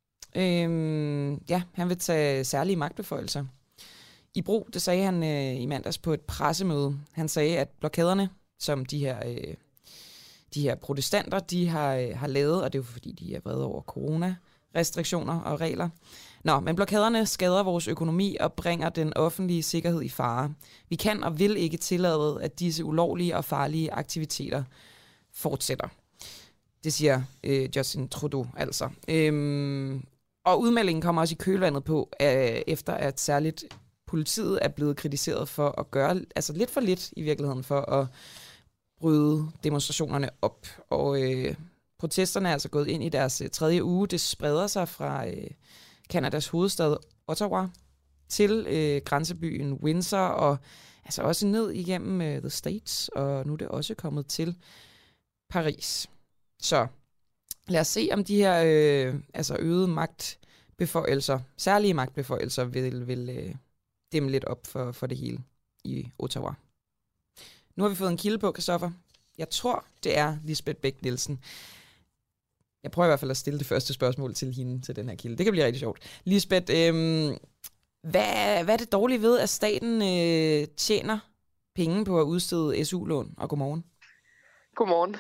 Øhm, ja, han vil tage særlige magtbeføjelser i brug. Det sagde han øh, i mandags på et pressemøde. Han sagde, at blokaderne, som de her... Øh, de her protestanter, de har, har lavet, og det er jo fordi, de er vrede over corona-restriktioner og regler. Nå, men blokaderne skader vores økonomi og bringer den offentlige sikkerhed i fare. Vi kan og vil ikke tillade, at disse ulovlige og farlige aktiviteter fortsætter. Det siger øh, Justin Trudeau altså. Øhm, og udmeldingen kommer også i kølvandet på, øh, efter at særligt politiet er blevet kritiseret for at gøre altså lidt for lidt i virkeligheden for at bryde demonstrationerne op. Og øh, protesterne er altså gået ind i deres øh, tredje uge. Det spreder sig fra øh, Kanadas hovedstad Ottawa til øh, grænsebyen Windsor, og altså også ned igennem øh, The States, og nu er det også kommet til Paris. Så lad os se, om de her øh, altså øgede magtbeføjelser, særlige magtbeføjelser, vil, vil øh, dæmme lidt op for, for det hele i Ottawa. Nu har vi fået en kilde på, Christoffer. Jeg tror, det er Lisbeth Bech Nielsen. Jeg prøver i hvert fald at stille det første spørgsmål til hende, til den her kilde. Det kan blive rigtig sjovt. Lisbeth, øhm, hvad, hvad er det dårlige ved, at staten øh, tjener penge på at udstede S U-lån? Og godmorgen. Godmorgen.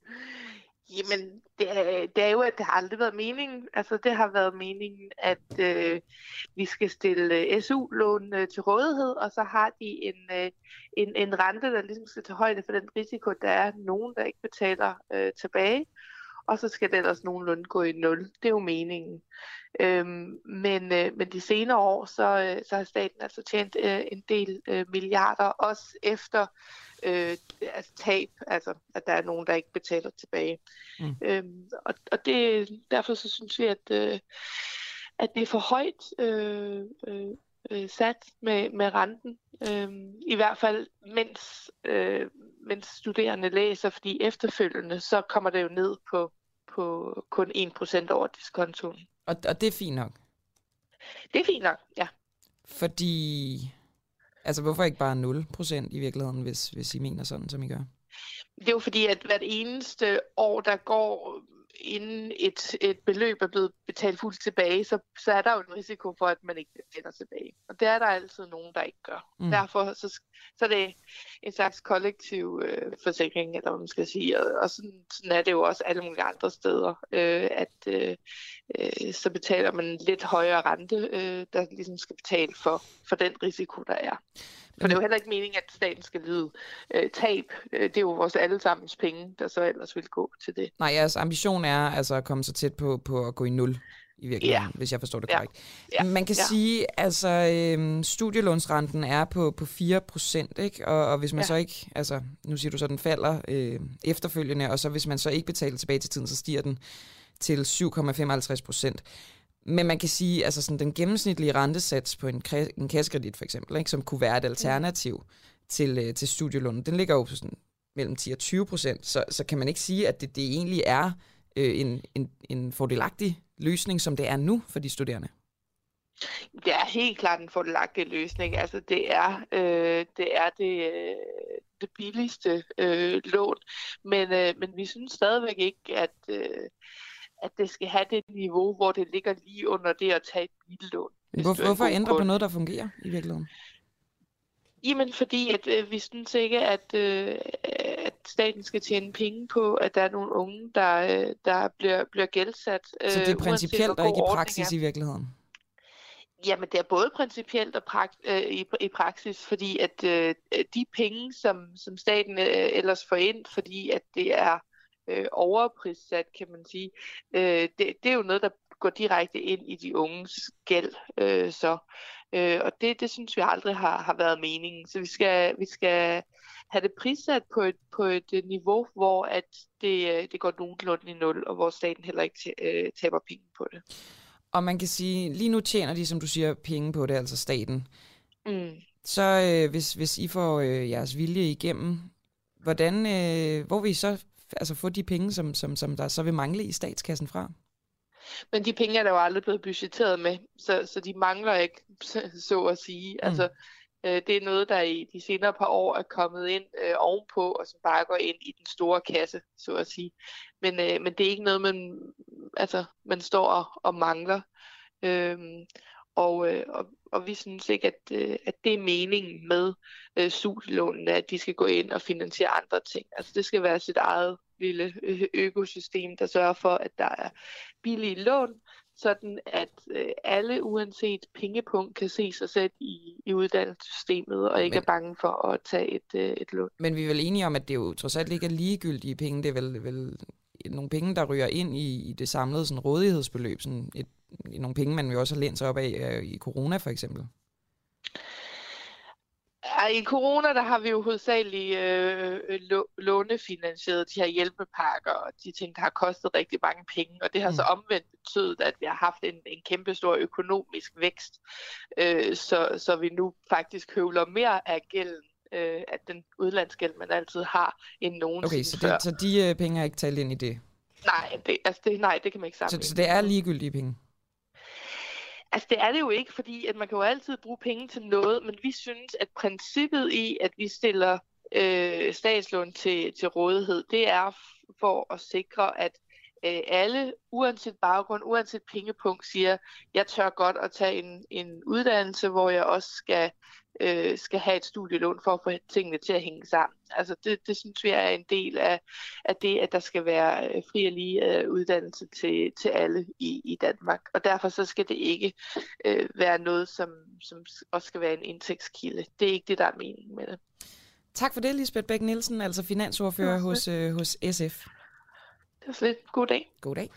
Jamen, det er, det er jo, at det har aldrig været meningen. Altså, det har været meningen, at øh, vi skal stille S U-lån øh, til rådighed, og så har de en, øh, en, en rente, der ligesom skal tage højde for den risiko, der er nogen, der ikke betaler øh, tilbage. Og så skal det ellers nogenlunde gå i nul. Det er jo meningen. Øhm, men, øh, men de senere år, så, øh, så har staten altså tjent øh, en del øh, milliarder, også efter øh, altså tab, altså at der er nogen, der ikke betaler tilbage. Mm. Øhm, og og det, derfor så synes vi, at, øh, at det er for højt øh, øh, sat med, med renten. Øhm, I hvert fald mens, øh, mens studerende læser, fordi efterfølgende så kommer det jo ned på, på kun en procent over diskontoen. Og, og det er fint nok? Det er fint nok, ja. Fordi, altså hvorfor ikke bare nul procent i virkeligheden, hvis, hvis I mener sådan, som I gør? Det er jo fordi, at hvert eneste år, der går inden et, et beløb er blevet betalt fuldt tilbage, så, så er der jo en risiko for, at man ikke betaler tilbage. Og det er der altid nogen, der ikke gør. Mm. Derfor så, så er det en slags kollektiv øh, forsikring, eller hvad man skal sige. Og, og sådan, sådan er det jo også alle mulige andre steder, øh, at øh, øh, så betaler man en lidt højere rente, øh, der ligesom skal betale for, for den risiko, der er. For det er jo heller ikke meningen, at staten skal lide øh, tab. Det er jo vores allesammens penge, der så ellers vil gå til det. Nej, jeres ambition er altså at komme så tæt på, på at gå i nul i virkeligheden, ja. Hvis jeg forstår det korrekt. Ja. Ja. Man kan ja. sige, altså øh, studielånsrenten er på, på fire procent, ikke? Og, og hvis man ja. så ikke, altså nu siger du så, den falder øh, efterfølgende, og så hvis man så ikke betaler tilbage til tiden, så stiger den til syv komma femoghalvtreds procent. Men man kan sige, altså sådan den gennemsnitlige rentesats på en, en kassekredit for eksempel, ikke, som kunne være et alternativ mm. til, øh, til studielån, den ligger jo på sådan mellem ti og tyve procent. Så, så kan man ikke sige, at det, det egentlig er øh, en, en, en fordelagtig løsning, som det er nu for de studerende? Det er helt klart en fordelagtig løsning. Altså det er øh, det, er det, øh, det billigste øh, lån, men, øh, men vi synes stadigvæk ikke, at øh, at det skal have det niveau, hvor det ligger lige under det at tage et billån. Hvorfor, hvorfor ændre på noget, der fungerer i virkeligheden? Jamen fordi, at øh, vi synes ikke, at, øh, at staten skal tjene penge på, at der er nogle unge, der, øh, der bliver, bliver gældsat. Øh, Så det er principielt og ikke i praksis i virkeligheden? Jamen det er både principielt og prak- øh, i, i praksis, fordi at øh, de penge, som, som staten øh, ellers får ind, fordi at det er Øh, overprissat, kan man sige. Øh, det, det er jo noget, der går direkte ind i de unges gæld. Øh, så. Øh, og det, det synes vi aldrig har, har været meningen. Så vi skal, vi skal have det prissat på et, på et niveau, hvor at det, det går nogenlunde i nul, og hvor staten heller ikke t- øh, taber penge på det. Og man kan sige, lige nu tjener de, som du siger, penge på det, altså staten. Mm. Så øh, hvis, hvis I får øh, jeres vilje igennem, hvordan, øh, hvor vil I så altså få de penge, som, som, som der så vil mangle i statskassen fra? Men de penge er der jo aldrig blevet budgetteret med, så, så de mangler ikke, så at sige. Mm. Altså, øh, det er noget, der i de senere par år er kommet ind øh, ovenpå, og som bare går ind i den store kasse, så at sige. Men, øh, men det er ikke noget, man, altså, man står og, og mangler. Øhm, og, øh, og, og vi synes ikke, at, øh, at det er meningen med øh, studielånene, at de skal gå ind og finansiere andre ting. Altså det skal være sit eget lille ø- økosystem, der sørger for, at der er billige lån, sådan at øh, alle uanset pengepunkt kan se sig selv i, i uddannelsessystemet, og ikke men, er bange for at tage et, øh, et lån. Men vi er vel enige om, at det jo trods alt ikke er ligegyldige penge. Det er vel, vel nogle penge, der ryger ind i, i det samlede sådan, rådighedsbeløb, sådan et nogle penge, man jo også har lænt sig op af i corona for eksempel? I corona, der har vi jo hovedsageligt øh, lånefinansieret de her hjælpepakker, og de ting, der har kostet rigtig mange penge, og det har mm. så omvendt betydet, at vi har haft en, en kæmpe stor økonomisk vækst, øh, så, så vi nu faktisk høvler mere af gælden, øh, af den udlandsgæld, man altid har, end nogensinde Okay, så, før. det, så de øh, penge er ikke talt ind i det? Nej, det, altså det, nej, det kan man ikke sammenligne. Så, så det er ligegyldige penge? Altså det er det jo ikke, fordi at man kan jo altid bruge penge til noget, men vi synes, at princippet i, at vi stiller øh, statslån til, til rådighed, det er for at sikre, at øh, alle, uanset baggrund, uanset pengepunkt, siger, jeg tør godt at tage en, en uddannelse, hvor jeg også skal, øh, skal have et studielån for at få tingene til at hænge sammen. Altså det, det synes vi er en del af, af det, at der skal være fri og lige øh, uddannelse til, til alle i, i Danmark. Og derfor så skal det ikke øh, være noget, som, som også skal være en indtægtskilde. Det er ikke det, der er meningen med det. Tak for det, Lisbeth Bech Nielsen, altså finansordfører ja, hos, øh, hos S F. Det var slet. God dag. God dag.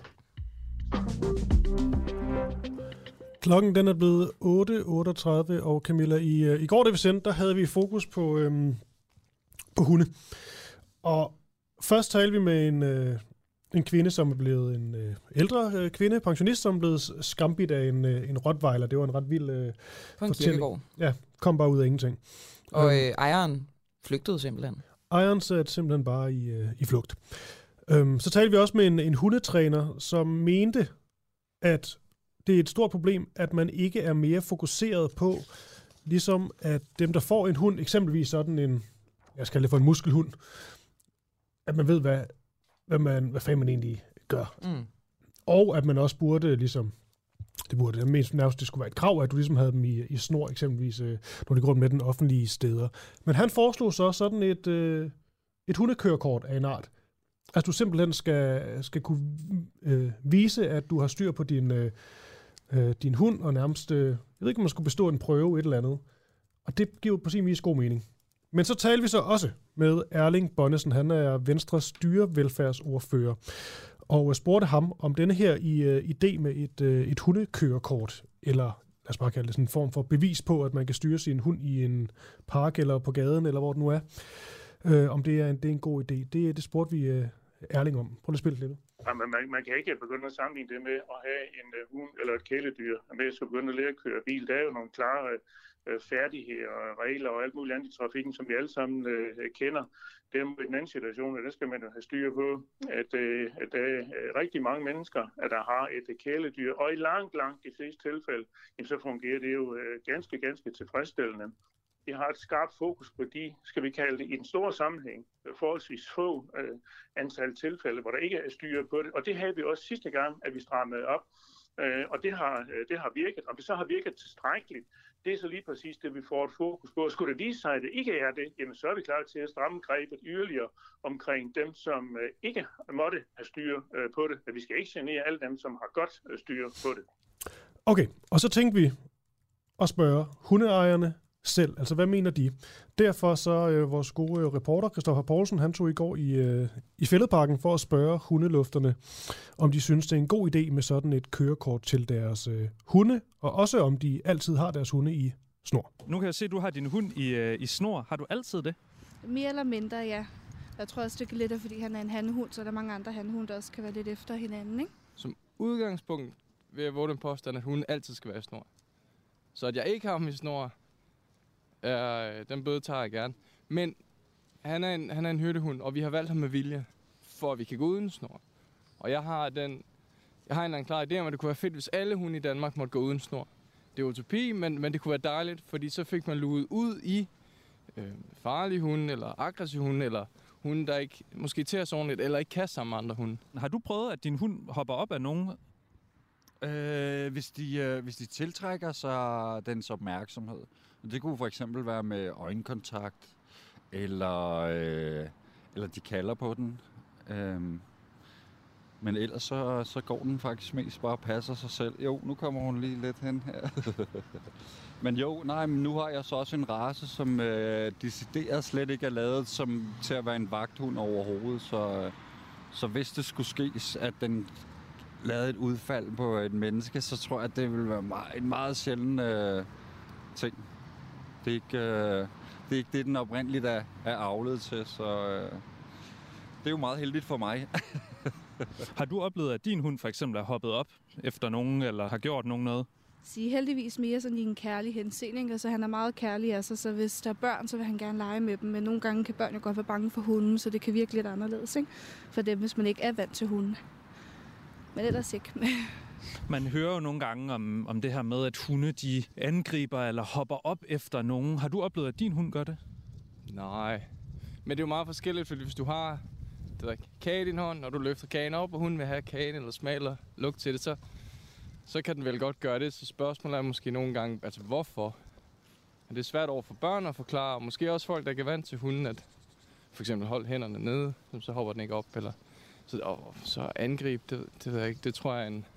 Klokken den er blevet otte otteogtredive, og Camilla, i, i går, det vi sendte, der havde vi fokus på, øhm, på hunde. Og først talte vi med en, øh, en kvinde, som er blevet en øh, ældre øh, kvinde, pensionist, som er blevet skambidt af en, øh, en rottweiler. Det var en ret vild øh, på en kirkegård. Ja, kom bare ud af ingenting. Og øh, ejeren flygtede simpelthen. Ejeren satte simpelthen bare i, øh, i flugt. Øhm, så talte vi også med en, en hundetræner, som mente, at det er et stort problem, at man ikke er mere fokuseret på, ligesom at dem, der får en hund, eksempelvis sådan en, jeg skal kalde det for en muskelhund, at man ved, hvad, hvad, man, hvad fanden man egentlig gør. Mm. Og at man også burde ligesom, det burde det mest nærmest, det skulle være et krav, at du ligesom havde dem i, i snor, eksempelvis, øh, når de går med den offentlige steder. Men han foreslog så sådan et, øh, et hundekørekort af en art. Altså du simpelthen skal, skal kunne øh, vise, at du har styr på din, øh, øh, din hund, og nærmest, øh, jeg ved ikke, om man skulle bestå en prøve, et eller andet. Og det giver på sin vis god mening. Men så talte vi så også med Erling Bonnesen. Han er Venstres dyrevelfærdsordfører. Og spurgte ham om denne her uh, idé med et, uh, et hundekørekort, eller lad os bare kalde det sådan en form for bevis på, at man kan styre sin hund i en park eller på gaden, eller hvor det nu er. Uh, om det er, en, det er en god idé. Det, det spurgte vi uh, Erling om. Prøv lige at spille lidt. Ja, men man, man kan ikke begynde at sammenligne det med at have en uh, hund eller et kæledyr. Med at skal begynde at lære at køre bil. Der er jo nogle klare uh, færdigheder og regler og alt muligt andet i trafikken, som vi alle sammen uh, kender. Det er i den anden situation, og der skal man jo have styr på, at, uh, at der er rigtig mange mennesker, at der har et kæledyr. Og i langt, langt de fleste tilfælde, jamen, så fungerer det jo uh, ganske, ganske tilfredsstillende. Vi har et skarpt fokus på de, skal vi kalde det, i en stor sammenhæng, forholdsvis få øh, antal tilfælde, hvor der ikke er styr på det. Og det havde vi også sidste gang, at vi strammede op, øh, og det har, øh, det har virket. Om det så har virket tilstrækkeligt, det er så lige præcis det, vi får et fokus på. Skulle det vise sig, at det ikke er det, jamen så er vi klar til at stramme grebet yderligere omkring dem, som øh, ikke måtte have styr øh, på det. Men vi skal ikke genere alle dem, som har godt øh, styr på det. Okay, og så tænkte vi at spørge hundeejerne selv. Altså, hvad mener de? Derfor så øh, vores gode reporter, Christoffer Poulsen, han tog i går i, øh, i Fælledparken for at spørge hundelufterne, om de synes, det er en god idé med sådan et kørekort til deres øh, hunde, og også om de altid har deres hunde i snor. Nu kan jeg se, at du har din hund i, øh, i snor. Har du altid det? Mere eller mindre, ja. Jeg tror også, det er lidt, fordi han er en hanhund, så der er mange andre hanhunde, der også kan være lidt efter hinanden, ikke? Som udgangspunkt vil jeg våge den påstand, at hunden altid skal være i snor. Så at jeg ikke har ham i snor, Øh, den bøde tager jeg gerne. Men han er, en, han er en hyrdehund, og vi har valgt ham med vilje, for at vi kan gå uden snor. Og jeg har, den, jeg har en eller anden klar idé om, at det kunne være fedt, hvis alle hunde i Danmark måtte gå uden snor. Det er utopi, men, men det kunne være dejligt, fordi så fik man luet ud i øh, farlige hunde, eller aggressive hunde, eller hunde, der ikke måske til os ordentligt, eller ikke kan sammen med andre hunde. Har du prøvet, at din hund hopper op af nogen? Øh, hvis, de, øh, hvis de tiltrækker sig dens opmærksomhed. Det kunne for eksempel være med øjenkontakt, eller, øh, eller de kalder på den. Øhm, men ellers så, så går den faktisk mest bare og passer sig selv. Jo, nu kommer hun lige lidt hen her. Men jo, nej, men nu har jeg så også en race, som øh, decideret slet ikke er lavet som, til at være en vagthund overhovedet. Så, så hvis det skulle ske, at den lavede et udfald på et menneske, så tror jeg, at det ville være meget, en meget sjælden øh, ting. Det er, ikke, øh, det er ikke det, den oprindeligt er, er avlet til, så øh, det er jo meget heldigt for mig. Har du oplevet, at din hund for eksempel er hoppet op efter nogen, eller har gjort nogen noget? Sige heldigvis mere sådan i en kærlig henseende, så han er meget kærlig altså, så hvis der er børn, så vil han gerne lege med dem, men nogle gange kan børn jo godt være bange for hunden, så det kan virke lidt anderledes, ikke? For dem, hvis man ikke er vant til hunden. Men ellers ikke. Man hører jo nogle gange om, om det her med, at hunde de angriber eller hopper op efter nogen. Har du oplevet, at din hund gør det? Nej, men det er jo meget forskelligt, fordi hvis du har det der kage i din hånd, og du løfter kagen op, og hunden vil have kagen eller smaler lugt til det, så, så kan den vel godt gøre det. Så spørgsmålet er måske nogle gange, altså hvorfor? Det er svært over for børn at forklare, og måske også folk, der er vant til hunden, at for eksempel holde hænderne nede, så hopper den ikke op, eller så, og, så angrib, det, det ved jeg ikke, det tror jeg er en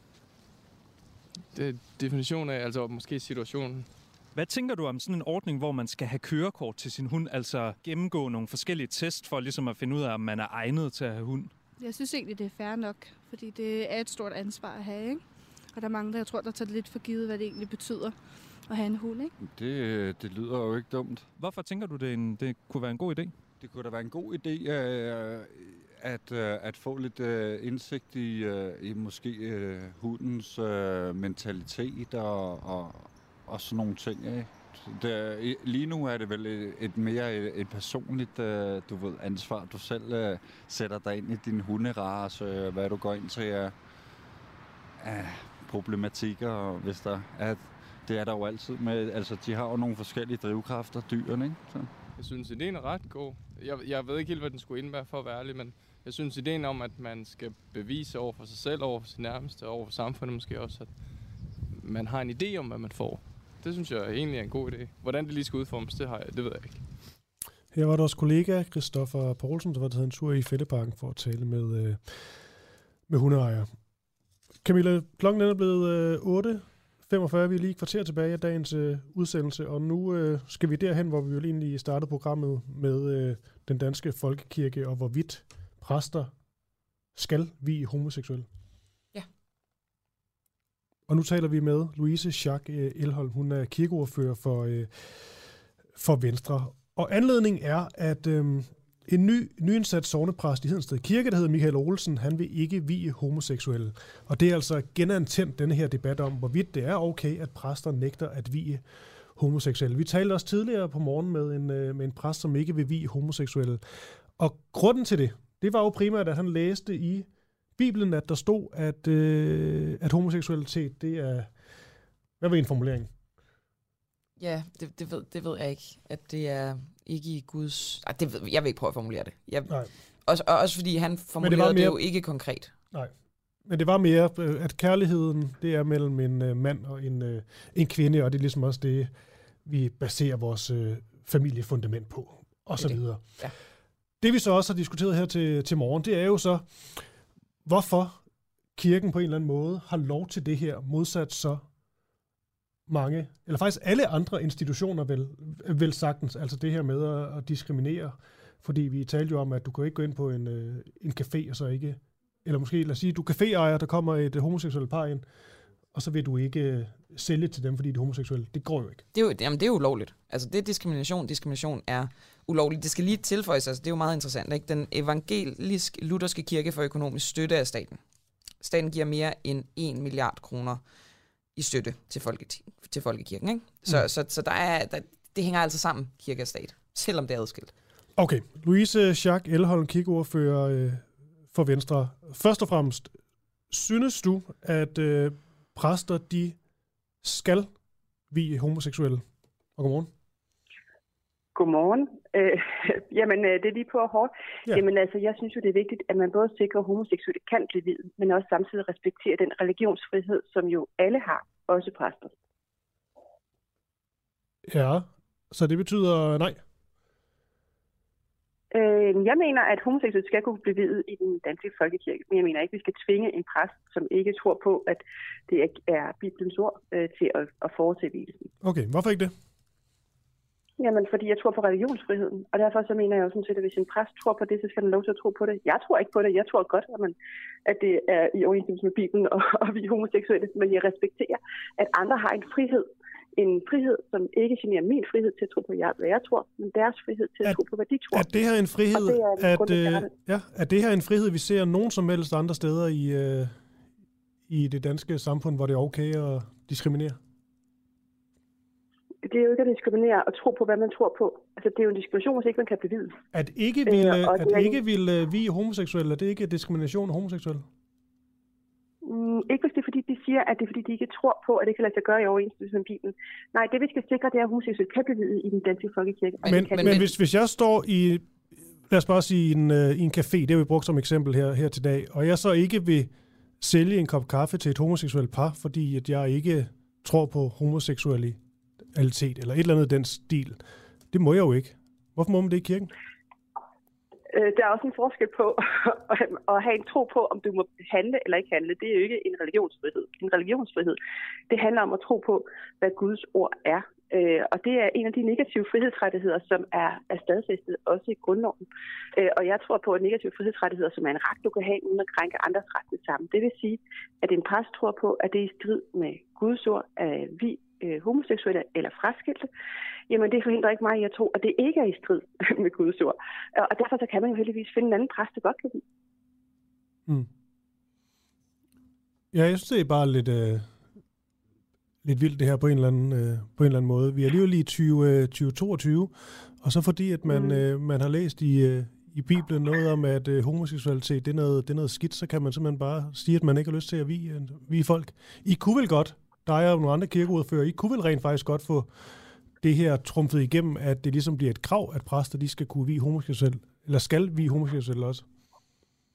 det er definition af, altså måske situationen. Hvad tænker du om sådan en ordning, hvor man skal have kørekort til sin hund, altså gennemgå nogle forskellige test for ligesom at finde ud af, om man er egnet til at have hund? Jeg synes egentlig, det er fair nok, fordi det er et stort ansvar at have, ikke? Og der er mange, der jeg tror, der tager lidt for givet, hvad det egentlig betyder at have en hund, ikke? Det, det lyder jo ikke dumt. Hvorfor tænker du, det, en, det kunne være en god idé? Det kunne da være en god idé øh, at, øh, at få lidt øh, indsigt i, øh, i måske øh, hundens øh, mentalitet og, og, og sådan nogle ting. Ikke? Det, lige nu er det vel et, et mere et, et personligt øh, du ved, ansvar. Du selv øh, sætter dig ind i din hunderace, øh, hvad du går ind til af, af problematikker, og hvis der er, det er der jo altid med. Altså, de har jo nogle forskellige drivkræfter, dyrene, ikke? Så. Jeg synes, ideen er ret god. Jeg, jeg ved ikke helt, hvad den skulle indebære for at være ærlig, men Jeg synes, ideen om, at man skal bevise over for sig selv, over for sin nærmeste, og over for samfundet måske også, at man har en idé om, hvad man får. Det synes jeg egentlig er en god idé. Hvordan det lige skal udformes, det, har jeg, det ved jeg ikke. Her var vores kollega, Christoffer Poulsen, der var taget en tur i Fælledparken for at tale med, øh, med hundeejere. Camilla, klokken er blevet øh, otte femogfyrre. Vi er lige et kvarter tilbage af dagens øh, udsendelse, og nu øh, skal vi derhen, hvor vi jo egentlig startede programmet med øh, den danske folkekirke, og hvorvidt præster skal vie homoseksuelle. Ja. Og nu taler vi med Louise Schack Elholm. Hun er kirkeordfører for, øh, for Venstre. Og anledningen er, at øh, en ny, nyindsat sognepræst i Hedensted Kirke, der hedder Michael Olsen, han vil ikke vie homoseksuelle. Og det er altså genantændt denne her debat om, hvorvidt det er okay, at præster nægter at vie homoseksuelle. Vi talte også tidligere på morgen med en, med en præst, som ikke vil vie homoseksuelle. Og grunden til det, det var jo primært, at han læste i Bibelen, at der stod, at, øh, at homoseksualitet, det er... Hvad var en formulering? Ja, det, det, ved, det ved jeg ikke, at det er ikke i Guds... Ej, det ved, jeg vil ikke prøve at formulere det. Jeg, Nej. Også, og også fordi han formulerede det, mere, det jo ikke konkret. Nej, men det var mere, at kærligheden, det er mellem en uh, mand og en, uh, en kvinde, og det er ligesom også det, vi baserer vores uh, familiefundament på, og så videre. Ja. Det vi så også har diskuteret her til, til morgen, det er jo så, hvorfor kirken på en eller anden måde har lov til det her, modsat så mange, eller faktisk alle andre institutioner vel, vel sagtens, altså det her med at, at diskriminere, fordi vi talte jo om, at du kan ikke gå ind på en, en café, og så ikke, eller måske lad os sige, du er caféejer, der kommer et homoseksuelt par ind, og så vil du ikke sælge til dem, fordi de er homoseksuelle. Det går jo ikke. Det er jo, jamen, det er jo ulovligt. Altså det er diskrimination. Diskrimination er ulovligt. Det skal lige tilføjes, altså det er jo meget interessant, ikke? Den evangelisk-lutherske kirke får økonomisk støtte af staten. Staten giver mere end en milliard kroner i støtte til, folke, til folkekirken, ikke? Så, mm. så, så der er, der, det hænger altså sammen, kirke og stat, selvom det er adskilt. Okay, Louise Schack Elholm, kirkeordfører øh, for Venstre. Først og fremmest, synes du, at øh, præster, de skal vie homoseksuelle? Og godmorgen. Godmorgen. Øh, jamen, det er lige på hårdt. Ja. Jamen, altså, jeg synes jo, det er vigtigt, at man både sikrer, at homoseksuelle kan blive viet, men også samtidig respekterer den religionsfrihed, som jo alle har, også præster. Ja, så det betyder nej? Øh, jeg mener, at homoseksuelle skal kunne blive viet i den danske folkekirke, men jeg mener ikke, at vi skal tvinge en præst, som ikke tror på, at det er Bibelens ord, øh, til at, at foretage vielsen. Okay, hvorfor ikke det? Jamen, fordi jeg tror på religionsfriheden, og derfor så mener jeg jo sådan set, at hvis en præst tror på det, så skal den lov til at tro på det. Jeg tror ikke på det. Jeg tror godt, at, man, at det er i overensstemmelse med Bibelen, og, og vi er homoseksuelle, men jeg respekterer, at andre har en frihed. En frihed, som ikke generer min frihed til at tro på, hvad jeg tror, men deres frihed til at, at tro på, hvad de tror. Er det her en frihed, at, øh, ja, er det her en frihed, vi ser nogen som helst andre steder i, øh, i det danske samfund, hvor det er okay at diskriminere? Det er jo ikke at diskriminere og tro på, hvad man tror på. Altså, det er jo en diskrimination, hvis ikke man kan bevide. At ikke ville, øh, at ikke ville vie homoseksuelle, er det ikke diskrimination af homoseksuelle? Mm, ikke hvis det er, fordi de siger, at det er, fordi de ikke tror på, at det kan lade sig gøre i overensstemmelse med Bibelen. Nej, det vi skal sikre, det er, at homoseksuelle kan bevide i den danske folkekirke. Men, men, men hvis, hvis jeg står i, lad os bare sige, i en, uh, i en café, det har vi brugt som eksempel her, her til dag, og jeg så ikke vil sælge en kop kaffe til et homoseksuelt par, fordi at jeg ikke tror på homoseksualitet, eller et eller andet den stil. Det må jeg jo ikke. Hvorfor må man det i kirken? Der er også en forskel på at have en tro på, om du må handle eller ikke handle. Det er jo ikke en religionsfrihed. En religionsfrihed, det handler om at tro på, hvad Guds ord er. Og det er en af de negative frihedsrettigheder, som er, er stadfæstet også i grundloven. Og jeg tror på, at negative frihedsrettigheder, som er en ret, du kan have, uden at krænke andres ret det samme. Det vil sige, at en præst tror på, at det er i strid med Guds ord, at vi homoseksuelle eller fraskilte, jamen det forhindrer ikke mig i at tro, at det ikke er i strid med Guds ord. Og derfor så kan man jo heldigvis finde en anden præst, der godt kan lide. Mm. Ja, jeg synes, det er bare lidt, øh, lidt vildt det her på en, eller anden, øh, på en eller anden måde. Vi er alligevel i tyve toogtyve, og så fordi, at man, mm. øh, man har læst i, øh, i Bibelen noget om, at øh, homoseksualitet det er, noget, det er noget skidt, så kan man simpelthen bare sige, at man ikke har lyst til at vie, vie folk. I kunne vel godt, dig og nogle andre kirkeordfører, I kunne vel rent faktisk godt få det her trumfet igennem, at det ligesom bliver et krav, at præster de skal kunne vie homoseksuelle, eller skal vie homoseksuelle også?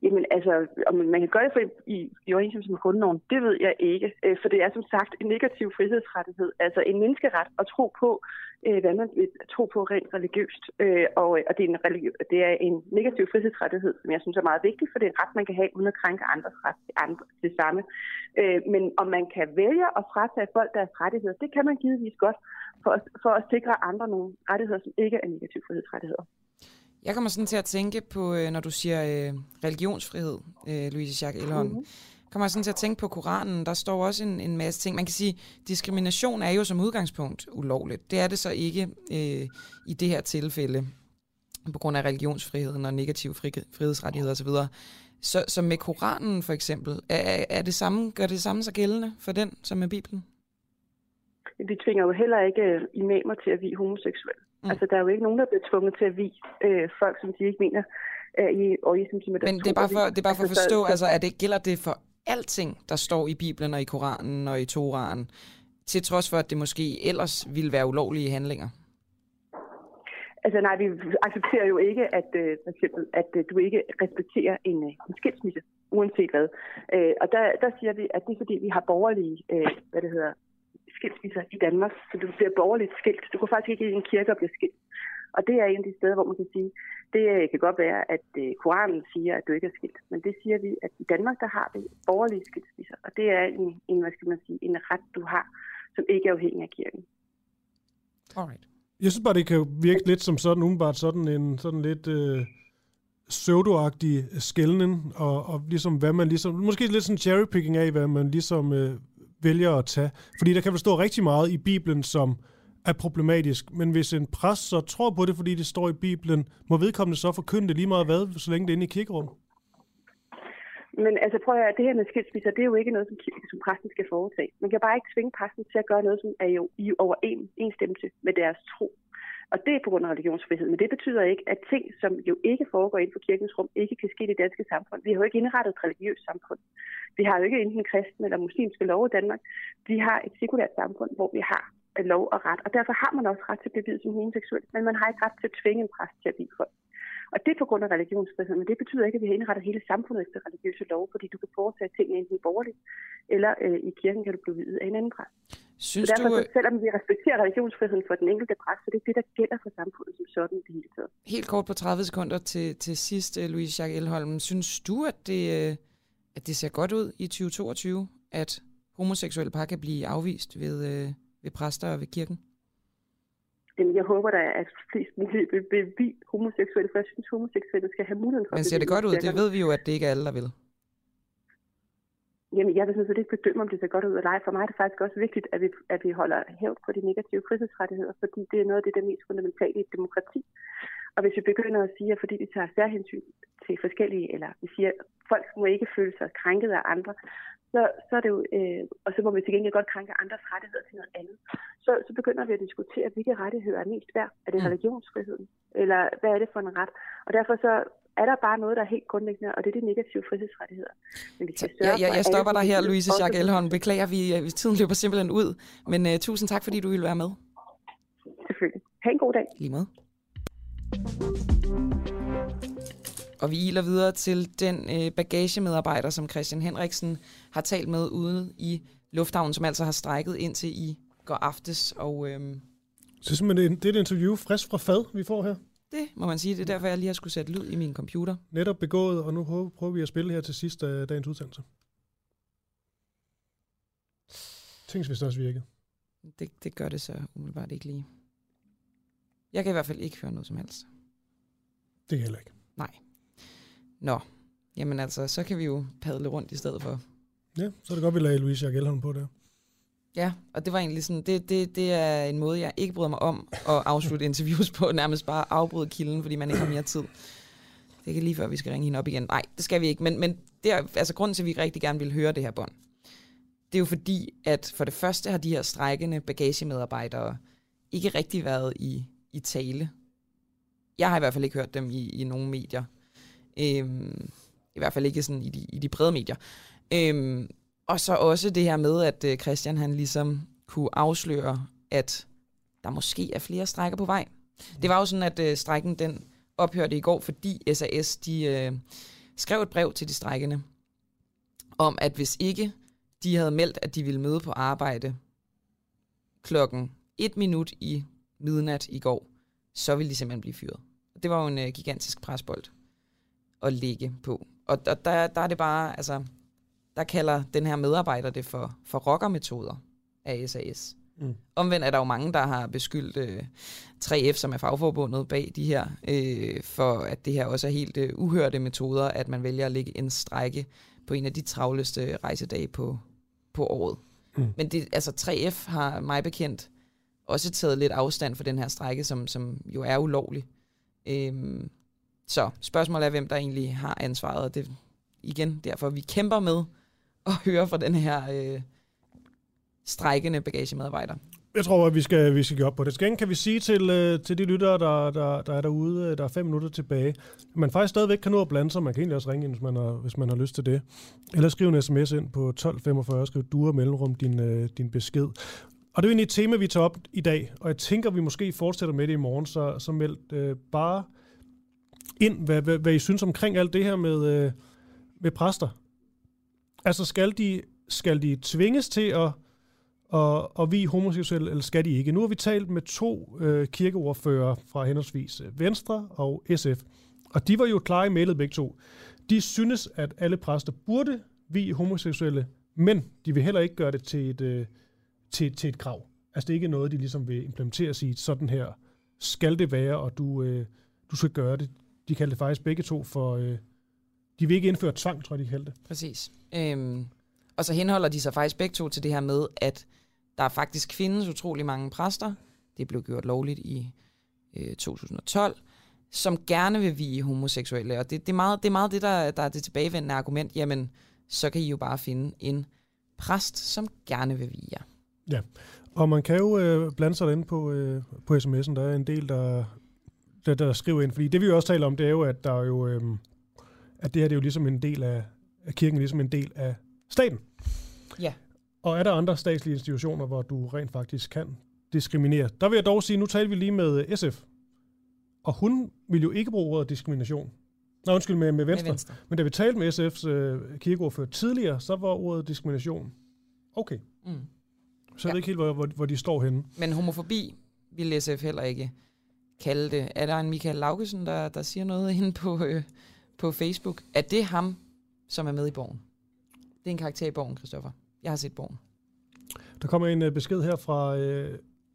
Jamen altså, om man kan gøre det for i, i overensstemmelse med grundloven, det ved jeg ikke. Øh, for det er som sagt en negativ frihedsrettighed, altså en menneskeret at tro på, øh, hvad man vil tro på rent religiøst. Øh, og, og det, er en religi- det er en negativ frihedsrettighed, som jeg synes er meget vigtig, for det er en ret, man kan have, uden at krænke andres ret til andre, det samme. Øh, men om man kan vælge at fratage folk deres rettigheder, det kan man givetvis godt, for at, for at sikre andre nogle rettigheder, som ikke er negative frihedsrettigheder. Jeg kommer sådan til at tænke på, når du siger øh, religionsfrihed, øh, Louise Schack Elholm. Mm-hmm. Kommer jeg sådan til at tænke på Koranen. Der står også en, en masse ting. Man kan sige, diskrimination er jo som udgangspunkt ulovligt. Det er det så ikke øh, i det her tilfælde, på grund af religionsfriheden og negative frihedsrettigheder osv. Så, så med Koranen for eksempel, er, er det samme, gør det samme så gældende for den, som med Bibelen? Vi tvinger jo heller ikke imamer til at vie homoseksuelle. Mm. Altså, der er jo ikke nogen, der bliver tvunget til at vie øh, folk, som de ikke mener er i overensstemmelse med deres. Men det er bare for, det er bare for at forstå, altså, altså er det, gælder det for alting, der står i Bibelen og i Koranen og i Toraen, til trods for, at det måske ellers ville være ulovlige handlinger? Altså nej, vi accepterer jo ikke, at, øh, for eksempel, at øh, du ikke respekterer en, øh, en skilsmisse, uanset hvad. Øh, og der, der siger vi, at det er fordi, vi har borgerlige, øh, hvad det hedder, skilsmisser i Danmark, så du bliver borgerligt skilt. Du går faktisk ikke i en kirke og bliver skilt. Og det er en af de steder, hvor man kan sige, det kan godt være, at Koranen siger, at du ikke er skilt. Men det siger vi, at i Danmark, der har vi borgerlige skilsmisser. Og det er en, en, hvad skal man sige, en ret, du har, som ikke er afhængig af kirken. Alright. Jeg synes bare, det kan virke lidt som sådan, umiddelbart sådan en sådan lidt øh, pseudo-agtig skælden, og, og ligesom hvad man ligesom, måske lidt sådan cherrypicking af, hvad man ligesom øh, vælger at tage. Fordi der kan vel stå rigtig meget i Bibelen, som er problematisk. Men hvis en præst så tror på det, fordi det står i Bibelen, må vedkommende så forkynde det lige meget hvad, så længe det er inde i kirkerum? Men altså prøv at høre, det her med skilsmisser, det er jo ikke noget, som, som præsten skal foretage. Man kan bare ikke tvinge præsten til at gøre noget, som er jo i overensstemmelse med deres tro. Og det er på grund af religionsfrihed. Men det betyder ikke, at ting, som jo ikke foregår inden for kirkens rum, ikke kan ske i det danske samfund. Vi har jo ikke indrettet et religiøst samfund. Vi har jo ikke enten kristne eller muslimske lov i Danmark. Vi har et sekulært samfund, hvor vi har lov og ret. Og derfor har man også ret til at blive viet som homoseksuel, men man har ikke ret til at tvinge en præst til at vie folk. Og det er på grund af religionsfrihed, men det betyder ikke, at vi har indrettet hele samfundet efter religiøse lov, fordi du kan foretage ting enten i borgerligt, eller øh, i kirken kan du blive viet af en anden præst. Synes så derfor, du... så, selvom vi respekterer religionsfriheden for den enkelte præst, så det er det, der gælder for samfundet som sådan det hele taget. Helt kort på tredive sekunder til, til sidst, Louise Schack Elholm. Synes du, at det, at det ser godt ud i tyve toogtyve, at homoseksuelle par kan blive afvist ved, ved præster og ved kirken? Jeg håber da, at flest muligt vil blive homoseksuelle, for jeg synes, homoseksuelle skal have muligheden for. Men ser det godt ud? Det ved vi jo, at det ikke er alle, der vil. Jamen, jeg vil sådan set ikke bedømme, om det ser godt ud eller ej. For mig er det faktisk også vigtigt, at vi, at vi holder hævd på de negative frihedsrettigheder, fordi det er noget af det, der er mest fundamentale i et demokrati. Og hvis vi begynder at sige, at fordi vi tager særhensyn til forskellige, eller vi siger, at folk må ikke føle sig krænket af andre, så, så er det jo, øh, og så må vi til gengæld godt krænke andres rettigheder til noget andet. Så, så begynder vi at diskutere, hvilke rettigheder er mest værd. Er det religionsfriheden? Eller hvad er det for en ret? Og derfor så er der bare noget, der er helt grundlæggende, og det er de negative frihedsrettigheder. Men vi skal sørge ja, ja, jeg for, stopper dig her, alle, Louise Schack Elholm. Beklager, vi, vi tiden løber simpelthen ud. Men uh, tusind tak, fordi du ville være med. Selvfølgelig. Ha' en god dag. Lige måde. Og vi iler videre til den øh, bagagemedarbejder, som Christian Henriksen har talt med ude i lufthavnen, som altså har strækket indtil i går aftes. Og, øhm, så simpelthen det er et interview frisk fra fad, vi får her. Det må man sige. Det er derfor, jeg lige har skulle sætte lyd i min computer. Netop begået, og nu prøver, prøver vi at spille her til sidst af dagens udsendelse. Tænks, hvis det også virkede. Det, det gør det så umiddelbart ikke lige. Jeg kan i hvert fald ikke høre noget som helst. Det kan jeg heller ikke. Nej. Nå, jamen altså, så kan vi jo padle rundt i stedet for. Ja, så er det godt, vi lagde Louise Schack Elholm på det. Ja, og det var egentlig sådan, det, det, det er en måde, jeg ikke bryder mig om at afslutte interviews på, nærmest bare afbryde kilden, fordi man ikke har mere tid. Det er ikke lige før, vi skal ringe hende op igen. Nej, det skal vi ikke, men, men det er, altså, grunden til, at vi rigtig gerne vil høre det her bånd, det er jo fordi, at for det første har de her strejkende bagagemedarbejdere ikke rigtig været i, i tale. Jeg har i hvert fald ikke hørt dem i, i nogen medier. Øhm, I hvert fald ikke sådan i de, i de brede medier. Øhm, og så også det her med, at øh, Christian han ligesom kunne afsløre, at der måske er flere strejker på vej. Det var jo sådan, at øh, strejken den ophørte i går, fordi S A S de, øh, skrev et brev til de strejkende, om at hvis ikke de havde meldt, at de ville møde på arbejde klokken et minut i midnat i går, så ville de simpelthen blive fyret. Det var jo en uh, gigantisk presbold at ligge på. Og, og der, der er det bare, altså, der kalder den her medarbejder det for, for rockermetoder af S A S. Mm. Omvendt er der jo mange, der har beskyldt øh, tre F, som er fagforbundet bag de her, øh, for at det her også er helt øh, uhørte metoder, at man vælger at lægge en strejke på en af de travleste rejsedage på, på året. Mm. Men det, altså tre F har mig bekendt også taget lidt afstand for den her strejke, som, som jo er ulovlig. Øhm, så spørgsmålet er, hvem der egentlig har ansvaret, og det igen derfor, vi kæmper med at høre fra den her øh, strejkende bagagemedarbejder. Jeg tror, at vi skal, vi skal gøre op på det. Skæng kan vi sige til, øh, til de lyttere, der, der, der er derude, der er fem minutter tilbage, man faktisk stadigvæk kan nå at blande sig. Man kan egentlig også ringe ind, hvis man har, hvis man har lyst til det. Eller skrive en sms ind på tolv femogfyrre, skriv du og mellemrum din, øh, din besked. Og det er jo egentlig et tema, vi tager op i dag, og jeg tænker, vi måske fortsætter med det i morgen, så, så meld øh, bare ind, hvad, hvad, hvad I synes omkring alt det her med, øh, med præster. Altså, skal de, skal de tvinges til at og, og vi homoseksuelle, eller skal de ikke? Nu har vi talt med to øh, kirkeordfører fra henholdsvis Venstre og S F, og de var jo klare i mailet begge to. De synes, at alle præster burde vi homoseksuelle, men de vil heller ikke gøre det til et, øh, til, til et krav. Altså det er ikke noget, de ligesom vil implementere sig i sådan her. Skal det være, og du, øh, du skal gøre det. De kalder det faktisk begge to for... Øh, de vil ikke indføre tvang, tror jeg, de kalder det. Præcis. Øhm, og så henholder de sig faktisk begge to til det her med, at der faktisk findes utrolig mange præster, det blev gjort lovligt i øh, to tusind og tolv, som gerne vil vie homoseksuelle. Og det, det, er meget, det er meget det, der, der er det tilbagevendende argument. Jamen, så kan I jo bare finde en præst, som gerne vil vie jer. Ja, og man kan jo øh, blande sig derinde på, øh, på sms'en. Der er en del, der, der, der skriver ind. Fordi det vi jo også taler om, det er jo, at der er jo, øh, at det her det er jo ligesom en del af, af kirken, ligesom en del af staten. Ja. Og er der andre statslige institutioner, hvor du rent faktisk kan diskriminere? Der vil jeg dog sige, nu talte vi lige med S F, og hun vil jo ikke bruge ordet diskrimination. Nå, undskyld, med, med, Venstre. med Venstre. Men da vi talte med S F's øh, kirkeordfører tidligere, så var ordet diskrimination. Okay. Mm. Så jeg ja. ved ikke helt, hvor, hvor, hvor de står henne. Men homofobi vil S F heller ikke kalde det. Er der en Michael Laugesen, der, der siger noget inde på, øh, på Facebook? Er det ham, som er med i Borgen? Det er en karakter i Borgen, Christoffer. Jeg har set Borgen. Der kommer en uh, besked her fra øh,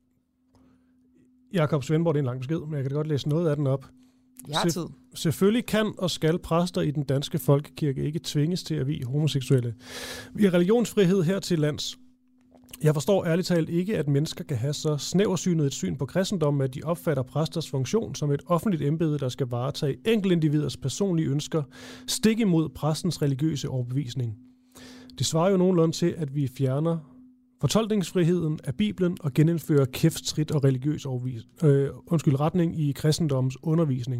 Jakob Svendborg. Det er en lang besked, men jeg kan da godt læse noget af den op. Jeg har tid. Selvfølgelig kan og skal præster i den danske folkekirke ikke tvinges til at vie homoseksuelle. Vi har religionsfrihed her til lands. Jeg forstår ærligt talt ikke, at mennesker kan have så snæversynet et syn på kristendommen, at de opfatter præsters funktion som et offentligt embede, der skal varetage enkeltindividers personlige ønsker, stik imod præstens religiøse overbevisning. Det svarer jo nogenlunde til, at vi fjerner fortolkningsfriheden af Bibelen og genindfører kæftstrid og religiøs overvis, øh, undskyld, retning i kristendommens undervisning.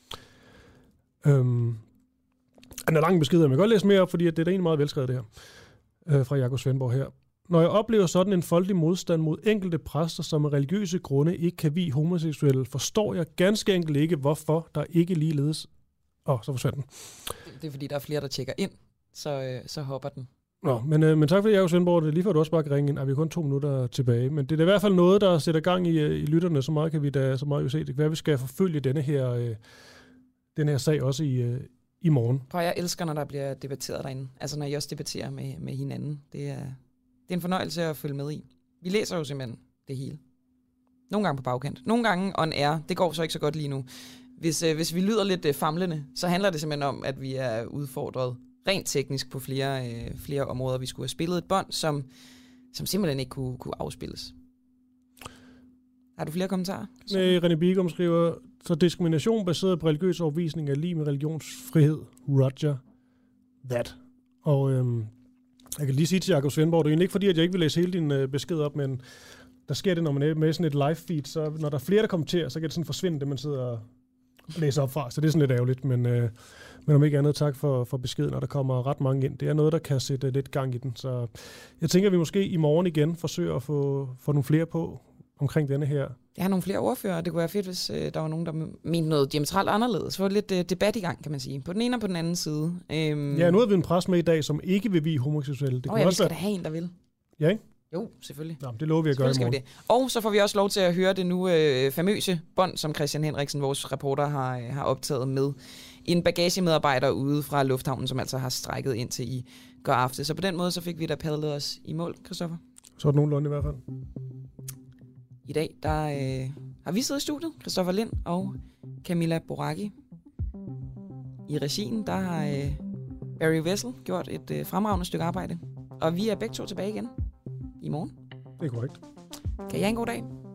Øhm, en lang besked, jeg kan godt læse mere op, fordi det er da egentlig meget velskrevet det her, øh, fra Jakob Svendborg her. Når jeg oplever sådan en folkelig modstand mod enkelte præster, som af religiøse grunde ikke kan vie homoseksuelle, forstår jeg ganske enkelt ikke, hvorfor der ikke ligeledes... Åh, oh, så forsvandt den. Det er fordi, der er flere, der tjekker ind, så, øh, så hopper den. Nå, men, øh, men tak fordi Jakob Svendborg, det er lige før du også bare kan ringe ind. Er vi kun to minutter tilbage, men det er da i hvert fald noget, der sætter gang i, i lytterne, så meget kan vi da så meget jo se. Det kan være, at vi skal forfølge denne her, øh, denne her sag også i, øh, i morgen. Prøv, jeg elsker, når der bliver debatteret derinde. Altså når I også debatterer med, med hinanden. Det er, det er en fornøjelse at følge med i. Vi læser jo simpelthen det hele. Nogle gange på bagkant. Nogle gange on air. Det går så ikke så godt lige nu. Hvis, øh, hvis vi lyder lidt øh, famlende, så handler det simpelthen om, at vi er udfordret rent teknisk på flere, øh, flere områder. Vi skulle have spillet et bånd, som, som simpelthen ikke kunne, kunne afspilles. Har du flere kommentarer? Nej, René Bigum skriver, så diskrimination baseret på religiøs overbevisning er lige med religionsfrihed. Roger that. Og øhm, jeg kan lige sige til Jakob Svendborg, det er egentlig ikke fordi, at jeg ikke vil læse hele din øh, besked op, men der sker det, når man er med sådan et live feed, så når der er flere, der kommenterer, så kan det sådan forsvinde, det man sidder og læser op fra. Så det er sådan lidt ærgerligt, men, øh, men om ikke andet, tak for, for beskeden, når der kommer ret mange ind. Det er noget, der kan sætte lidt gang i den. Så jeg tænker, at vi måske i morgen igen forsøger at få, få nogle flere på. omkring denne her. Jeg har nogle flere ordfører, det kunne være fedt, hvis øh, der var nogen, der mente noget diametralt anderledes. Så var lidt øh, debat i gang, kan man sige. På den ene og på den anden side. Øhm... Ja, nu har vi en præst med i dag, som ikke vil vie homoseksuelle. Åh oh, ja, vi skal være... da have en, der vil. Ja, ikke? Jo, selvfølgelig. Nå, det lover vi at gøre i morgen. Det. Og så får vi også lov til at høre det nu øh, famøse bånd, som Christian Henriksen, vores reporter, har, øh, har optaget med en bagagemedarbejder ude fra lufthavnen, som altså har strækket ind til i går aftes. Så på den måde, så fik vi da padlet os i mål, Christoffer. Så er det nogenlunde i hvert fald. I dag, der øh, har vi siddet i studiet, Christoffer Lind og Camilla Boracchi. I regien, der har øh, Barry Vessel gjort et øh, fremragende stykke arbejde. Og vi er begge to tilbage igen i morgen. Det er korrekt. Kan I have en god dag?